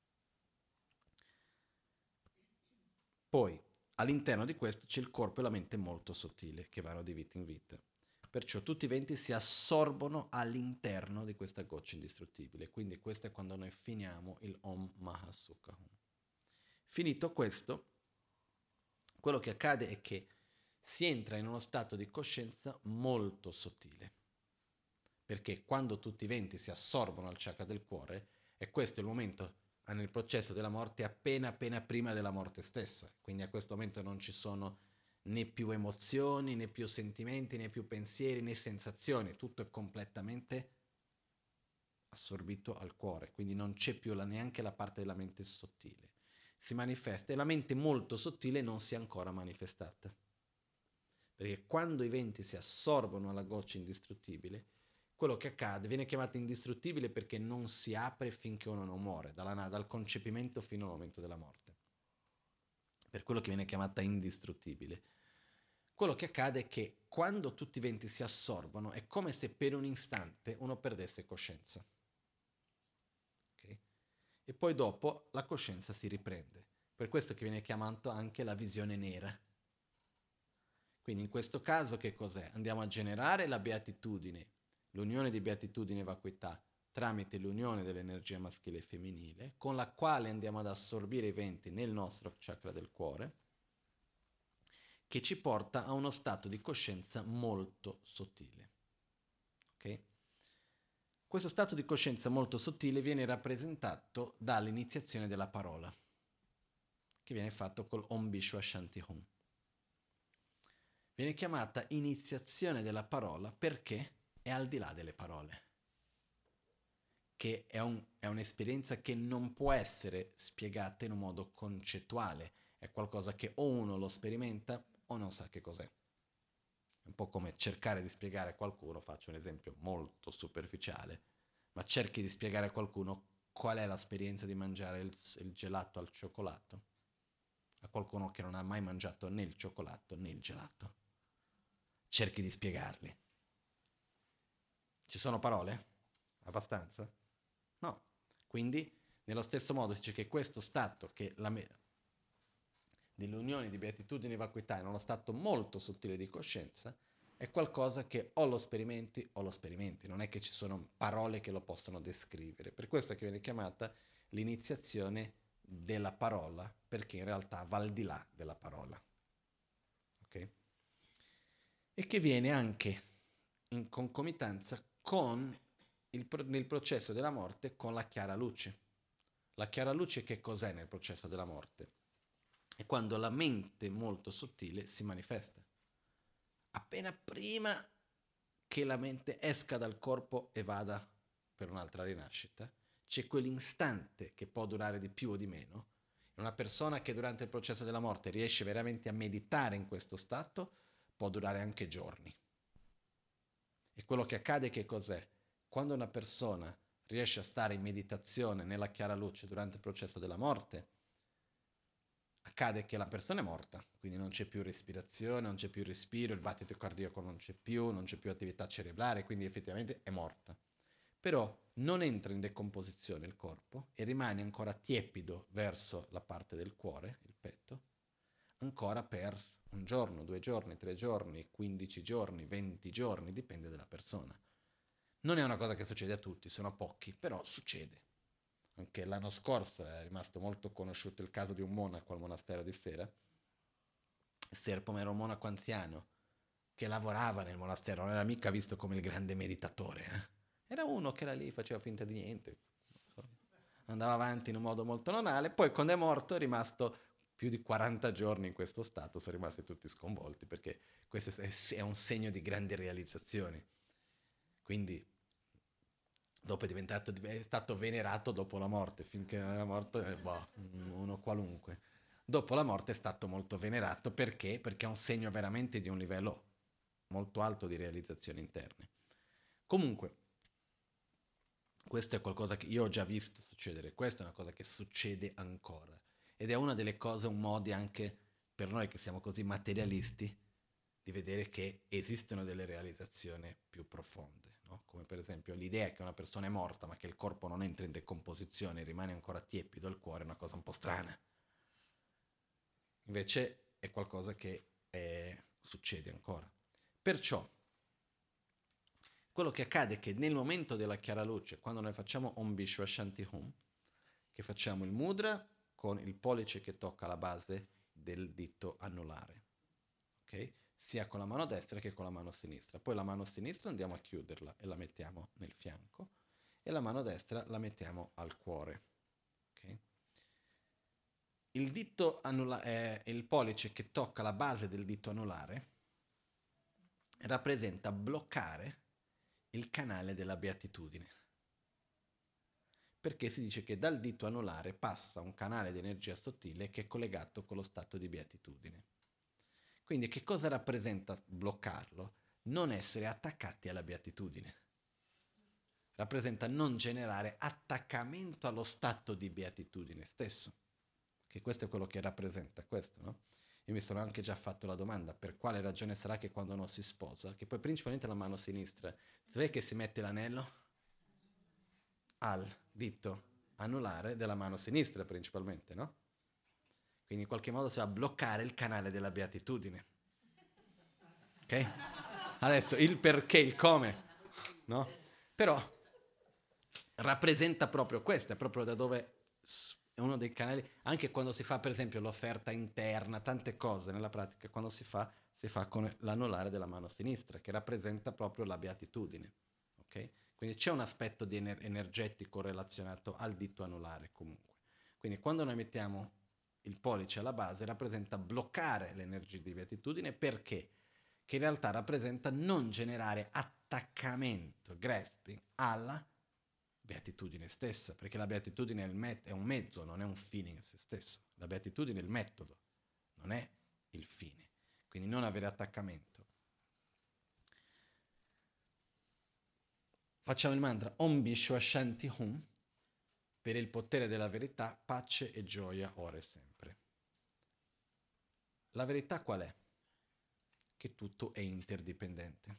Poi, all'interno di questo c'è il corpo e la mente molto sottile, che vanno di vita in vita. Perciò tutti i venti si assorbono all'interno di questa goccia indistruttibile. Quindi questo è quando noi finiamo il Om Mahasukha. Finito questo, quello che accade è che si entra in uno stato di coscienza molto sottile. Perché quando tutti i venti si assorbono al chakra del cuore, e questo è il momento nel processo della morte appena appena prima della morte stessa. Quindi a questo momento non ci sono né più emozioni, né più sentimenti, né più pensieri, né sensazioni. Tutto è completamente assorbito al cuore. Quindi non c'è più la, neanche la parte della mente sottile. Si manifesta e la mente molto sottile non si è ancora manifestata. Perché quando i venti si assorbono alla goccia indistruttibile, quello che accade viene chiamato indistruttibile perché non si apre finché uno non muore, dalla, dal concepimento fino al momento della morte. Per quello che viene chiamata indistruttibile. Quello che accade è che quando tutti i venti si assorbono è come se per un istante uno perdesse coscienza. Okay? E poi dopo la coscienza si riprende. Per questo che viene chiamato anche la visione nera. Quindi in questo caso che cos'è? Andiamo a generare la beatitudine, l'unione di beatitudine e vacuità tramite l'unione dell'energia maschile e femminile, con la quale andiamo ad assorbire i venti nel nostro chakra del cuore, che ci porta a uno stato di coscienza molto sottile. Ok? Questo stato di coscienza molto sottile viene rappresentato dall'iniziazione della parola, che viene fatto col Om Vishwa Shanti Hum. Viene chiamata iniziazione della parola perché è al di là delle parole, che è, un, è un'esperienza che non può essere spiegata in un modo concettuale, è qualcosa che o uno lo sperimenta o non sa che cos'è. È un po' come cercare di spiegare a qualcuno, faccio un esempio molto superficiale, ma cerchi di spiegare a qualcuno qual è l'esperienza di mangiare il, il gelato al cioccolato, a qualcuno che non ha mai mangiato né il cioccolato né il gelato. Cerchi di spiegarli. Ci sono parole? Abbastanza? No. Quindi, nello stesso modo, si dice che questo stato, che la me- dell'unione di beatitudine e vacuità in uno stato molto sottile di coscienza, è qualcosa che o lo sperimenti o lo sperimenti. Non è che ci sono parole che lo possono descrivere. Per questo che viene chiamata l'iniziazione della parola, perché in realtà va al di là della parola. Ok? E che viene anche in concomitanza con il, nel processo della morte con la chiara luce. La chiara luce che cos'è nel processo della morte? È quando la mente molto sottile si manifesta. Appena prima che la mente esca dal corpo e vada per un'altra rinascita, c'è quell'istante che può durare di più o di meno. Una persona che durante il processo della morte riesce veramente a meditare in questo stato può durare anche giorni. E quello che accade che cos'è? Quando una persona riesce a stare in meditazione nella chiara luce durante il processo della morte, accade che la persona è morta, quindi non c'è più respirazione, non c'è più respiro, il battito cardiaco non c'è più, non c'è più attività cerebrale, quindi effettivamente è morta. Però non entra in decomposizione il corpo e rimane ancora tiepido verso la parte del cuore, il petto, ancora per un giorno, due giorni, tre giorni, quindici giorni, venti giorni, dipende dalla persona. Non è una cosa che succede a tutti, sono pochi, però succede. Anche l'anno scorso è rimasto molto conosciuto il caso di un monaco al monastero di Sera. Serpom era un monaco anziano che lavorava nel monastero, non era mica visto come il grande meditatore. Eh? Era uno che era lì, faceva finta di niente, andava avanti in un modo molto normale, poi quando è morto è rimasto più di quaranta giorni in questo stato, sono rimasti tutti sconvolti perché questo è un segno di grandi realizzazioni. Quindi dopo è diventato è stato venerato dopo la morte, finché era morto eh, boh, uno qualunque. Dopo la morte è stato molto venerato perché? Perché è un segno veramente di un livello molto alto di realizzazioni interne. Comunque, questo è qualcosa che io ho già visto succedere, questa è una cosa che succede ancora ed è una delle cose, un modo anche per noi che siamo così materialisti di vedere che esistono delle realizzazioni più profonde, no? Come per esempio l'idea che una persona è morta ma che il corpo non entra in decomposizione e rimane ancora tiepido al cuore è una cosa un po' strana. Invece è qualcosa che eh, succede ancora. Perciò quello che accade è che nel momento della chiara luce, quando noi facciamo Om Vishwa Shanti Hum, che facciamo il mudra con il pollice che tocca la base del dito anulare, ok? Sia con la mano destra che con la mano sinistra. Poi la mano sinistra andiamo a chiuderla e la mettiamo nel fianco e la mano destra la mettiamo al cuore. Okay? Il dito anulare, eh, il pollice che tocca la base del dito anulare rappresenta bloccare il canale della beatitudine. Perché si dice che dal dito anulare passa un canale di energia sottile che è collegato con lo stato di beatitudine. Quindi che cosa rappresenta bloccarlo? Non essere attaccati alla beatitudine. Rappresenta non generare attaccamento allo stato di beatitudine stesso. Che questo è quello che rappresenta questo, no? Io mi sono anche già fatto la domanda, per quale ragione sarà che quando uno si sposa, che poi principalmente la mano sinistra, si vede che si mette l'anello al dito anulare della mano sinistra principalmente, no? Quindi in qualche modo si va a bloccare il canale della beatitudine. Ok? Adesso il perché, il come, no? Però rappresenta proprio questo, è proprio da dove è uno dei canali, anche quando si fa per esempio l'offerta interna, tante cose nella pratica, quando si fa, si fa con l'anulare della mano sinistra, che rappresenta proprio la beatitudine, ok? Quindi c'è un aspetto di ener- energetico relazionato al dito anulare comunque. Quindi quando noi mettiamo il pollice alla base rappresenta bloccare l'energia di beatitudine perché? Che in realtà rappresenta non generare attaccamento, grasping, alla beatitudine stessa, perché la beatitudine è, il met- è un mezzo, non è un fine in se stesso. La beatitudine è il metodo, non è il fine. Quindi non avere attaccamento. Facciamo il mantra Om Vishwa Shanti Hum, per il potere della verità, pace e gioia ora e sempre. La verità qual è? Che tutto è interdipendente.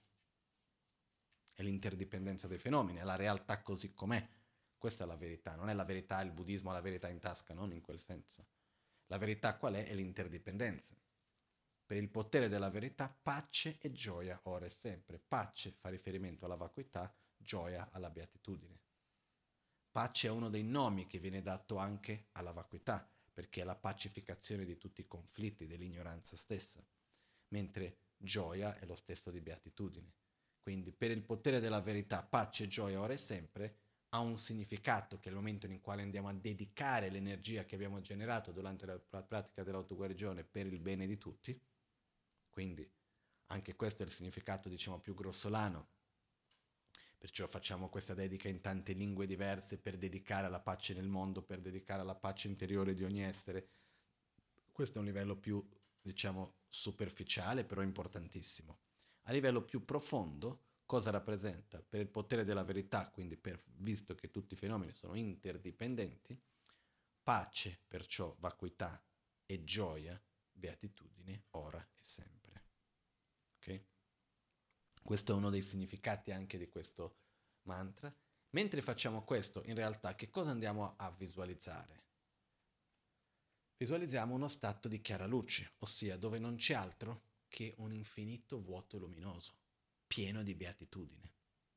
È l'interdipendenza dei fenomeni, è la realtà così com'è. Questa è la verità, non è la verità, il buddismo, la verità in tasca, non in quel senso. La verità qual è? È l'interdipendenza. Per il potere della verità, pace e gioia ora e sempre. Pace fa riferimento alla vacuità, gioia alla beatitudine. Pace è uno dei nomi che viene dato anche alla vacuità, perché è la pacificazione di tutti i conflitti, dell'ignoranza stessa, mentre gioia è lo stesso di beatitudine. Quindi per il potere della verità, pace e gioia ora e sempre, ha un significato che è il momento in cui andiamo a dedicare l'energia che abbiamo generato durante la pratica dell'autoguarigione per il bene di tutti. Quindi anche questo è il significato, diciamo, più grossolano. Perciò facciamo questa dedica in tante lingue diverse per dedicare alla pace nel mondo, per dedicare alla pace interiore di ogni essere. Questo è un livello più, diciamo, superficiale, però importantissimo. A livello più profondo, cosa rappresenta? Per il potere della verità, quindi per, visto che tutti i fenomeni sono interdipendenti, pace, perciò vacuità e gioia, beatitudine, ora e sempre. Ok? Questo è uno dei significati anche di questo mantra. Mentre facciamo questo, in realtà, che cosa andiamo a visualizzare? Visualizziamo uno stato di chiara luce, ossia dove non c'è altro che un infinito vuoto luminoso, pieno di beatitudine.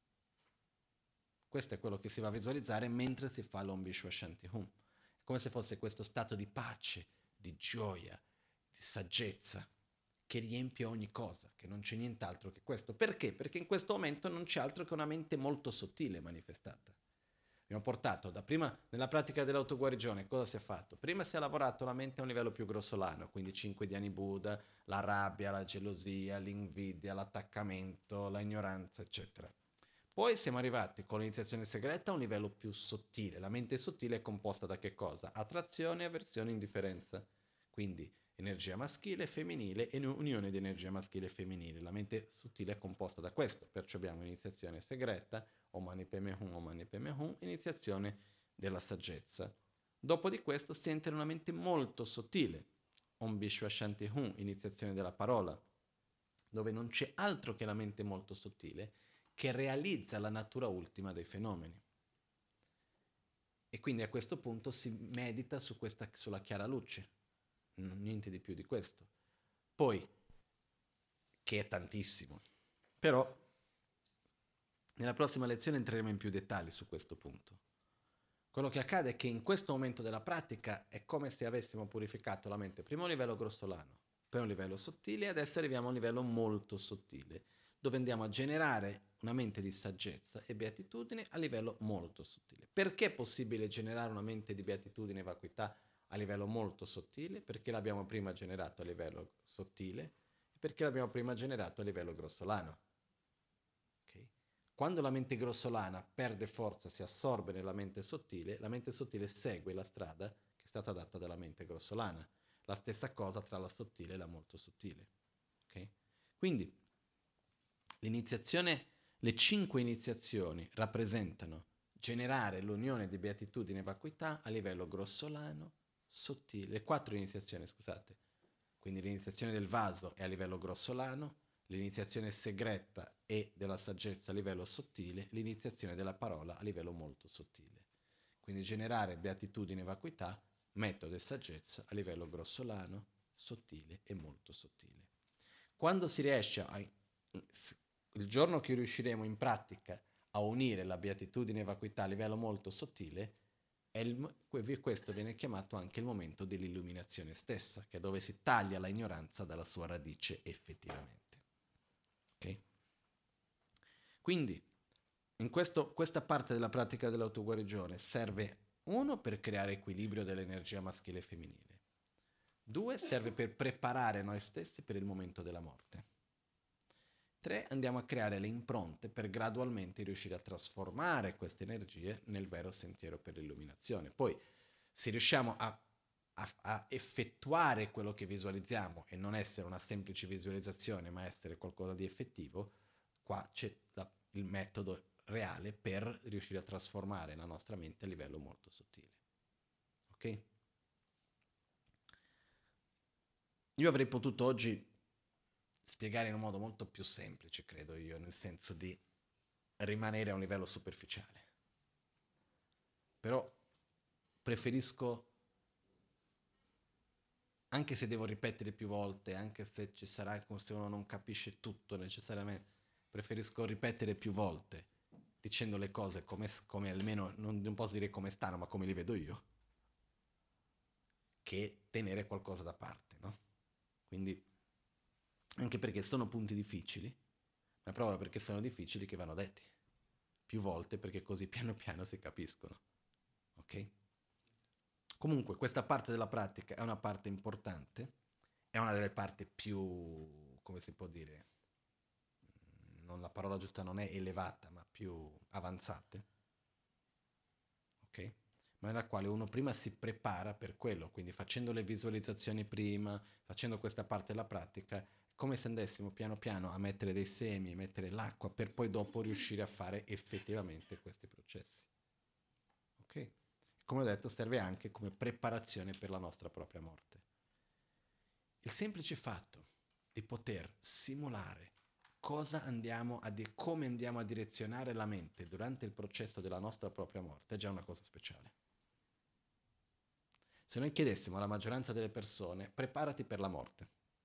Questo è quello che si va a visualizzare mentre si fa l'Om Vishwa Shanti Hum. È come se fosse questo stato di pace, di gioia, di saggezza, che riempie ogni cosa, che non c'è nient'altro che questo. Perché? Perché in questo momento non c'è altro che una mente molto sottile manifestata. Abbiamo portato da prima, nella pratica dell'autoguarigione, cosa si è fatto? Prima si è lavorato la mente a un livello più grossolano, quindi cinque Dhyani Buddha, la rabbia, la gelosia, l'invidia, l'attaccamento, la ignoranza, eccetera. Poi siamo arrivati con l'iniziazione segreta a un livello più sottile. La mente sottile è composta da che cosa? Attrazione, avversione, indifferenza. Quindi energia maschile e femminile e unione di energia maschile e femminile. La mente sottile è composta da questo, perciò abbiamo iniziazione segreta, Om Mani Padme Hum, Om Mani Padme Hum, iniziazione della saggezza. Dopo di questo si entra in una mente molto sottile, Om Vishwa Shanti Hum, iniziazione della parola, dove non c'è altro che la mente molto sottile che realizza la natura ultima dei fenomeni. E quindi a questo punto si medita su questa, sulla chiara luce, niente di più di questo. Poi, che è tantissimo, però nella prossima lezione entreremo in più dettagli su questo punto. Quello che accade è che in questo momento della pratica è come se avessimo purificato la mente, prima a un livello grossolano, poi a un livello sottile, e adesso arriviamo a un livello molto sottile, dove andiamo a generare una mente di saggezza e beatitudine a livello molto sottile. Perché è possibile generare una mente di beatitudine e vacuità a livello molto sottile? Perché l'abbiamo prima generato a livello sottile e perché l'abbiamo prima generato a livello grossolano. Okay? Quando la mente grossolana perde forza, si assorbe nella mente sottile, la mente sottile segue la strada che è stata data dalla mente grossolana. La stessa cosa tra la sottile e la molto sottile. Okay? Quindi l'iniziazione, le cinque iniziazioni rappresentano generare l'unione di beatitudine e vacuità a livello grossolano, sottile. Le quattro iniziazioni, scusate. Quindi l'iniziazione del vaso è a livello grossolano, l'iniziazione segreta e della saggezza a livello sottile, l'iniziazione della parola a livello molto sottile. Quindi generare beatitudine e vacuità, metodo e saggezza a livello grossolano, sottile e molto sottile. Quando si riesce a... il giorno che riusciremo in pratica a unire la beatitudine e vacuità a livello molto sottile, è il, questo viene chiamato anche il momento dell'illuminazione stessa, che è dove si taglia la ignoranza dalla sua radice effettivamente. Ok? Quindi, in questo, questa parte della pratica dell'autoguarigione serve, uno, per creare equilibrio dell'energia maschile e femminile, due, serve per preparare noi stessi per il momento della morte, tre, andiamo a creare le impronte per gradualmente riuscire a trasformare queste energie nel vero sentiero per l'illuminazione. Poi, se riusciamo a, a, a effettuare quello che visualizziamo e non essere una semplice visualizzazione, ma essere qualcosa di effettivo, qua c'è la, il metodo reale per riuscire a trasformare la nostra mente a livello molto sottile. Ok? Io avrei potuto oggi spiegare in un modo molto più semplice, credo io, nel senso di rimanere a un livello superficiale. Però preferisco, anche se devo ripetere più volte, anche se ci sarà come se uno non capisce tutto necessariamente, preferisco ripetere più volte, dicendo le cose come, come almeno, non, non posso dire come stanno, ma come li vedo io, che tenere qualcosa da parte, no? Quindi, anche perché sono punti difficili, ma è proprio perché sono difficili che vanno detti più volte, perché così piano piano si capiscono. Ok? Comunque questa parte della pratica è una parte importante, è una delle parti più, come si può dire, non, la parola giusta non è elevata, ma più avanzate, ok? Ma nella quale uno prima si prepara per quello, quindi facendo le visualizzazioni prima, facendo questa parte della pratica, come se andassimo piano piano a mettere dei semi, mettere l'acqua, per poi dopo riuscire a fare effettivamente questi processi. Ok? Come ho detto, serve anche come preparazione per la nostra propria morte. Il semplice fatto di poter simulare cosa andiamo a di- come andiamo a direzionare la mente durante il processo della nostra propria morte è già una cosa speciale. Se noi chiedessimo alla maggioranza delle persone, preparati per la morte,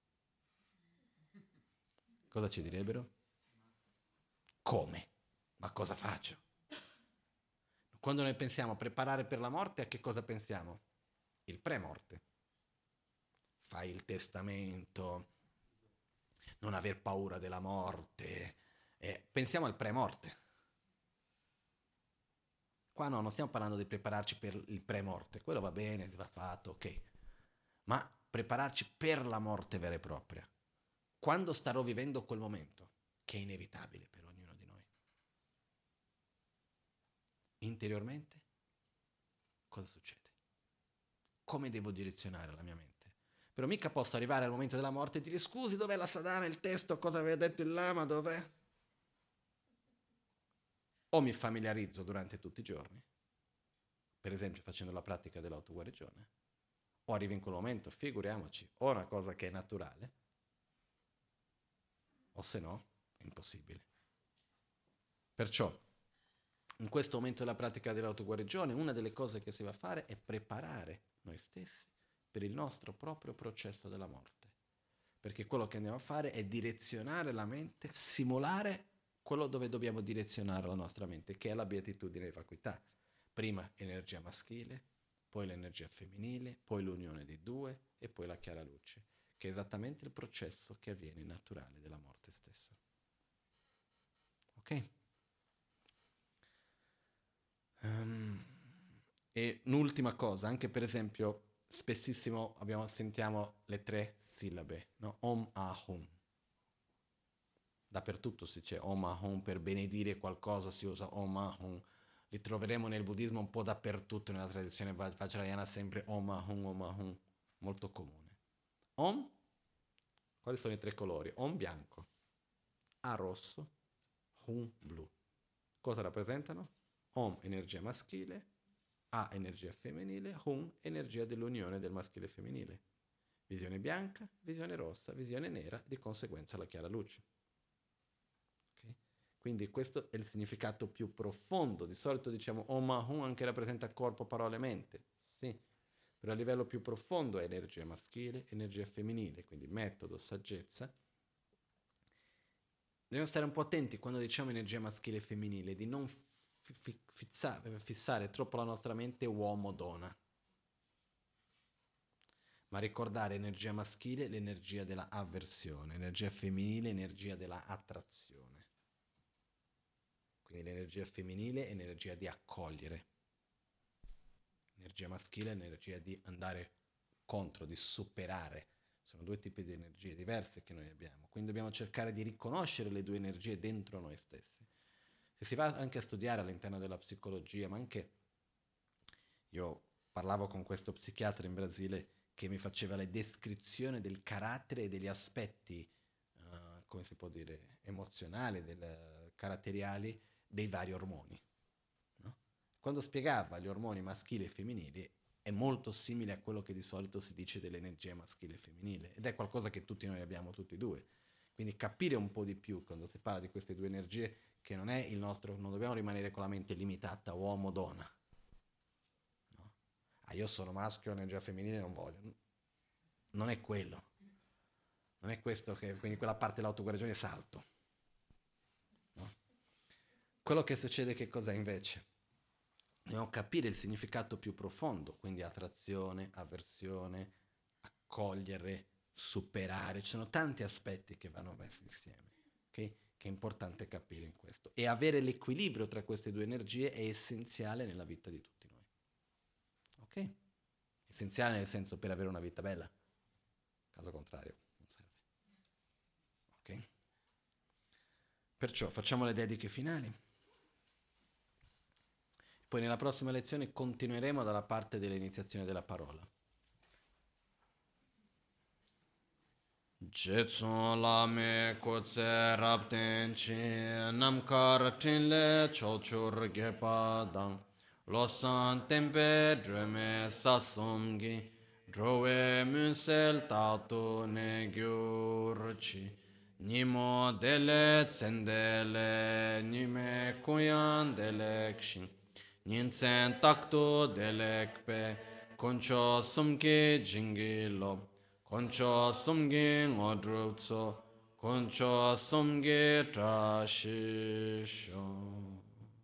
cosa ci direbbero? Come? Ma cosa faccio? Quando noi pensiamo preparare per la morte, a che cosa pensiamo? Il pre-morte. Fai il testamento, non aver paura della morte. Eh, pensiamo al pre-morte. Qua no, non stiamo parlando di prepararci per il pre-morte. Quello va bene, va fatto, ok. Ma prepararci per la morte vera e propria. Quando starò vivendo quel momento, che è inevitabile per ognuno di noi. Interiormente, cosa succede? Come devo direzionare la mia mente? Però mica posso arrivare al momento della morte e dire scusi, dov'è la sadhana, il testo, cosa aveva detto il lama, dov'è? O mi familiarizzo durante tutti i giorni, per esempio facendo la pratica dell'autoguarigione, o arrivo in quel momento, figuriamoci, o una cosa che è naturale, o se no, è impossibile. Perciò, in questo momento della pratica dell'autoguarigione, una delle cose che si va a fare è preparare noi stessi per il nostro proprio processo della morte. Perché quello che andiamo a fare è direzionare la mente, simulare quello dove dobbiamo direzionare la nostra mente, che è la beatitudine e vacuità. Prima energia maschile, poi l'energia femminile, poi l'unione dei due e poi la chiara luce, che è esattamente il processo che avviene naturale della morte stessa. Ok? Um, e un'ultima cosa, anche per esempio, spessissimo abbiamo, sentiamo le tre sillabe, no? Om Ahum. Dappertutto si dice Om Ahum, per benedire qualcosa si usa Om Ahum. Li troveremo nel buddismo un po' dappertutto, nella tradizione vajrayana sempre Om Ahum, Om Ahum, molto comune. Om, quali sono i tre colori? Om bianco, A rosso, Hum blu. Cosa rappresentano? Om energia maschile, A energia femminile, Hum energia dell'unione del maschile e femminile. Visione bianca, visione rossa, visione nera, di conseguenza la chiara luce. Okay? Quindi questo è il significato più profondo. Di solito diciamo Om Ahum anche rappresenta corpo, parole, mente. Sì, però a livello più profondo è energia maschile, energia femminile, quindi metodo, saggezza. Dobbiamo stare un po' attenti quando diciamo energia maschile e femminile, di non fi- fissare, fissare troppo la nostra mente uomo-donna, ma ricordare energia maschile l'energia della avversione, energia femminile l'energia della attrazione. Quindi l'energia femminile è l'energia di accogliere, l'energia maschile è l'energia di andare contro, di superare. Sono due tipi di energie diverse che noi abbiamo, quindi dobbiamo cercare di riconoscere le due energie dentro noi stessi. Se si va anche a studiare all'interno della psicologia, ma anche io parlavo con questo psichiatra in Brasile che mi faceva le descrizioni del carattere e degli aspetti, uh, come si può dire, emozionali, del, caratteriali dei vari ormoni. No? Quando spiegava gli ormoni maschili e femminili è molto simile a quello che di solito si dice dell'energia maschile e femminile ed è qualcosa che tutti noi abbiamo, tutti e due. Quindi capire un po' di più quando si parla di queste due energie, che non è il nostro, non dobbiamo rimanere con la mente limitata uomo-donna. No? Ah, io sono maschio, energia femminile non voglio. Non è quello. Non è questo che, quindi quella parte dell'autoguarigione salto. No? Quello che succede che cos'è invece? Dobbiamo capire il significato più profondo, quindi attrazione, avversione, accogliere, superare. Ci sono tanti aspetti che vanno messi insieme, okay? Che è importante capire in questo. E avere l'equilibrio tra queste due energie è essenziale nella vita di tutti noi. Ok? Essenziale nel senso per avere una vita bella. Caso contrario, non serve. Ok? Perciò facciamo le dediche finali. Poi nella prossima lezione continueremo dalla parte dell'iniziazione della parola. Jetson lame kotse rapten chi namkar tinle chochur gepa dang losan tempe dreme sasomgi drowe munsel tatu ne gyurchi nimo dele tsendele nime kuyan delekshin ninsen takto delekpe koncho sumke jingi lob Concho sumge ngodrupso, concho sumge trascisho.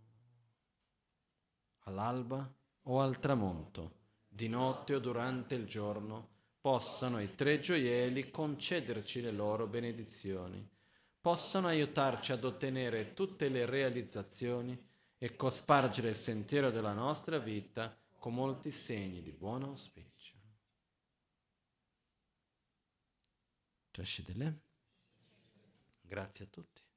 All'alba o al tramonto, di notte o durante il giorno, possano i tre gioielli concederci le loro benedizioni, possano aiutarci ad ottenere tutte le realizzazioni e cospargere il sentiero della nostra vita con molti segni di buon auspicio. Grazie a tutti.